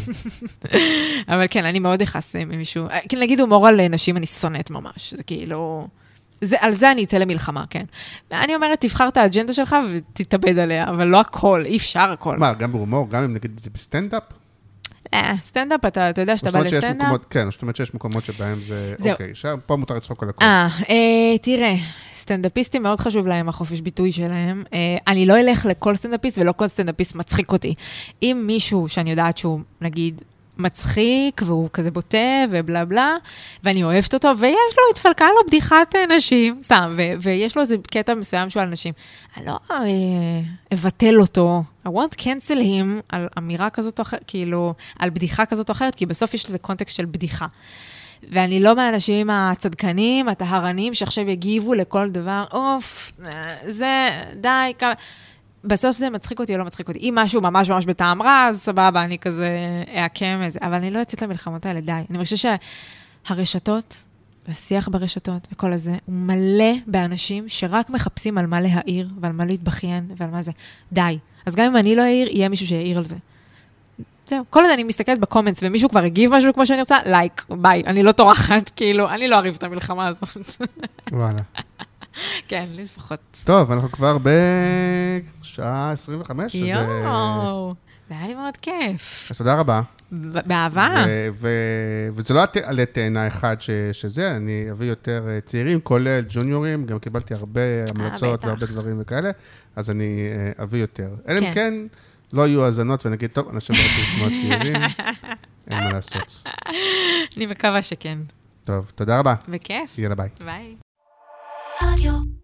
S4: אבל כן, אני מאוד יחס ממישהו. כן, נגיד הומור על נשים, אני שונאת ממש. זה כאילו... זה, על זה אני אצא למלחמה, כן. אני אומרת, תבחר את האג'נדה שלך ותתאבד עליה, אבל לא הכל, אי אפשר הכל.
S3: מה, גם בהומור, גם אם נגיד זה בסטנדאפ?
S4: אה, סטנדאפ, אתה, אתה יודע שאתה בא לסטנדאפ?
S3: כן, זאת אומרת שיש מקומות שבהם זה,
S4: זהו.
S3: אוקיי, שם, פה מותר לצחוק על הכל.
S4: אה, אה, תראה, סטנדאפיסטים מאוד חשוב להם, החופש ביטוי שלהם. אה, אני לא אלך לכל סטנדאפיסט, ולא כל סטנדאפיסט מצחיק אותי. אם מישהו שאני יודעת שהוא, נגיד, מצחיק, והוא כזה בוטה, ובלה בלה, ואני אוהבת אותו, ויש לו, התפלקה לו בדיחת נשים, סתם, ו- ויש לו איזה קטע מסוים שהוא על נשים. אני לא אה, אבטל אותו, I won't cancel him על אמירה כזאת או אחרת, כאילו, על בדיחה כזאת או אחרת, כי בסוף יש לזה קונטקסט של בדיחה. ואני לא מהאנשים הצדקנים, הטהרנים, שעכשיו יגיבו לכל דבר, אוף, זה, די, כמה... בסוף זה מצחיק אותי או לא מצחיק אותי. אם משהו ממש ממש בטעם רע, אז סבבה, אני כזה אעקם איזה, אבל אני לא יוצאת למלחמות האלה, די. אני חושבת שהרשתות, והשיח ברשתות וכל הזה, הוא מלא באנשים שרק מחפשים על מה להעיר, ועל מה להתבכיין, ועל מה זה. די. אז גם אם אני לא אעיר, יהיה מישהו שיעיר על זה. זהו. כל עוד אני מסתכלת בקומנטס, ומישהו כבר הגיב משהו כמו שאני רוצה, לייק, ביי. אני לא טורחת, כאילו, אני לא אריב את המלחמה הזאת.
S3: וואלה.
S4: כן, לפחות.
S3: טוב, אנחנו כבר בשעה עשרים וחמש.
S4: יואו, זה היה לי מאוד כיף.
S3: אז תודה רבה.
S4: באהבה.
S3: וזה לא עלה תאנה אחד שזה, אני אביא יותר צעירים, כולל ג'וניורים, גם קיבלתי הרבה המלצות והרבה דברים וכאלה, אז אני אביא יותר. אלא אם כן, לא יהיו האזנות ונגיד, טוב, אנשים רוצים לשמוע צעירים, אין מה לעשות.
S4: אני מקווה שכן.
S3: טוב, תודה רבה.
S4: בכיף.
S3: יאללה ביי.
S4: ביי.
S1: רדיו